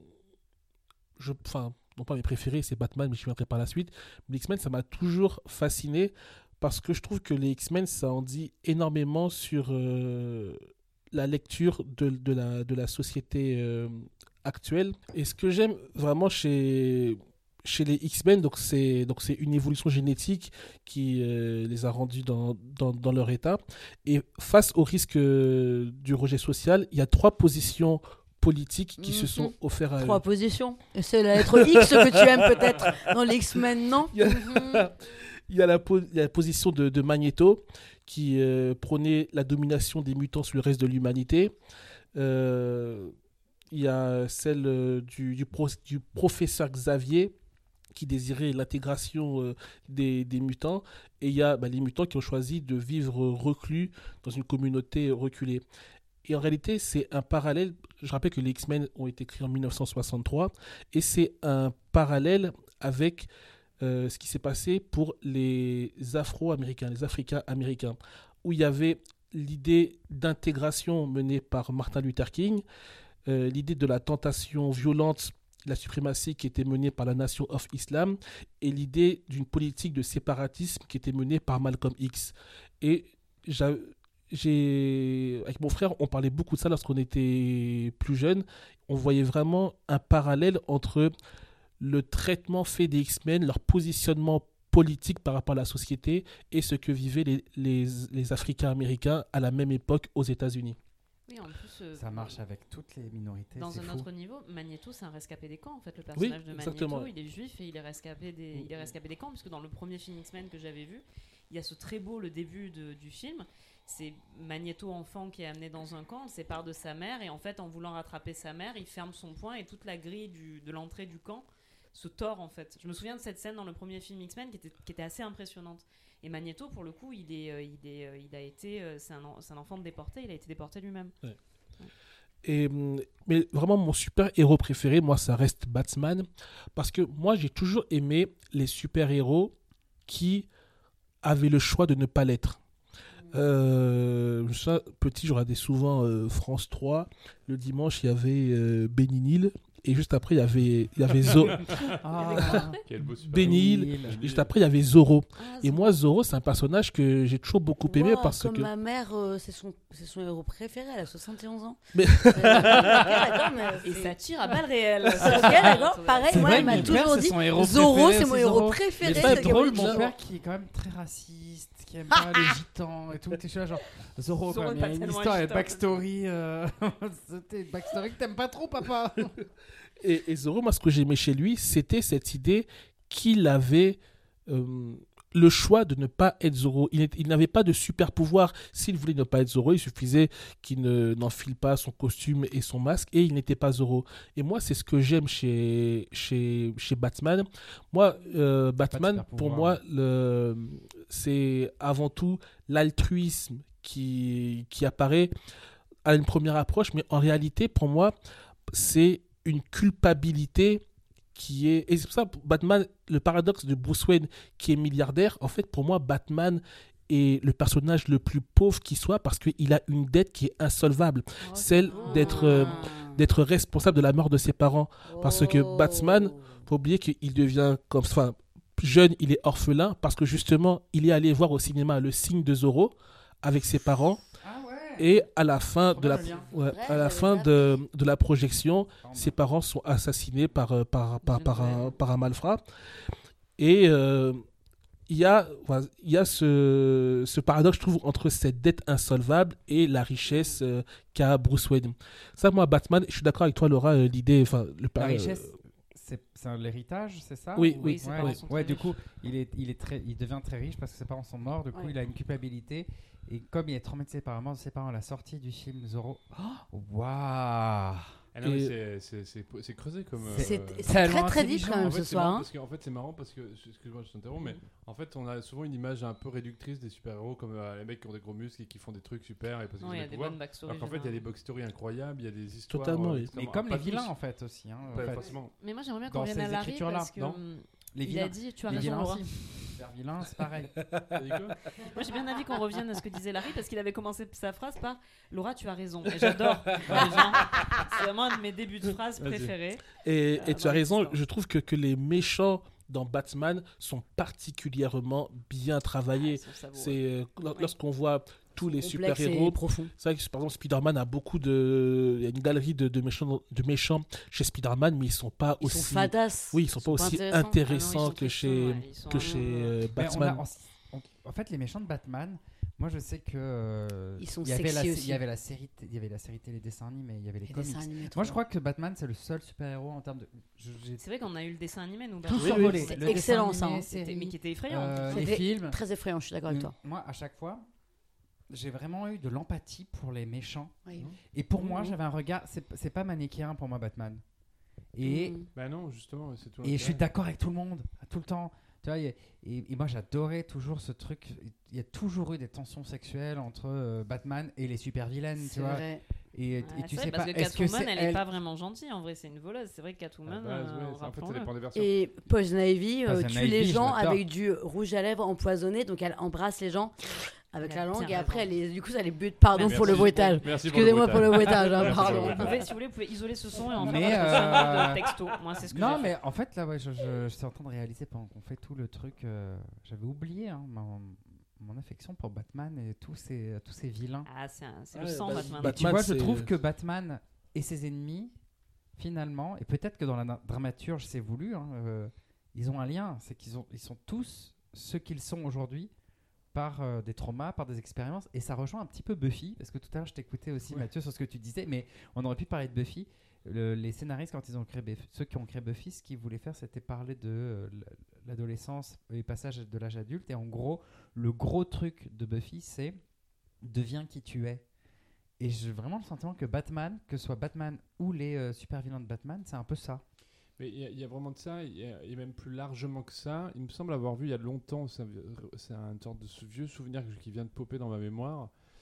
je, enfin, non pas mes préférés, c'est Batman, mais je viendrai par la suite. Mais les X-Men, ça m'a toujours fasciné parce que je trouve que les X-Men, ça en dit énormément sur euh, la lecture de, de, la, de la société euh, actuelle. Et ce que j'aime vraiment chez, chez les X-Men, donc c'est, donc c'est une évolution génétique qui euh, les a rendus dans, dans, dans leur état. Et face au risque euh, du rejet social, il y a trois positions politiques qui se Mhm. sont offertes à trois eux. positions. Et c'est la lettre X que tu aimes peut-être dans les X-Men, non? Il y a- Mhm. Il y a la, po- il y a la position de, de Magneto qui euh, prônait la domination des mutants sur le reste de l'humanité. Euh, il y a celle euh, du, du, pro- du professeur Xavier qui désirait l'intégration euh, des, des mutants. Et il y a bah, les mutants qui ont choisi de vivre reclus dans une communauté reculée. Et en réalité, c'est un parallèle. Je rappelle que les X-Men ont été créés en dix-neuf cent soixante-trois. Et c'est un parallèle avec euh, ce qui s'est passé pour les Afro-Américains, les Africains américains, où il y avait l'idée d'intégration menée par Martin Luther King, euh, l'idée de la tentation violente, la suprématie qui était menée par la Nation of Islam, et l'idée d'une politique de séparatisme qui était menée par Malcolm X. Et j'a- j'ai, avec mon frère, on parlait beaucoup de ça lorsqu'on était plus jeune. On voyait vraiment un parallèle entre le traitement fait des X-Men, leur positionnement politique par rapport à la société et ce que vivaient les, les, les Africains-Américains à la même époque aux États-Unis. Oui, en plus, euh, Ça marche avec toutes les minorités. dans c'est un fou. autre niveau, Magneto, c'est un rescapé des camps. En fait, le personnage de exactement. Magneto, il est juif et il est rescapé des, il est rescapé des camps. Parce que dans le premier film X-Men que j'avais vu, il y a ce très beau, le début de- du film. C'est Magneto enfant qui est amené dans un camp, il se sépare de sa mère et en fait, en voulant rattraper sa mère, il ferme son poing et toute la grille du, de l'entrée du camp se tord en fait. Je me souviens de cette scène dans le premier film X-Men qui était, qui était assez impressionnante. Et Magneto, pour le coup, il est, euh, il est, euh, il a été, euh, c'est un, en- c'est un enfant de déporté. Il a été déporté lui-même. Et, hum, mais vraiment, mon super-héros préféré, moi, ça reste Batman. Parce que moi, j'ai toujours aimé les super-héros qui avaient le choix de ne pas l'être. Euh, ça, petit, je regardais souvent euh, France trois. Le dimanche, il y avait euh, Benny Hill, Et juste après, il y avait, il y avait Zo- Ah, Quel beau super. Benny Hill. Et juste après, il y avait Zoro. Et moi, Zoro, c'est un personnage que j'ai toujours beaucoup aimé Wow, parce comme que. ma mère, euh, c'est son, c'est son héros préféré, elle a soixante et onze ans. Mais- Euh, ok, d'accord, mais Et c'est- ça tire à balles réelles. c'est ok, d'accord, pareil, c'est moi, vrai, elle m'a mon toujours père, c'est dit son héros Zoro, préféré c'est mon aussi, héros Zoro. préféré. Mais pas c'est drôle, Gabriel Mon genre. père qui est quand même très raciste, qui aime pas les gitans et tout. T'es là, genre Zoro, Zoro quand est même, pas il y a une tellement histoire, il y a une gitan. backstory. Euh... C'était une backstory que t'aimes pas trop, papa. Et, et Zoro, moi, ce que j'aimais chez lui, c'était cette idée qu'il avait euh, le choix de ne pas être Zoro. Il, n'est- il n'avait pas de super pouvoir. S'il voulait ne pas être Zoro, il suffisait qu'il ne, n'enfile pas son costume et son masque et il n'était pas Zoro. Et moi, c'est ce que j'aime chez, chez, chez Batman. Moi, euh, Batman, super pour pouvoir. moi, le, c'est avant tout l'altruisme qui, qui apparaît à une première approche, mais en réalité, pour moi, c'est une culpabilité qui est... Et c'est pour ça, pour Batman, le paradoxe de Bruce Wayne qui est milliardaire, en fait, pour moi, Batman est le personnage le plus pauvre qui soit parce qu'il a une dette qui est insolvable. Oh, Celle c'est beau. d'être, euh, d'être responsable de la mort de ses parents. parce que Oh. Batman, faut oublier qu'il devient comme... Enfin, jeune, il est orphelin parce que justement, il est allé voir au cinéma Le Signe de Zorro avec ses parents. Ah ouais. Et à la fin, Trop de la, bien le lien. ouais, Ouais, à la j'avais fin pas de, de la projection, Pardon. ses parents sont assassinés par, euh, par, par, Une par, un, nouvelle. par un malfrat. Et euh, il y a, voilà, il y a ce, ce paradoxe, je trouve, entre cette dette insolvable et la richesse euh, qu'a Bruce Wayne. Ça, moi, Batman, je suis d'accord avec toi, Laura, euh, l'idée... enfin, le La par- richesse, c'est c'est un- l'héritage, c'est ça Oui, ou- oui. Oui, ses Ouais, parents ouais. sont Ouais, très du coup, il, est, il, est très, il devient très riche parce que ses parents sont morts. Du coup, Ouais. il a une culpabilité. Et comme il est traumatisé par la mort de ses parents à la sortie du film Zorro. Oh, waouh! Ah non, mais Et- c'est- c'est- c'est c'est creusé comme. C'est- C'est euh, c'est tellement très très deep intelligent. quand même En fait, ce c'est soir. marrant hein. parce que- en fait, c'est marrant parce que, excuse-moi, je t'interromps, mais en fait, on a souvent une image un peu réductrice des super-héros comme euh, les mecs qui ont des gros muscles et qui font des trucs super et parce qu'ils Non, ont il y a des des pouvoirs. bonnes backstories. Alors qu'en fait, il y a des généralement. backstories incroyables, il y a des histoires. Totalement, euh, oui. Mais extrêmement- comme pas les vilains, tous, en fait, aussi. Hein, en pas fait. forcément. Mais moi, j'aimerais bien qu'on Dans revienne ces à Larry écritures-là, parce que non hum, Les il vilains. a dit, tu as Les raison, vilains Laura. aussi. Super vilain, c'est pareil. T'as dit quoi Moi, j'ai bien envie qu'on revienne à ce que disait Larry parce qu'il avait commencé sa phrase par Laura, tu as raison. Et j'adore les gens. C'est vraiment un de mes débuts de phrase Vas-y. préférés. Et, Euh, et tu dans as raison, l'existence. je trouve que, que les méchants dans Batman sont particulièrement bien travaillés. Ah, ils sont savoureux. C'est euh, lor- lorsqu'on voit tous les Complexe super-héros. et profond. C'est vrai que par exemple Spider-Man a beaucoup de, il y a une galerie de, de méchants, de méchants chez Spider-Man, mais ils sont pas Ils aussi, sont fadas. oui, ils sont pas aussi intéressants. intéressants Ah non, ils sont que très chez, cool, ouais, ils sont que vraiment, chez euh, Mais on a- Batman. on- on- en fait, les méchants de Batman, moi je sais que euh, Ils sont il y avait la, sexy sé- aussi. il y avait la série, t- il y avait la série télé dessins animés, il y avait les, Les comics. dessins animés, Moi je trop crois que Batman c'est le seul super-héros en termes de. je- j'ai C'est vrai qu'on a eu le dessin animé, nous. tout Batman. oui, survolé. c'est Le dessin excellent, ça, animé, hein. C'était- série, Mais qui était effrayant. euh, en plus. les C'était films. très effrayant, je suis d'accord avec Mm, toi. Moi à chaque fois, j'ai vraiment eu de l'empathie pour les méchants. Oui. Et pour moi Mhm. j'avais un regard, c'est c'est pas manichéen pour moi Batman. Et Mm. Bah non, justement, c'est tout. Et je suis l'intérêt. d'accord avec tout le monde, tout le temps. Tu vois, et, et- et moi j'adorais toujours ce truc. Il y a toujours eu des tensions sexuelles entre euh, Batman et les super vilaines, tu C'est vois. vrai. Et, et Ah, tu c'est vrai, sais parce pas, que est-ce que Catwoman, c'est elle est pas vraiment gentille en vrai, c'est une voleuse. C'est vrai que À la Catwoman, base, euh, ouais, c'est- en fait, ça rappelons-le. dépend des versions. Et Poison Ivy euh, Poison tue Ivy, les je gens l'adore. avec du rouge à lèvres empoisonné, donc elle embrasse les gens avec Elle a la langue bien et après, raison. elle les- du coup, ça les bute. Pardon Merci. pour le bruitage. Merci Excusez-moi pour le bruitage, hein, Merci pour le pardon. Vous bruitage. pouvez, si vous voulez, vous pouvez isoler ce son et en faire Mais, votre euh, sonore de texto. Moi, c'est ce que Non, j'ai mais en fait, là, ouais, je, je- je suis en train de réaliser pendant qu'on fait tout le truc. euh, J'avais oublié hein, mon, mon affection pour Batman et tous ces, tous ces vilains. fait. Ah, c'est un- c'est Ouais, le sang, bah, Batman. Et Batman, tu vois, je c'est- trouve que Batman et ses ennemis, finalement, et peut-être que dans la na- dramaturge c'est voulu, hein, euh, ils ont un lien. C'est qu'ils ont, ils sont tous ce qu'ils sont aujourd'hui par euh, des traumas, par des expériences. Et ça rejoint un petit peu Buffy, parce que tout à l'heure je t'écoutais aussi, Ouais. Mathieu, sur ce que tu disais, mais on aurait pu parler de Buffy. Le- les scénaristes, quand ils ont créé Buffy, ceux qui ont créé Buffy, ce qu'ils voulaient faire, c'était parler de euh, l- l'adolescence et passage de l'âge adulte. Et en gros, le gros truc de Buffy, c'est deviens qui tu es. Et j'ai vraiment le sentiment que Batman, que ce soit Batman ou les euh, super vilains de Batman, c'est un peu ça. Mais il y, a- il y a vraiment de ça, il y, a- et même plus largement que ça. Il me semble avoir vu il y a longtemps, c'est un, c'est un sorte de ce vieux souvenir que- qui vient de popper dans ma mémoire.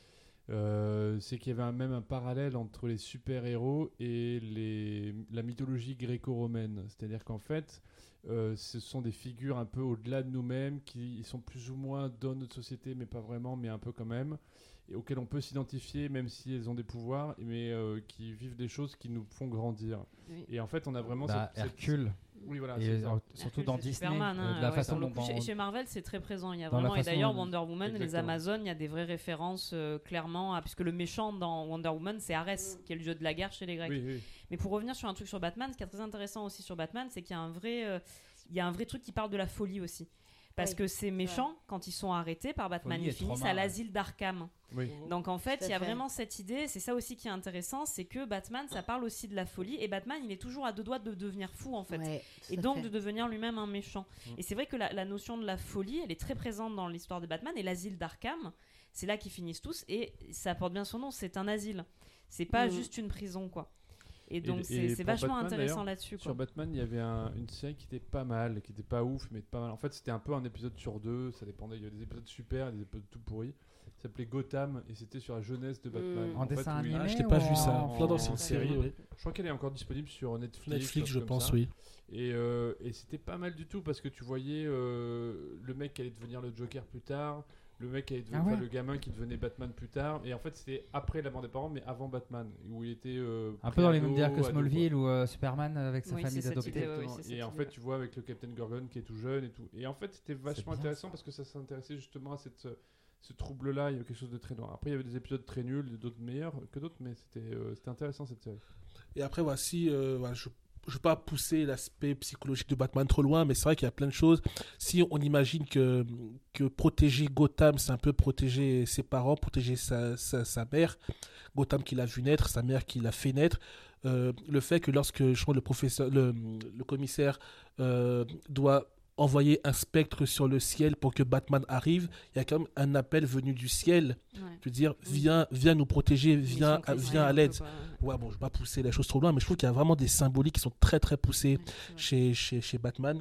Euh, c'est qu'il y avait un, même un parallèle entre les super-héros et les, la mythologie gréco-romaine. C'est-à-dire qu'en fait, euh, ce sont des figures un peu au-delà de nous-mêmes, qui sont plus ou moins dans notre société, mais pas vraiment, mais un peu quand même, et auxquelles on peut s'identifier, même si elles ont des pouvoirs, mais euh, qui vivent des choses qui nous font grandir. Oui. Et en fait, on a vraiment Bah, cette, Hercule. cette... Oui, voilà. Et c'est ça. euh, surtout Hercule, dans c'est Disney, Superman, euh, hein, de la ouais, façon pour le dont coup, chez, on- chez Marvel, c'est très présent. Il y a Dans la vraiment, et façon d'ailleurs, dont- Wonder Woman, les Exactement. Amazones, il y a des vraies références euh, clairement, à- puisque le méchant dans Wonder Woman, c'est Arès, qui est le dieu de la guerre chez les Grecs. Oui, oui. Mais pour revenir sur un truc sur Batman, ce qui est très intéressant aussi sur Batman, c'est qu'il y a un vrai, euh, il y a un vrai truc qui parle de la folie aussi. Parce Oui, que ces méchants, quand ils sont arrêtés par Batman, Folie et ils finissent trauma, à ouais. l'asile d'Arkham. oui. Donc en fait, Tout à il y a fait. vraiment cette idée, c'est ça aussi qui est intéressant, c'est que Batman, ça parle aussi de la folie, et Batman, il est toujours à deux doigts de devenir fou en fait. Ouais, tout Et à donc fait. de devenir lui-même un méchant. Mm. Et c'est vrai que la, la notion de la folie, elle est très présente dans l'histoire de Batman, et l'asile d'Arkham, c'est là qu'ils finissent tous, et ça porte bien son nom, c'est un asile. C'est pas Mm. juste une prison, quoi. Et donc et c'est c'est pour vachement Batman, intéressant d'ailleurs, là-dessus, Sur quoi. Batman, il y avait un- une série qui était pas mal, qui était pas ouf, mais pas mal. En fait, c'était un peu un épisode sur deux, ça dépendait. Il y avait des épisodes super et des épisodes tout pourris. Ça s'appelait Gotham et c'était sur la jeunesse de Batman. Mm. En fait, dessin où il- animé Ah, je t'ai ou pas en- vu ça. en- Là, dans en une série, série. oui. Je crois qu'elle est encore disponible sur Netflix. Netflix, chose je comme pense, ça. oui. Et, euh, et c'était pas mal du tout parce que tu voyais euh, le mec qui allait devenir le Joker plus tard, le mec qui allait devenir, Ah ouais. enfin, le gamin qui devenait Batman plus tard. Et en fait, c'était après la mort des parents, mais avant Batman, où il était euh, Un peu dans les pré-ado, mêmes délires que ado, quoi. Smallville ou euh, Superman avec sa Oui, famille c'est cette d'adoptés. idée, ouais, oui, Exactement. c'est et cette en idée. fait, tu vois avec le Captain Gorgon qui est tout jeune et tout. Et en fait, c'était vachement bien, intéressant parce que ça s'intéressait justement à cette, ce trouble-là. Il y avait quelque chose de très noir. Après, il y avait des épisodes très nuls, d'autres meilleurs que d'autres, mais c'était euh, c'était intéressant cette série. Et après, voici, euh, voilà, je ne veux pas pousser l'aspect psychologique de Batman trop loin, mais c'est vrai qu'il y a plein de choses. Si on imagine que, que protéger Gotham, c'est un peu protéger ses parents, protéger sa, sa, sa mère, Gotham qui l'a vu naître, sa mère qui l'a fait naître, euh, le fait que lorsque je crois, le, professeur, le, le commissaire euh, doit envoyer un spectre sur le ciel pour que Batman arrive, il y a quand même un appel venu du ciel. Ouais. Je veux dire, viens, viens nous protéger, viens, Mission Chris, viens ouais, à un l'aide. peu, quoi. Ouais, bon, je vais pas pousser la chose trop loin, mais je trouve qu'il y a vraiment des symboliques qui sont très très poussées Ouais, c'est vrai. chez, chez, chez Batman.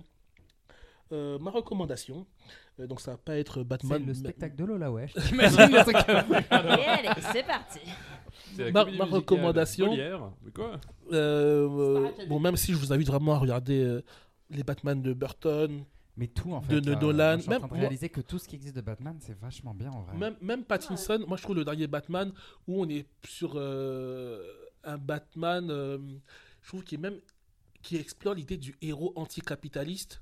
Euh, ma recommandation, euh, donc ça va pas être C'est Batman. le mais- spectacle de Lola Wesh. T'imagines le truc Et allez, c'est parti. C'est la Ma- comédie ma musicale recommandation- Molière. Mais quoi Euh, euh, C'est pas bon, même si je vous invite vraiment à regarder euh, les Batman de Burton, Mais tout en De- fait. de là, Nolan, je suis en même train de moi- réaliser que tout ce qui existe de Batman, c'est vachement bien en vrai. même, même Pattinson, moi je trouve le dernier Batman où on est sur euh, un Batman, euh, je trouve qu'il est même qui explore l'idée du héros anticapitaliste.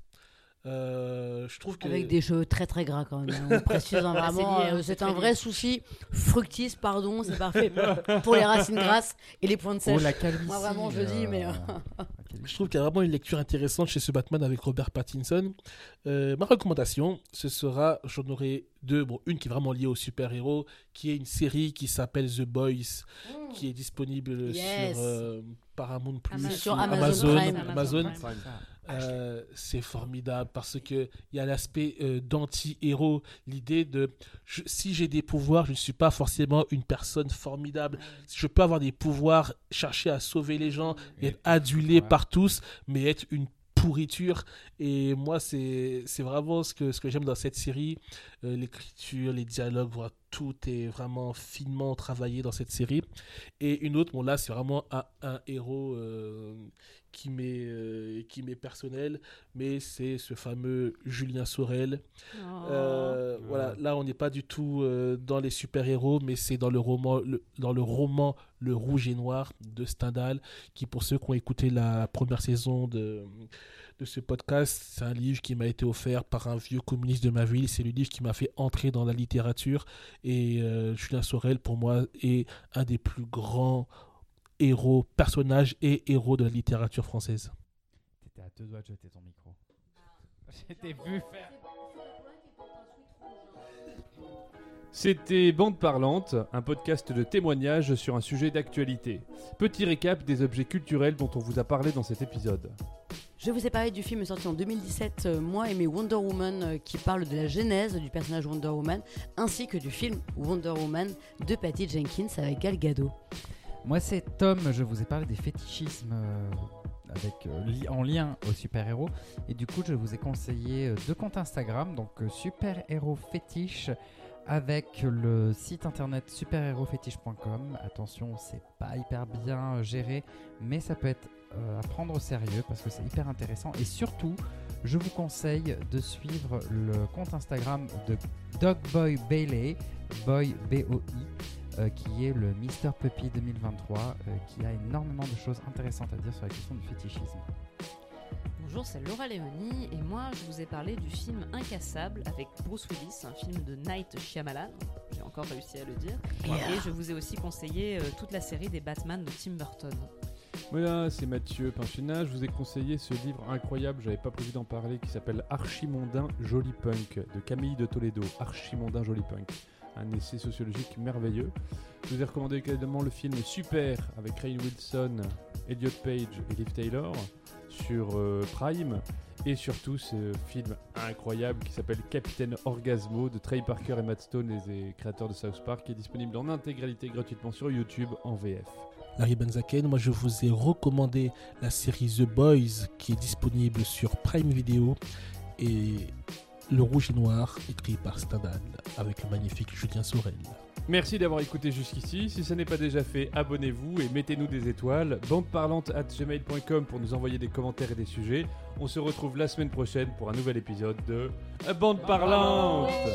Euh, je trouve que Avec des cheveux très très gras quand même. hein. On précise hein, Ah, c'est vraiment, lié, hein, euh, c'est c'est très un lié. vrai souci. Fructis, pardon, c'est parfait pour les racines grasses et les pointes Oh sèches. la calvitie. Moi, vraiment, je dis, mais, euh, la calvitie. Je trouve qu'il y a vraiment une lecture intéressante chez ce Batman avec Robert Pattinson. Euh, ma recommandation, ce sera, j'en aurai deux. Bon, une qui est vraiment liée aux super-héros, qui est une série qui s'appelle The Boys, qui est disponible Yes. sur euh, Paramount Plus, Amazon. Sur ou Amazon Prime. Amazon. Amazon Prime. Euh, c'est formidable parce que il y a l'aspect euh, d'anti-héros, l'idée de je- si j'ai des pouvoirs, je ne suis pas forcément une personne formidable. Je peux avoir des pouvoirs, chercher à sauver les gens, et être adulé Ouais. par tous, mais être une pourriture. Et moi, c'est c'est vraiment ce que, ce que j'aime dans cette série. Euh, l'écriture, les dialogues, voilà, tout est vraiment finement travaillé dans cette série. Et une autre, bon là, c'est vraiment un, un héros euh, qui m'est euh, qui m'est personnel, mais c'est ce fameux Julien Sorel. Oh. Euh, voilà, là on n'est pas du tout euh, dans les super-héros, mais c'est dans le roman, le, dans le roman Le Rouge et Noir de Stendhal, qui pour ceux qui ont écouté la première saison de, de ce podcast, c'est un livre qui m'a été offert par un vieux communiste de ma ville. C'est le livre qui m'a fait entrer dans la littérature. Et euh, Julien Sorel, pour moi, est un des plus grands héros, personnages et héros de la littérature française. T'étais à deux doigts de jeter ton micro. J'étais vu faire. C'était Bande Parlante, un podcast de témoignages sur un sujet d'actualité. Petit récap des objets culturels dont on vous a parlé dans cet épisode. Je vous ai parlé du film sorti en deux mille dix-sept, euh, Moi et mes Wonder Woman, euh, qui parle de la genèse du personnage Wonder Woman, ainsi que du film Wonder Woman de Patty Jenkins avec Gal Gadot. Moi c'est Tom, je vous ai parlé des fétichismes euh, avec, euh, li- en lien aux super-héros. Et du coup je vous ai conseillé euh, deux comptes Instagram, donc euh, super-héros fétiche avec le site internet super héros fétiche point com. Attention, c'est pas hyper bien géré, mais ça peut être euh, à prendre au sérieux parce que c'est hyper intéressant. Et surtout, je vous conseille de suivre le compte Instagram de Dogboy Bailey, Boy B O I, euh, qui est le Mister Puppy deux mille vingt-trois, euh, qui a énormément de choses intéressantes à dire sur la question du fétichisme. Bonjour, c'est Laura Léonie et moi je vous ai parlé du film Incassable avec Bruce Willis, un film de Night Shyamalan, j'ai encore réussi à le dire, Yeah. et je vous ai aussi conseillé euh, toute la série des Batman de Tim Burton. Voilà, c'est Mathieu Pinchina. Je vous ai conseillé ce livre incroyable, j'avais pas prévu d'en parler, qui s'appelle Archimondain Joli Punk de Camille de Toledo. Archimondain Joli Punk, un essai sociologique merveilleux. Je vous ai recommandé également le film Super avec Rainn Wilson, Elliot Page et Liv Taylor sur euh, Prime. Et surtout ce film incroyable qui s'appelle Capitaine Orgasmo de Trey Parker et Matt Stone, les créateurs de South Park, qui est disponible en intégralité gratuitement sur YouTube en V F. Larry Benzaken, moi je vous ai recommandé la série The Boys qui est disponible sur Prime Video et Le Rouge et Noir écrit par Stendhal avec le magnifique Julien Sorel. Merci d'avoir écouté jusqu'ici. Si ça n'est pas déjà fait, abonnez-vous et mettez-nous des étoiles. bandeparlante arobase gmail point com pour nous envoyer des commentaires et des sujets. On se retrouve la semaine prochaine pour un nouvel épisode de Bande Parlante.